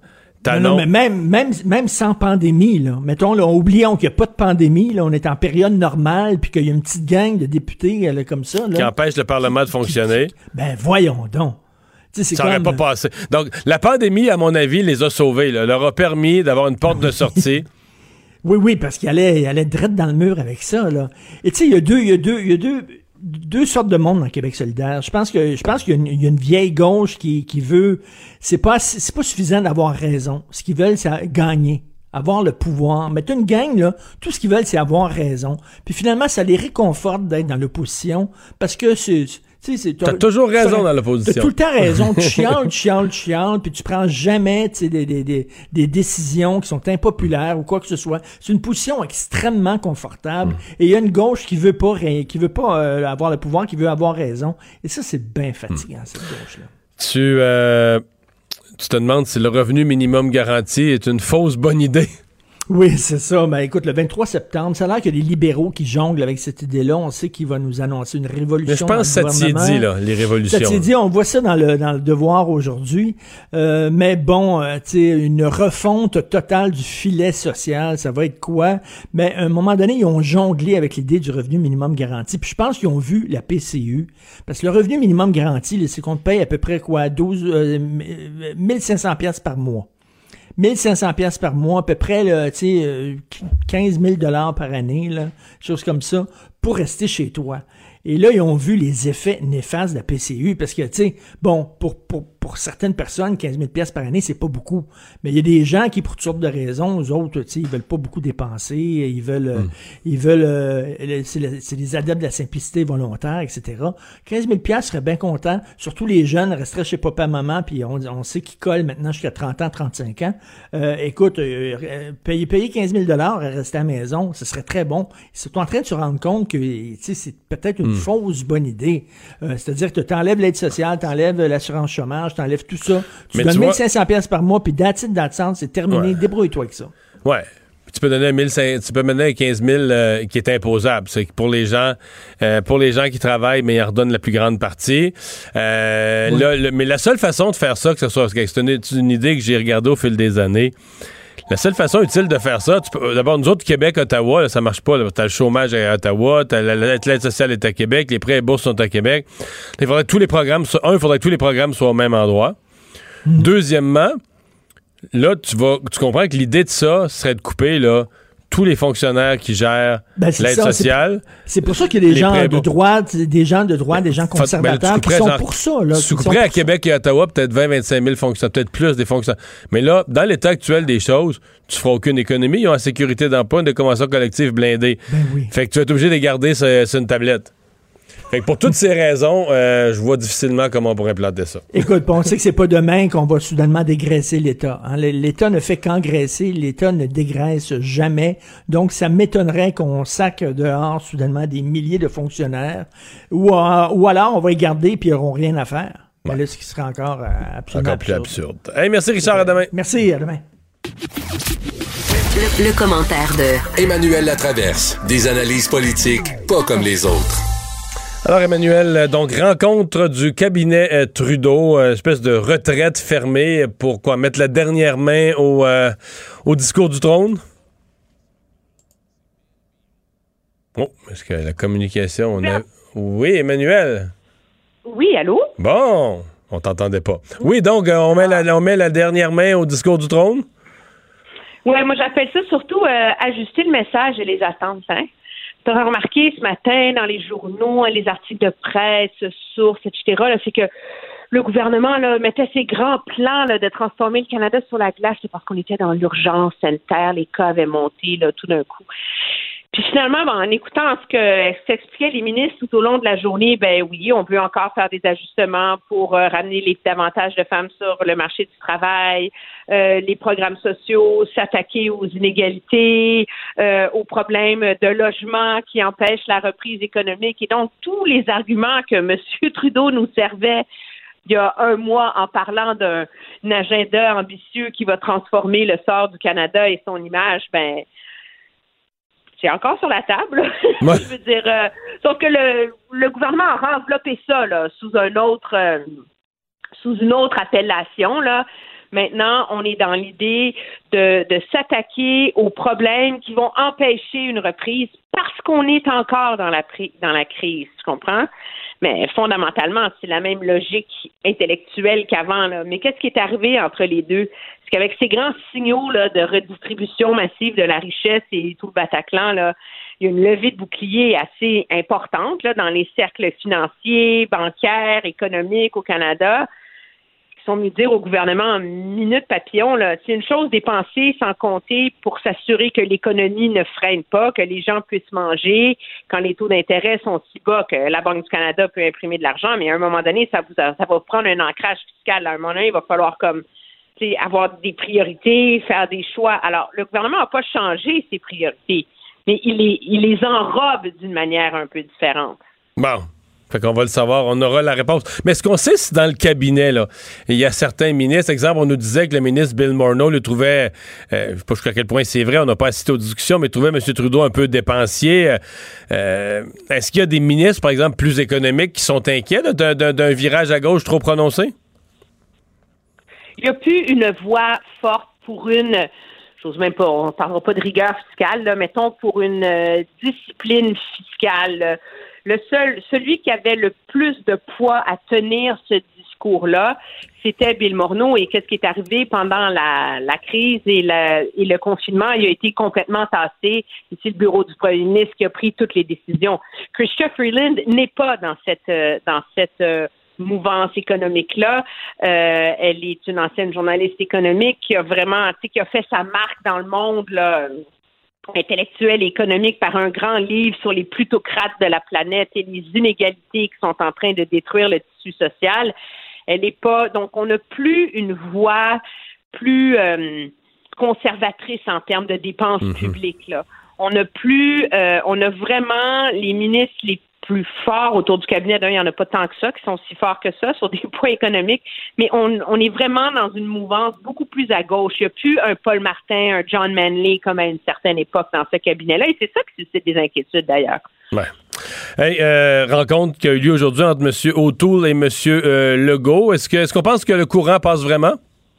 S3: Talon.
S19: Non, non, mais même, même, même sans pandémie, là, mettons, là, oublions qu'il n'y a pas de pandémie, là, on est en période normale, puis qu'il y a une petite gang de députés là, comme ça. Là,
S3: qui empêche le Parlement de fonctionner.
S19: Ben voyons donc. T'sais, c'est
S3: ça n'aurait
S19: comme...
S3: pas passé. Donc, la pandémie, à mon avis, les a sauvés, là, leur a permis d'avoir une porte de sortie.
S19: Oui, oui, parce qu'il allait, il allait direct dans le mur avec ça, là. Et tu sais, il y a deux, il y a deux, il y a deux, deux sortes de monde dans Québec solidaire. Je pense que, je pense qu'il y a une, il y a une vieille gauche qui, qui veut, c'est pas, c'est pas suffisant d'avoir raison. Ce qu'ils veulent, c'est gagner. Avoir le pouvoir. Mais t'as une gang, là, tout ce qu'ils veulent, c'est avoir raison. Puis finalement, ça les réconforte d'être dans l'opposition parce que c'est, tu sais,
S3: t'as, t'as toujours raison t'as, dans l'opposition.
S19: T'as tout le temps raison. Tu chiales, tu chiales, tu chiales, puis tu prends jamais, tu sais, des, des, des, des décisions qui sont impopulaires ou quoi que ce soit. C'est une position extrêmement confortable. Mm. Et il y a une gauche qui veut pas, qui veut pas euh, avoir le pouvoir, qui veut avoir raison. Et ça, c'est bien fatigant, mm. cette gauche-là.
S3: Tu, euh, tu te demandes si le revenu minimum garanti est une fausse bonne idée.
S19: Oui, c'est ça. Mais écoute, le vingt-trois septembre, ça a l'air qu'il y a des libéraux qui jonglent avec cette idée-là. On sait qu'il va nous annoncer une révolution.
S3: Mais je pense que ça t'y est dit, là, les révolutions.
S19: Ça t'y est dit, on voit ça dans le, dans le Devoir aujourd'hui. Euh, mais bon, euh, tu sais, une refonte totale du filet social, ça va être quoi? Mais à un moment donné, ils ont jonglé avec l'idée du revenu minimum garanti. Puis je pense qu'ils ont vu la P C U. Parce que le revenu minimum garanti, c'est qu'on te paye à peu près quoi? douze, euh, mille cinq cents dollars par mois. mille cinq cents dollars par mois, à peu près, là, tu sais, euh, quinze mille dollars par année, là, chose comme ça, pour rester chez toi. Et là, ils ont vu les effets néfastes de la P C U, parce que, tu sais, bon, pour, pour, pour certaines personnes, quinze mille dollars par année, c'est pas beaucoup. Mais il y a des gens qui, pour toutes sortes de raisons, eux autres, tu sais, ils veulent pas beaucoup dépenser, ils veulent, mm. ils veulent, euh, c'est, le, c'est des adeptes de la simplicité volontaire, et cetera. quinze mille dollars seraient bien contents. Surtout les jeunes resteraient chez papa-maman, puis on, on sait qu'ils collent maintenant jusqu'à trente ans, trente-cinq ans. Euh, écoute, euh, payer, payer quinze mille dollars et rester à la maison, ce serait très bon. Ils sont en train de se rendre compte que, tu sais, c'est peut-être une mm. fausse bonne idée. Euh, c'est-à-dire que tu enlèves l'aide sociale, tu enlèves l'assurance chômage, tu enlèves tout ça. Tu mais donnes tu mille cinq cents dollars par mois, puis that's it, that's it, c'est terminé. Ouais. Débrouille-toi avec ça.
S3: Ouais. Tu peux donner mille cinq cents, tu peux donner quinze mille euh, qui est imposable. C'est pour les gens, euh, pour les gens qui travaillent, mais ils redonnent la plus grande partie. Euh, oui. là, le, mais la seule façon de faire ça, que ce soit, c'est une, c'est une idée que j'ai regardée au fil des années. La seule façon utile de faire ça, tu peux, d'abord, nous autres, Québec, Ottawa, là, ça marche pas. Là, t'as le chômage à Ottawa, t'as l'aide sociale est à Québec, les prêts et bourses sont à Québec. Il faudrait que tous les programmes, un, il faudrait que tous les programmes soient au même endroit. Mmh. Deuxièmement, là, tu vas, tu comprends que l'idée de ça serait de couper, là, tous les fonctionnaires qui gèrent ben, l'aide ça, sociale.
S19: C'est, c'est pour ça qu'il y a des gens de droite, des gens de droite, des gens conservateurs ben, qui sont genre, pour ça. Là,
S3: tu couperais à Québec ça. Et à Ottawa peut-être vingt à vingt-cinq mille fonctionnaires, peut-être plus des fonctionnaires. Mais là, dans l'état actuel des choses, tu feras aucune économie. Ils ont la sécurité d'emploi, une convention collective blindée.
S19: Ben oui.
S3: Fait que tu vas être obligé de les garder sur, sur une tablette. Fait que pour toutes ces raisons, euh, je vois difficilement comment on pourrait planter ça.
S19: Écoute, on sait que c'est pas demain qu'on va soudainement dégraisser l'État. Hein. L'État ne fait qu'engraisser, l'État ne dégraisse jamais. Donc, ça m'étonnerait qu'on sac dehors soudainement des milliers de fonctionnaires, ou, euh, ou alors on va les garder puis ils n'auront rien à faire. Ouais. Mais là, ce qui serait encore euh, absolument
S3: encore plus absurde. absurde. Hey, merci Richard, à demain.
S19: Merci, à demain.
S11: Le, le commentaire de
S18: Emmanuel Latraverse. Des analyses politiques pas comme les autres.
S3: Alors Emmanuel, donc rencontre du cabinet euh, Trudeau, euh, espèce de retraite fermée pour quoi, mettre la dernière main au, euh, au discours du trône? Oh, est-ce que la communication... On a... Oui, Emmanuel?
S9: Oui, allô?
S3: Bon, on t'entendait pas. Oui, donc euh, on, met la, on met la dernière main au discours du trône?
S9: Oui, moi j'appelle ça surtout euh, ajuster le message et les attentes, hein? Tu auras remarqué ce matin dans les journaux, les articles de presse, sources, et cetera, là, c'est que le gouvernement là, mettait ses grands plans là, de transformer le Canada sur la glace, c'est parce qu'on était dans l'urgence sanitaire, les cas avaient monté là, tout d'un coup. Puis finalement, ben, en écoutant ce que s'expliquaient les ministres tout au long de la journée, ben oui, on peut encore faire des ajustements pour euh, ramener les davantage de femmes sur le marché du travail, euh, les programmes sociaux, s'attaquer aux inégalités, euh, aux problèmes de logement qui empêchent la reprise économique. Et donc, tous les arguments que M. Trudeau nous servait il y a un mois en parlant d'un agenda ambitieux qui va transformer le sort du Canada et son image, ben c'est encore sur la table. Ouais. Je veux dire, euh, sauf que le, le gouvernement a enveloppé ça là, sous un autre, euh, sous une autre appellation là. Maintenant, on est dans l'idée de, de s'attaquer aux problèmes qui vont empêcher une reprise parce qu'on est encore dans la, dans la crise, tu comprends? Mais fondamentalement, c'est la même logique intellectuelle qu'avant, là. Mais qu'est-ce qui est arrivé entre les deux? C'est qu'avec ces grands signaux là, de redistribution massive de la richesse et tout le Bataclan, là, il y a une levée de bouclier assez importante là, dans les cercles financiers, bancaires, économiques au Canada, qui sont venus dire au gouvernement en minute papillon, là, c'est une chose dépenser sans compter pour s'assurer que l'économie ne freine pas, que les gens puissent manger quand les taux d'intérêt sont si bas que la Banque du Canada peut imprimer de l'argent, mais à un moment donné, ça, vous, ça va prendre un ancrage fiscal. À un moment donné, il va falloir comme avoir des priorités, faire des choix. Alors, le gouvernement n'a pas changé ses priorités, mais il les, il les enrobe d'une manière un peu différente.
S3: Bon. Fait qu'on va le savoir, on aura la réponse. Mais ce qu'on sait, c'est dans le cabinet, là, il y a certains ministres, exemple, on nous disait que le ministre Bill Morneau le trouvait, euh, je sais pas jusqu'à quel point c'est vrai, on n'a pas assisté aux discussions, mais trouvait M. Trudeau un peu dépensier. Euh, est-ce qu'il y a des ministres, par exemple, plus économiques qui sont inquiets là, d'un, d'un, d'un virage à gauche trop prononcé?
S9: Il n'y a plus une voix forte pour une... J'ose même pas, on ne parlera pas de rigueur fiscale, là, mettons pour une euh, discipline fiscale. Le seul, celui qui avait le plus de poids à tenir ce discours-là, c'était Bill Morneau. Et qu'est-ce qui est arrivé pendant la, la crise et, la, et le confinement? Il a été complètement tassé. Ici, le bureau du premier ministre qui a pris toutes les décisions. Chrystia Freeland n'est pas dans cette, dans cette euh, mouvance économique-là. Euh, elle est une ancienne journaliste économique qui a vraiment, tu sais, qui a fait sa marque dans le monde, là, intellectuel et économique par un grand livre sur les plutocrates de la planète et les inégalités qui sont en train de détruire le tissu social. Elle n'est pas, donc on n'a plus une voix plus euh, conservatrice en termes de dépenses mm-hmm. publiques, là. On n'a plus, euh, on a vraiment les ministres les plus forts autour du cabinet. D'un, il n'y en a pas tant que ça, qui sont si forts que ça sur des points économiques, mais on, on est vraiment dans une mouvance beaucoup plus à gauche. Il n'y a plus un Paul Martin, un John Manley comme à une certaine époque dans ce cabinet-là, et c'est ça qui suscite des inquiétudes d'ailleurs.
S3: Ouais. Hey, euh, rencontre qui a eu lieu aujourd'hui entre M. O'Toole et M. Euh, Legault. Est-ce que, est-ce qu'on pense que le courant passe vraiment?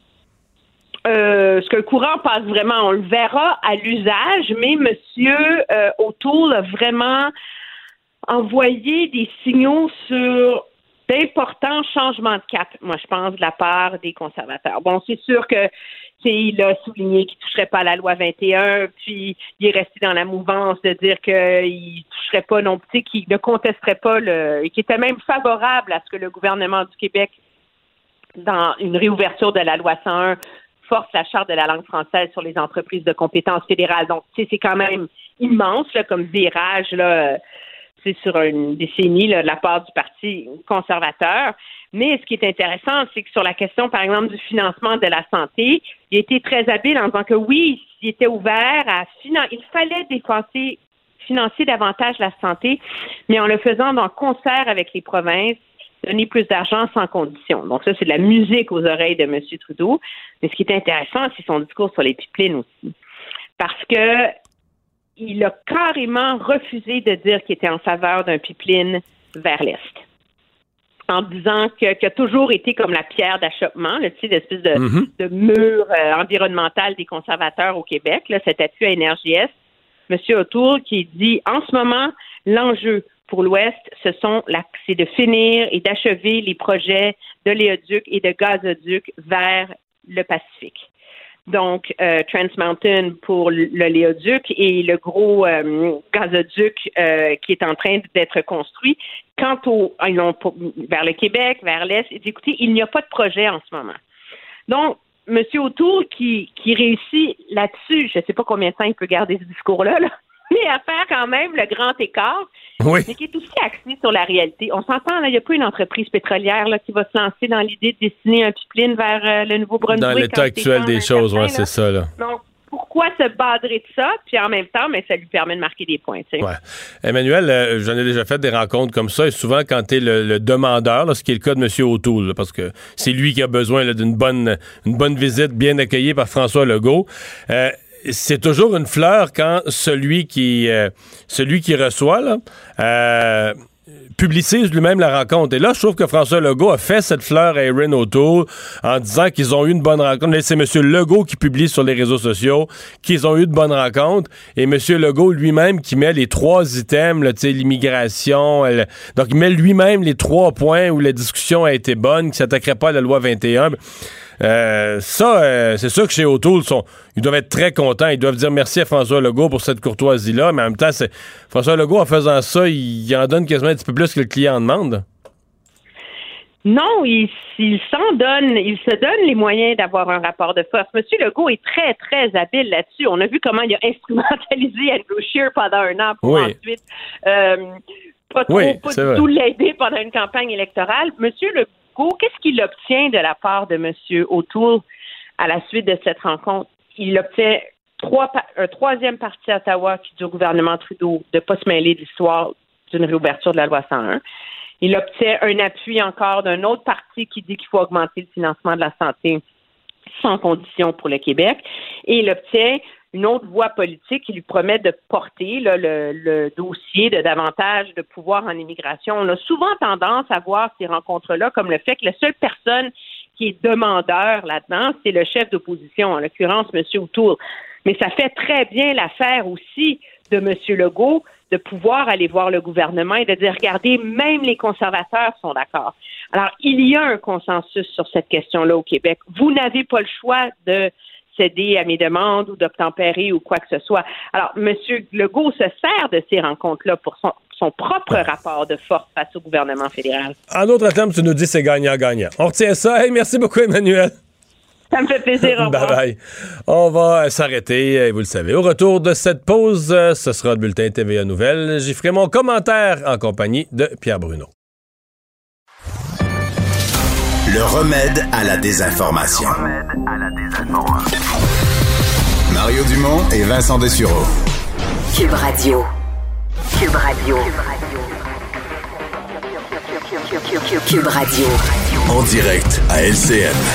S9: Euh, est-ce que le courant passe vraiment? On le verra à l'usage, mais M. Euh, O'Toole a vraiment envoyer des signaux sur d'importants changements de cap, moi, je pense, de la part des conservateurs. Bon, c'est sûr que il a souligné qu'il ne toucherait pas à la loi vingt et un, puis il est resté dans la mouvance de dire qu'il ne toucherait pas non plus, qu'il ne contesterait pas, le, et qu'il était même favorable à ce que le gouvernement du Québec, dans une réouverture de la loi cent un, force la charte de la langue française sur les entreprises de compétences fédérales. Donc, tu sais, c'est quand même immense là, comme virage, là, c'est sur une décennie là, de la part du Parti conservateur. Mais ce qui est intéressant, c'est que sur la question, par exemple, du financement de la santé, il a été très habile en disant que oui, il était ouvert à financer. Il fallait dépenser, financer davantage la santé, mais en le faisant en concert avec les provinces, donner plus d'argent sans condition. Donc ça, c'est de la musique aux oreilles de M. Trudeau. Mais ce qui est intéressant, c'est son discours sur les pipelines aussi. Parce que il a carrément refusé de dire qu'il était en faveur d'un pipeline vers l'Est. En disant que, qu'il a toujours été comme la pierre d'achoppement, là, tu sais, l'espèce de, mm-hmm. de mur euh, environnemental des conservateurs au Québec, là, cet appui à Énergie Est. M. O'Toole qui dit, en ce moment, l'enjeu pour l'Ouest, ce sont la, c'est de finir et d'achever les projets de l'éoduc et de gazoduc vers le Pacifique. Donc, euh, Trans Mountain pour le l'éoduc et le gros euh, gazoduc euh, qui est en train d'être construit. Quant au, ils ont, vers le Québec, vers l'Est, il dit, écoutez, il n'y a pas de projet en ce moment. Donc, M. O'Toole qui, qui réussit là-dessus, je ne sais pas combien de temps il peut garder ce discours-là, là, mais à faire quand même le grand écart, oui. mais qui est aussi axé sur la réalité. On s'entend, là, il n'y a pas une entreprise pétrolière là, qui va se lancer dans l'idée de dessiner un pipeline vers euh, le Nouveau-Brunswick.
S3: Dans l'état actuel des choses, oui, c'est ça. Là.
S9: Donc, pourquoi se badrer de ça? Puis en même temps, mais ça lui permet de marquer des points. Tu sais.
S3: Ouais. Emmanuel, euh, j'en ai déjà fait des rencontres comme ça, et souvent quand tu es le, le demandeur, là, ce qui est le cas de M. O'Toole, là, parce que c'est lui qui a besoin là, d'une bonne, une bonne visite bien accueillie par François Legault, euh, c'est toujours une fleur quand celui qui euh, celui qui reçoit là, euh, publicise lui-même la rencontre. Et là, je trouve que François Legault a fait cette fleur à Erin O'Toole en disant qu'ils ont eu une bonne rencontre. C'est M. Legault qui publie sur les réseaux sociaux qu'ils ont eu de bonnes rencontres. Et M. Legault lui-même qui met les trois items, là, l'immigration. Elle, donc, il met lui-même les trois points où la discussion a été bonne, qui ne s'attaquerait pas à la loi vingt et un. Euh, ça, euh, c'est sûr que chez O'Toole, sont, ils doivent être très contents. Ils doivent dire merci à François Legault pour cette courtoisie-là. Mais en même temps, c'est, François Legault, en faisant ça, il, il en donne quasiment un petit peu plus que le client en demande.
S9: Non, il, il s'en donne, il se donne les moyens d'avoir un rapport de force. Monsieur Legault est très, très habile là-dessus. On a vu comment il a instrumentalisé Andrew Scheer pendant un an pour oui. ensuite euh, pas trop,
S3: oui,
S9: pas du tout l'aider pendant une campagne électorale. Monsieur Legault, qu'est-ce qu'il obtient de la part de M. O'Toole à la suite de cette rencontre? Il obtient trois, un troisième parti à Ottawa qui dit au gouvernement Trudeau de ne pas se mêler de l'histoire d'une réouverture de la loi cent un. Il obtient un appui encore d'un autre parti qui dit qu'il faut augmenter le financement de la santé sans condition pour le Québec. Et il obtient une autre voie politique qui lui promet de porter là, le, le dossier de davantage de pouvoir en immigration. On a souvent tendance à voir ces rencontres-là comme le fait que la seule personne qui est demandeur là-dedans, c'est le chef d'opposition, en l'occurrence M. O'Toole. Mais ça fait très bien l'affaire aussi de M. Legault de pouvoir aller voir le gouvernement et de dire, regardez, même les conservateurs sont d'accord. Alors, il y a un consensus sur cette question-là au Québec. Vous n'avez pas le choix de céder à mes demandes ou d'obtempérer ou quoi que ce soit. Alors, M. Legault se sert de ces rencontres-là pour son, son propre rapport de force face au gouvernement fédéral.
S3: En d'autres termes, tu nous dis c'est gagnant-gagnant. On retient ça. Hey, merci beaucoup, Emmanuel.
S9: Ça me fait plaisir. Au revoir.
S3: Bye bye. On va s'arrêter, vous le savez. Au retour de cette pause, ce sera le bulletin T V A Nouvelles. J'y ferai mon commentaire en compagnie de Pierre Bruno.
S2: Le remède à la désinformation. Le remède à la désinformation. Mario Dumont et Vincent Dessureau.
S11: Cube Radio. Cube Radio. Cube Radio.
S2: En direct à L C N.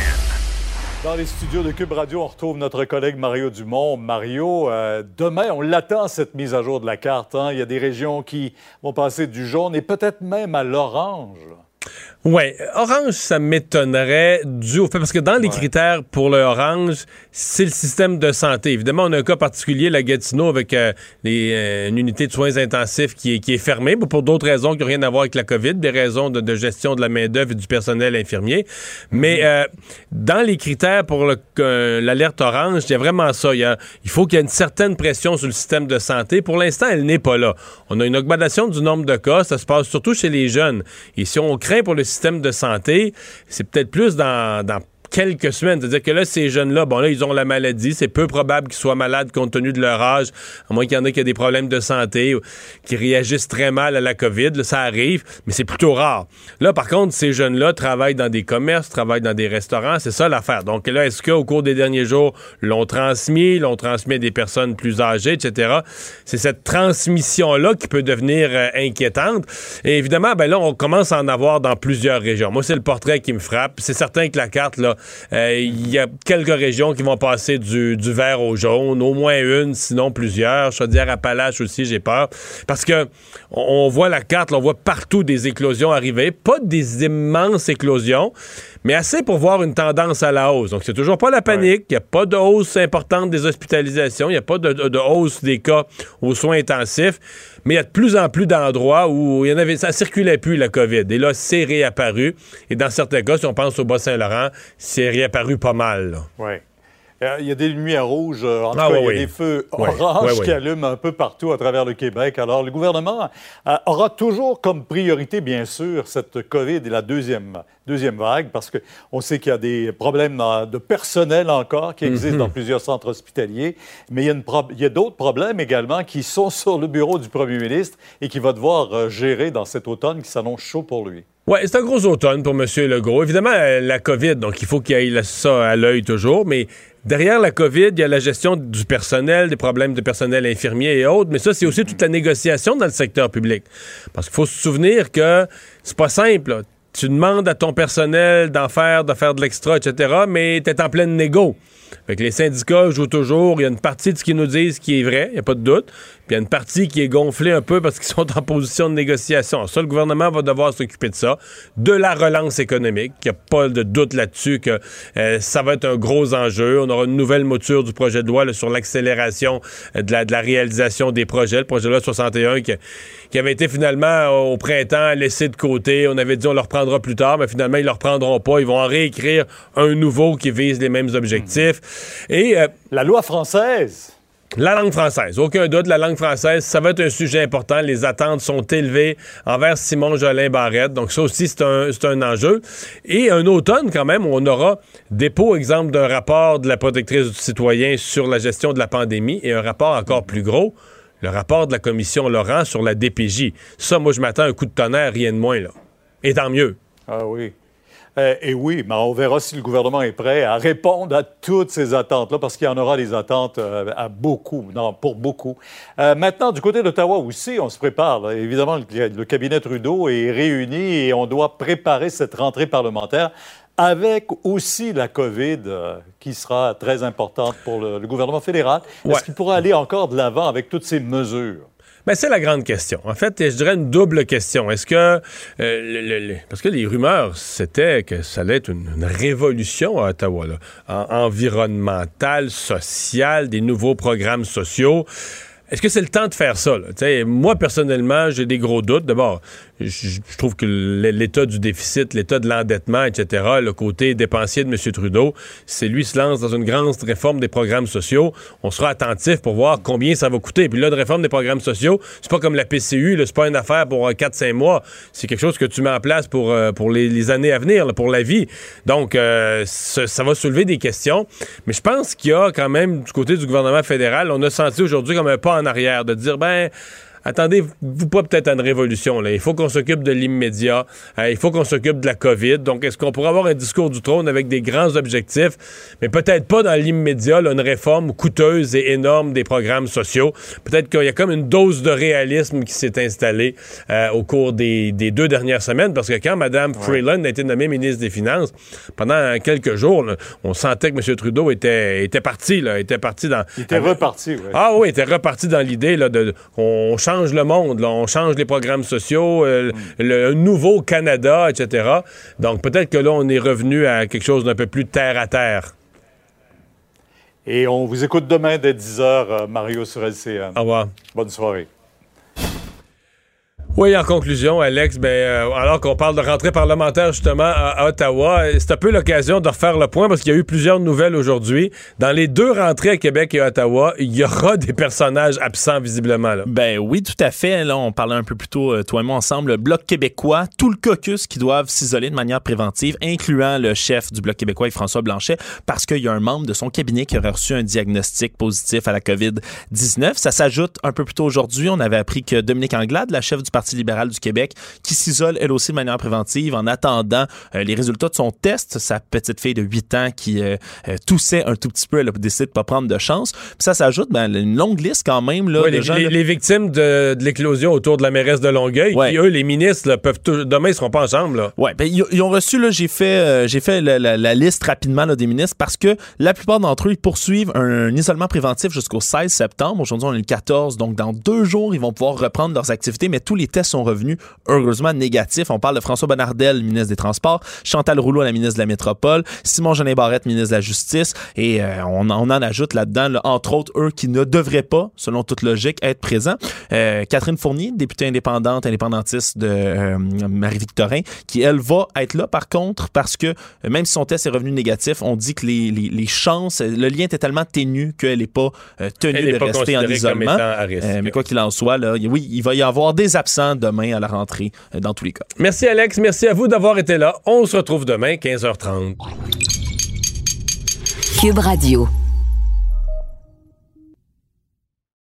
S20: Dans les studios de Cube Radio, on retrouve notre collègue Mario Dumont. Mario, euh, demain, on l'attend, cette mise à jour de la carte. Hein? Il y a des régions qui vont passer du jaune et peut-être même à l'orange.
S3: Oui, orange, ça m'étonnerait dû au fait, parce que dans les ouais. critères pour le orange, c'est le système de santé. Évidemment, on a un cas particulier, la Gatineau, avec euh, les, euh, une unité de soins intensifs qui est, qui est fermée, pour d'autres raisons qui n'ont rien à voir avec la COVID, des raisons de, de gestion de la main-d'œuvre et du personnel infirmier. Mais euh, dans les critères pour le, euh, l'alerte orange, il y a vraiment ça. Il, y a, il faut qu'il y ait une certaine pression sur le système de santé. Pour l'instant, elle n'est pas là. On a une augmentation du nombre de cas. Ça se passe surtout chez les jeunes. Et si on craint pour le système de santé, c'est peut-être plus dans, dans quelques semaines. C'est-à-dire que là, ces jeunes-là, bon, là, ils ont la maladie. C'est peu probable qu'ils soient malades compte tenu de leur âge, à moins qu'il y en ait qui aient des problèmes de santé ou qui réagissent très mal à la COVID. Là, ça arrive, mais c'est plutôt rare. Là, par contre, ces jeunes-là travaillent dans des commerces, travaillent dans des restaurants. C'est ça l'affaire. Donc là, est-ce qu'au cours des derniers jours, l'ont transmis, l'ont transmis à des personnes plus âgées, et cetera. C'est cette transmission-là qui peut devenir euh, inquiétante. Et évidemment, ben là, on commence à en avoir dans plusieurs régions. Moi, c'est le portrait qui me frappe. C'est certain que la carte, là, il euh, y a quelques régions qui vont passer du, du vert au jaune, au moins une, sinon plusieurs. Chaudière-Appalaches aussi, j'ai peur. Parce que on, on voit la carte, là, on voit partout des éclosions arriver. Pas des immenses éclosions, mais assez pour voir une tendance à la hausse. Donc, c'est toujours pas la panique. Il n'y a pas de hausse importante des hospitalisations. Il n'y a pas de, de, de hausse des cas aux soins intensifs. Mais il y a de plus en plus d'endroits où il y en avait, ça circulait plus, la COVID. Et là, c'est réapparu. Et dans certains cas, si on pense au Bas-Saint-Laurent, c'est réapparu pas mal.
S20: Oui. Euh, il y a des lumières rouges, en tout
S3: ah,
S20: cas,
S3: oui,
S20: il y a
S3: oui.
S20: des feux
S3: oui,
S20: oranges
S3: oui, oui.
S20: qui allument un peu partout à travers le Québec. Alors, le gouvernement euh, aura toujours comme priorité, bien sûr, cette COVID et la deuxième, deuxième vague, parce qu'on sait qu'il y a des problèmes de personnel encore qui existent mm-hmm. dans plusieurs centres hospitaliers, mais il y a, une pro- il y a d'autres problèmes également qui sont sur le bureau du premier ministre et qu'il va devoir euh, gérer dans cet automne qui s'annonce chaud pour lui.
S3: Oui, c'est un gros automne pour M. Legault. Évidemment, la COVID, donc il faut qu'il ait ça à l'œil toujours, mais derrière la COVID, il y a la gestion du personnel, des problèmes de personnel infirmier et autres, mais ça, c'est aussi toute la négociation dans le secteur public. Parce qu'il faut se souvenir que c'est pas simple, là. Tu demandes à ton personnel d'en faire, de faire de l'extra, et cetera, mais t'es en pleine négo. Fait que les syndicats jouent toujours. Il y a une partie de ce qu'ils nous disent qui est vrai, il n'y a pas de doute. Puis il y a une partie qui est gonflée un peu parce qu'ils sont en position de négociation. Ça, le gouvernement va devoir s'occuper de ça. De la relance économique. Il n'y a pas de doute là-dessus que euh, ça va être un gros enjeu. On aura une nouvelle mouture du projet de loi là, sur l'accélération euh, de, la, de la réalisation des projets. Le projet de loi soixante et un qui, qui avait été finalement au printemps laissé de côté. On avait dit on le reprendra plus tard, mais finalement, ils ne le reprendront pas. Ils vont en réécrire un nouveau qui vise les mêmes objectifs. Et euh,
S20: la loi française.
S3: La langue française, aucun doute, la langue française, ça va être un sujet important. Les attentes sont élevées envers Simon Jolin Barrette. Donc ça aussi, c'est un, c'est un enjeu. Et un automne, quand même, où on aura dépôt, exemple, d'un rapport de la protectrice du citoyen sur la gestion de la pandémie et un rapport encore plus gros, le rapport de la commission Laurent sur la D P J. Ça, moi, je m'attends à un coup de tonnerre, rien de moins, là. Et tant mieux.
S20: Ah oui. Euh, et oui, mais on verra si le gouvernement est prêt à répondre à toutes ces attentes-là, parce qu'il y en aura des attentes euh, à beaucoup, non, pour beaucoup. Euh, maintenant, du côté d'Ottawa aussi, on se prépare. Là. Évidemment, le, le cabinet Trudeau est réuni et on doit préparer cette rentrée parlementaire avec aussi la COVID euh, qui sera très importante pour le, le gouvernement fédéral. Ouais. Est-ce qu'il pourra aller encore de l'avant avec toutes ces mesures?
S3: Ben, c'est la grande question. En fait, je dirais une double question. Est-ce que... Euh, le, le, le, parce que les rumeurs, c'était que ça allait être une, une révolution à Ottawa, là, en, environnementale, sociale, des nouveaux programmes sociaux. Est-ce que c'est le temps de faire ça? Là? T'sais, moi, personnellement, j'ai des gros doutes. D'abord, je, je trouve que l'état du déficit, l'état de l'endettement, et cetera, le côté dépensier de M. Trudeau, si lui se lance dans une grande réforme des programmes sociaux, on sera attentif pour voir combien ça va coûter. Puis là, de réforme des programmes sociaux, c'est pas comme la P C U, là, c'est pas une affaire pour quatre à cinq mois. C'est quelque chose que tu mets en place pour, euh, pour les, les années à venir, là, pour la vie. Donc, euh, ça, ça va soulever des questions. Mais je pense qu'il y a quand même, du côté du gouvernement fédéral, on a senti aujourd'hui comme un pas en arrière, de dire, ben, attendez-vous pas peut-être à une révolution, là. Il faut qu'on s'occupe de l'immédiat. Euh, il faut qu'on s'occupe de la COVID. Donc, est-ce qu'on pourrait avoir un discours du trône avec des grands objectifs, mais peut-être pas dans l'immédiat, là, une réforme coûteuse et énorme des programmes sociaux. Peut-être qu'il y a comme une dose de réalisme qui s'est installée euh, au cours des, des deux dernières semaines, parce que quand Mme ouais. Freeland a été nommée ministre des Finances, pendant quelques jours, là, on sentait que M. Trudeau était, était parti, là, était parti dans...
S20: Il était avec, reparti, oui.
S3: Ah oui, il était reparti dans l'idée, là, de... On change le monde, là. On change les programmes sociaux, euh, mm. le nouveau Canada, et cetera. Donc, peut-être que là, on est revenu à quelque chose d'un peu plus terre-à-terre.
S20: Et on vous écoute demain dès dix heures, Mario, sur L C N.
S3: Au revoir.
S20: Bonne soirée.
S3: Oui, en conclusion, Alex, ben, euh, alors qu'on parle de rentrée parlementaire justement à, à Ottawa, c'est un peu l'occasion de refaire le point parce qu'il y a eu plusieurs nouvelles aujourd'hui. Dans les deux rentrées à Québec et à Ottawa, il y aura des personnages absents visiblement. Là.
S4: Ben oui, tout à fait. Là, on parlait un peu plus tôt, toi et moi ensemble, le Bloc québécois, tout le caucus qui doivent s'isoler de manière préventive, incluant le chef du Bloc québécois, François Blanchet, parce qu'il y a un membre de son cabinet qui aurait reçu un diagnostic positif à la covid dix-neuf. Ça s'ajoute un peu plus tôt aujourd'hui. On avait appris que Dominique Anglade, la chef du Parti libéral du Québec, qui s'isole elle aussi de manière préventive en attendant euh, les résultats de son test. Sa petite fille de huit ans qui euh, euh, toussait un tout petit peu, elle a décidé de pas prendre de chance. Puis ça s'ajoute ben, une longue liste quand même. Là,
S3: ouais,
S4: de
S3: les,
S4: gens,
S3: les,
S4: là...
S3: les victimes de, de l'éclosion autour de la mairesse de Longueuil, ouais. Qui eux, les ministres, là, peuvent tout, demain, ils seront pas ensemble. Oui,
S4: ben, ils, ils ont reçu, là, j'ai fait, euh, j'ai fait la, la, la liste rapidement là, des ministres parce que la plupart d'entre eux, ils poursuivent un, un isolement préventif jusqu'au seize septembre. Aujourd'hui, on est le quatorze, donc dans deux jours, ils vont pouvoir reprendre leurs activités, mais tous les tests sont revenus heureusement négatifs. On parle de François Bonnardel, ministre des Transports, Chantal Rouleau, la ministre de la Métropole, Simon Jolin Barrette, ministre de la Justice, et euh, on, on en ajoute là-dedans, là, entre autres, eux qui ne devraient pas, selon toute logique, être présents. Euh, Catherine Fournier, députée indépendante, indépendantiste de euh, Marie-Victorin, qui, elle, va être là, par contre, parce que euh, même si son test est revenu négatif, on dit que les, les, les chances, le lien était tellement ténu qu'elle n'est pas euh, tenue elle de pas rester en isolement. Euh, mais quoi qu'il en soit, là, oui, il va y avoir des absents demain à la rentrée, euh, dans tous les cas.
S3: Merci, Alex. Merci à vous d'avoir été là. On se retrouve demain, quinze heures trente.
S11: Cube Radio.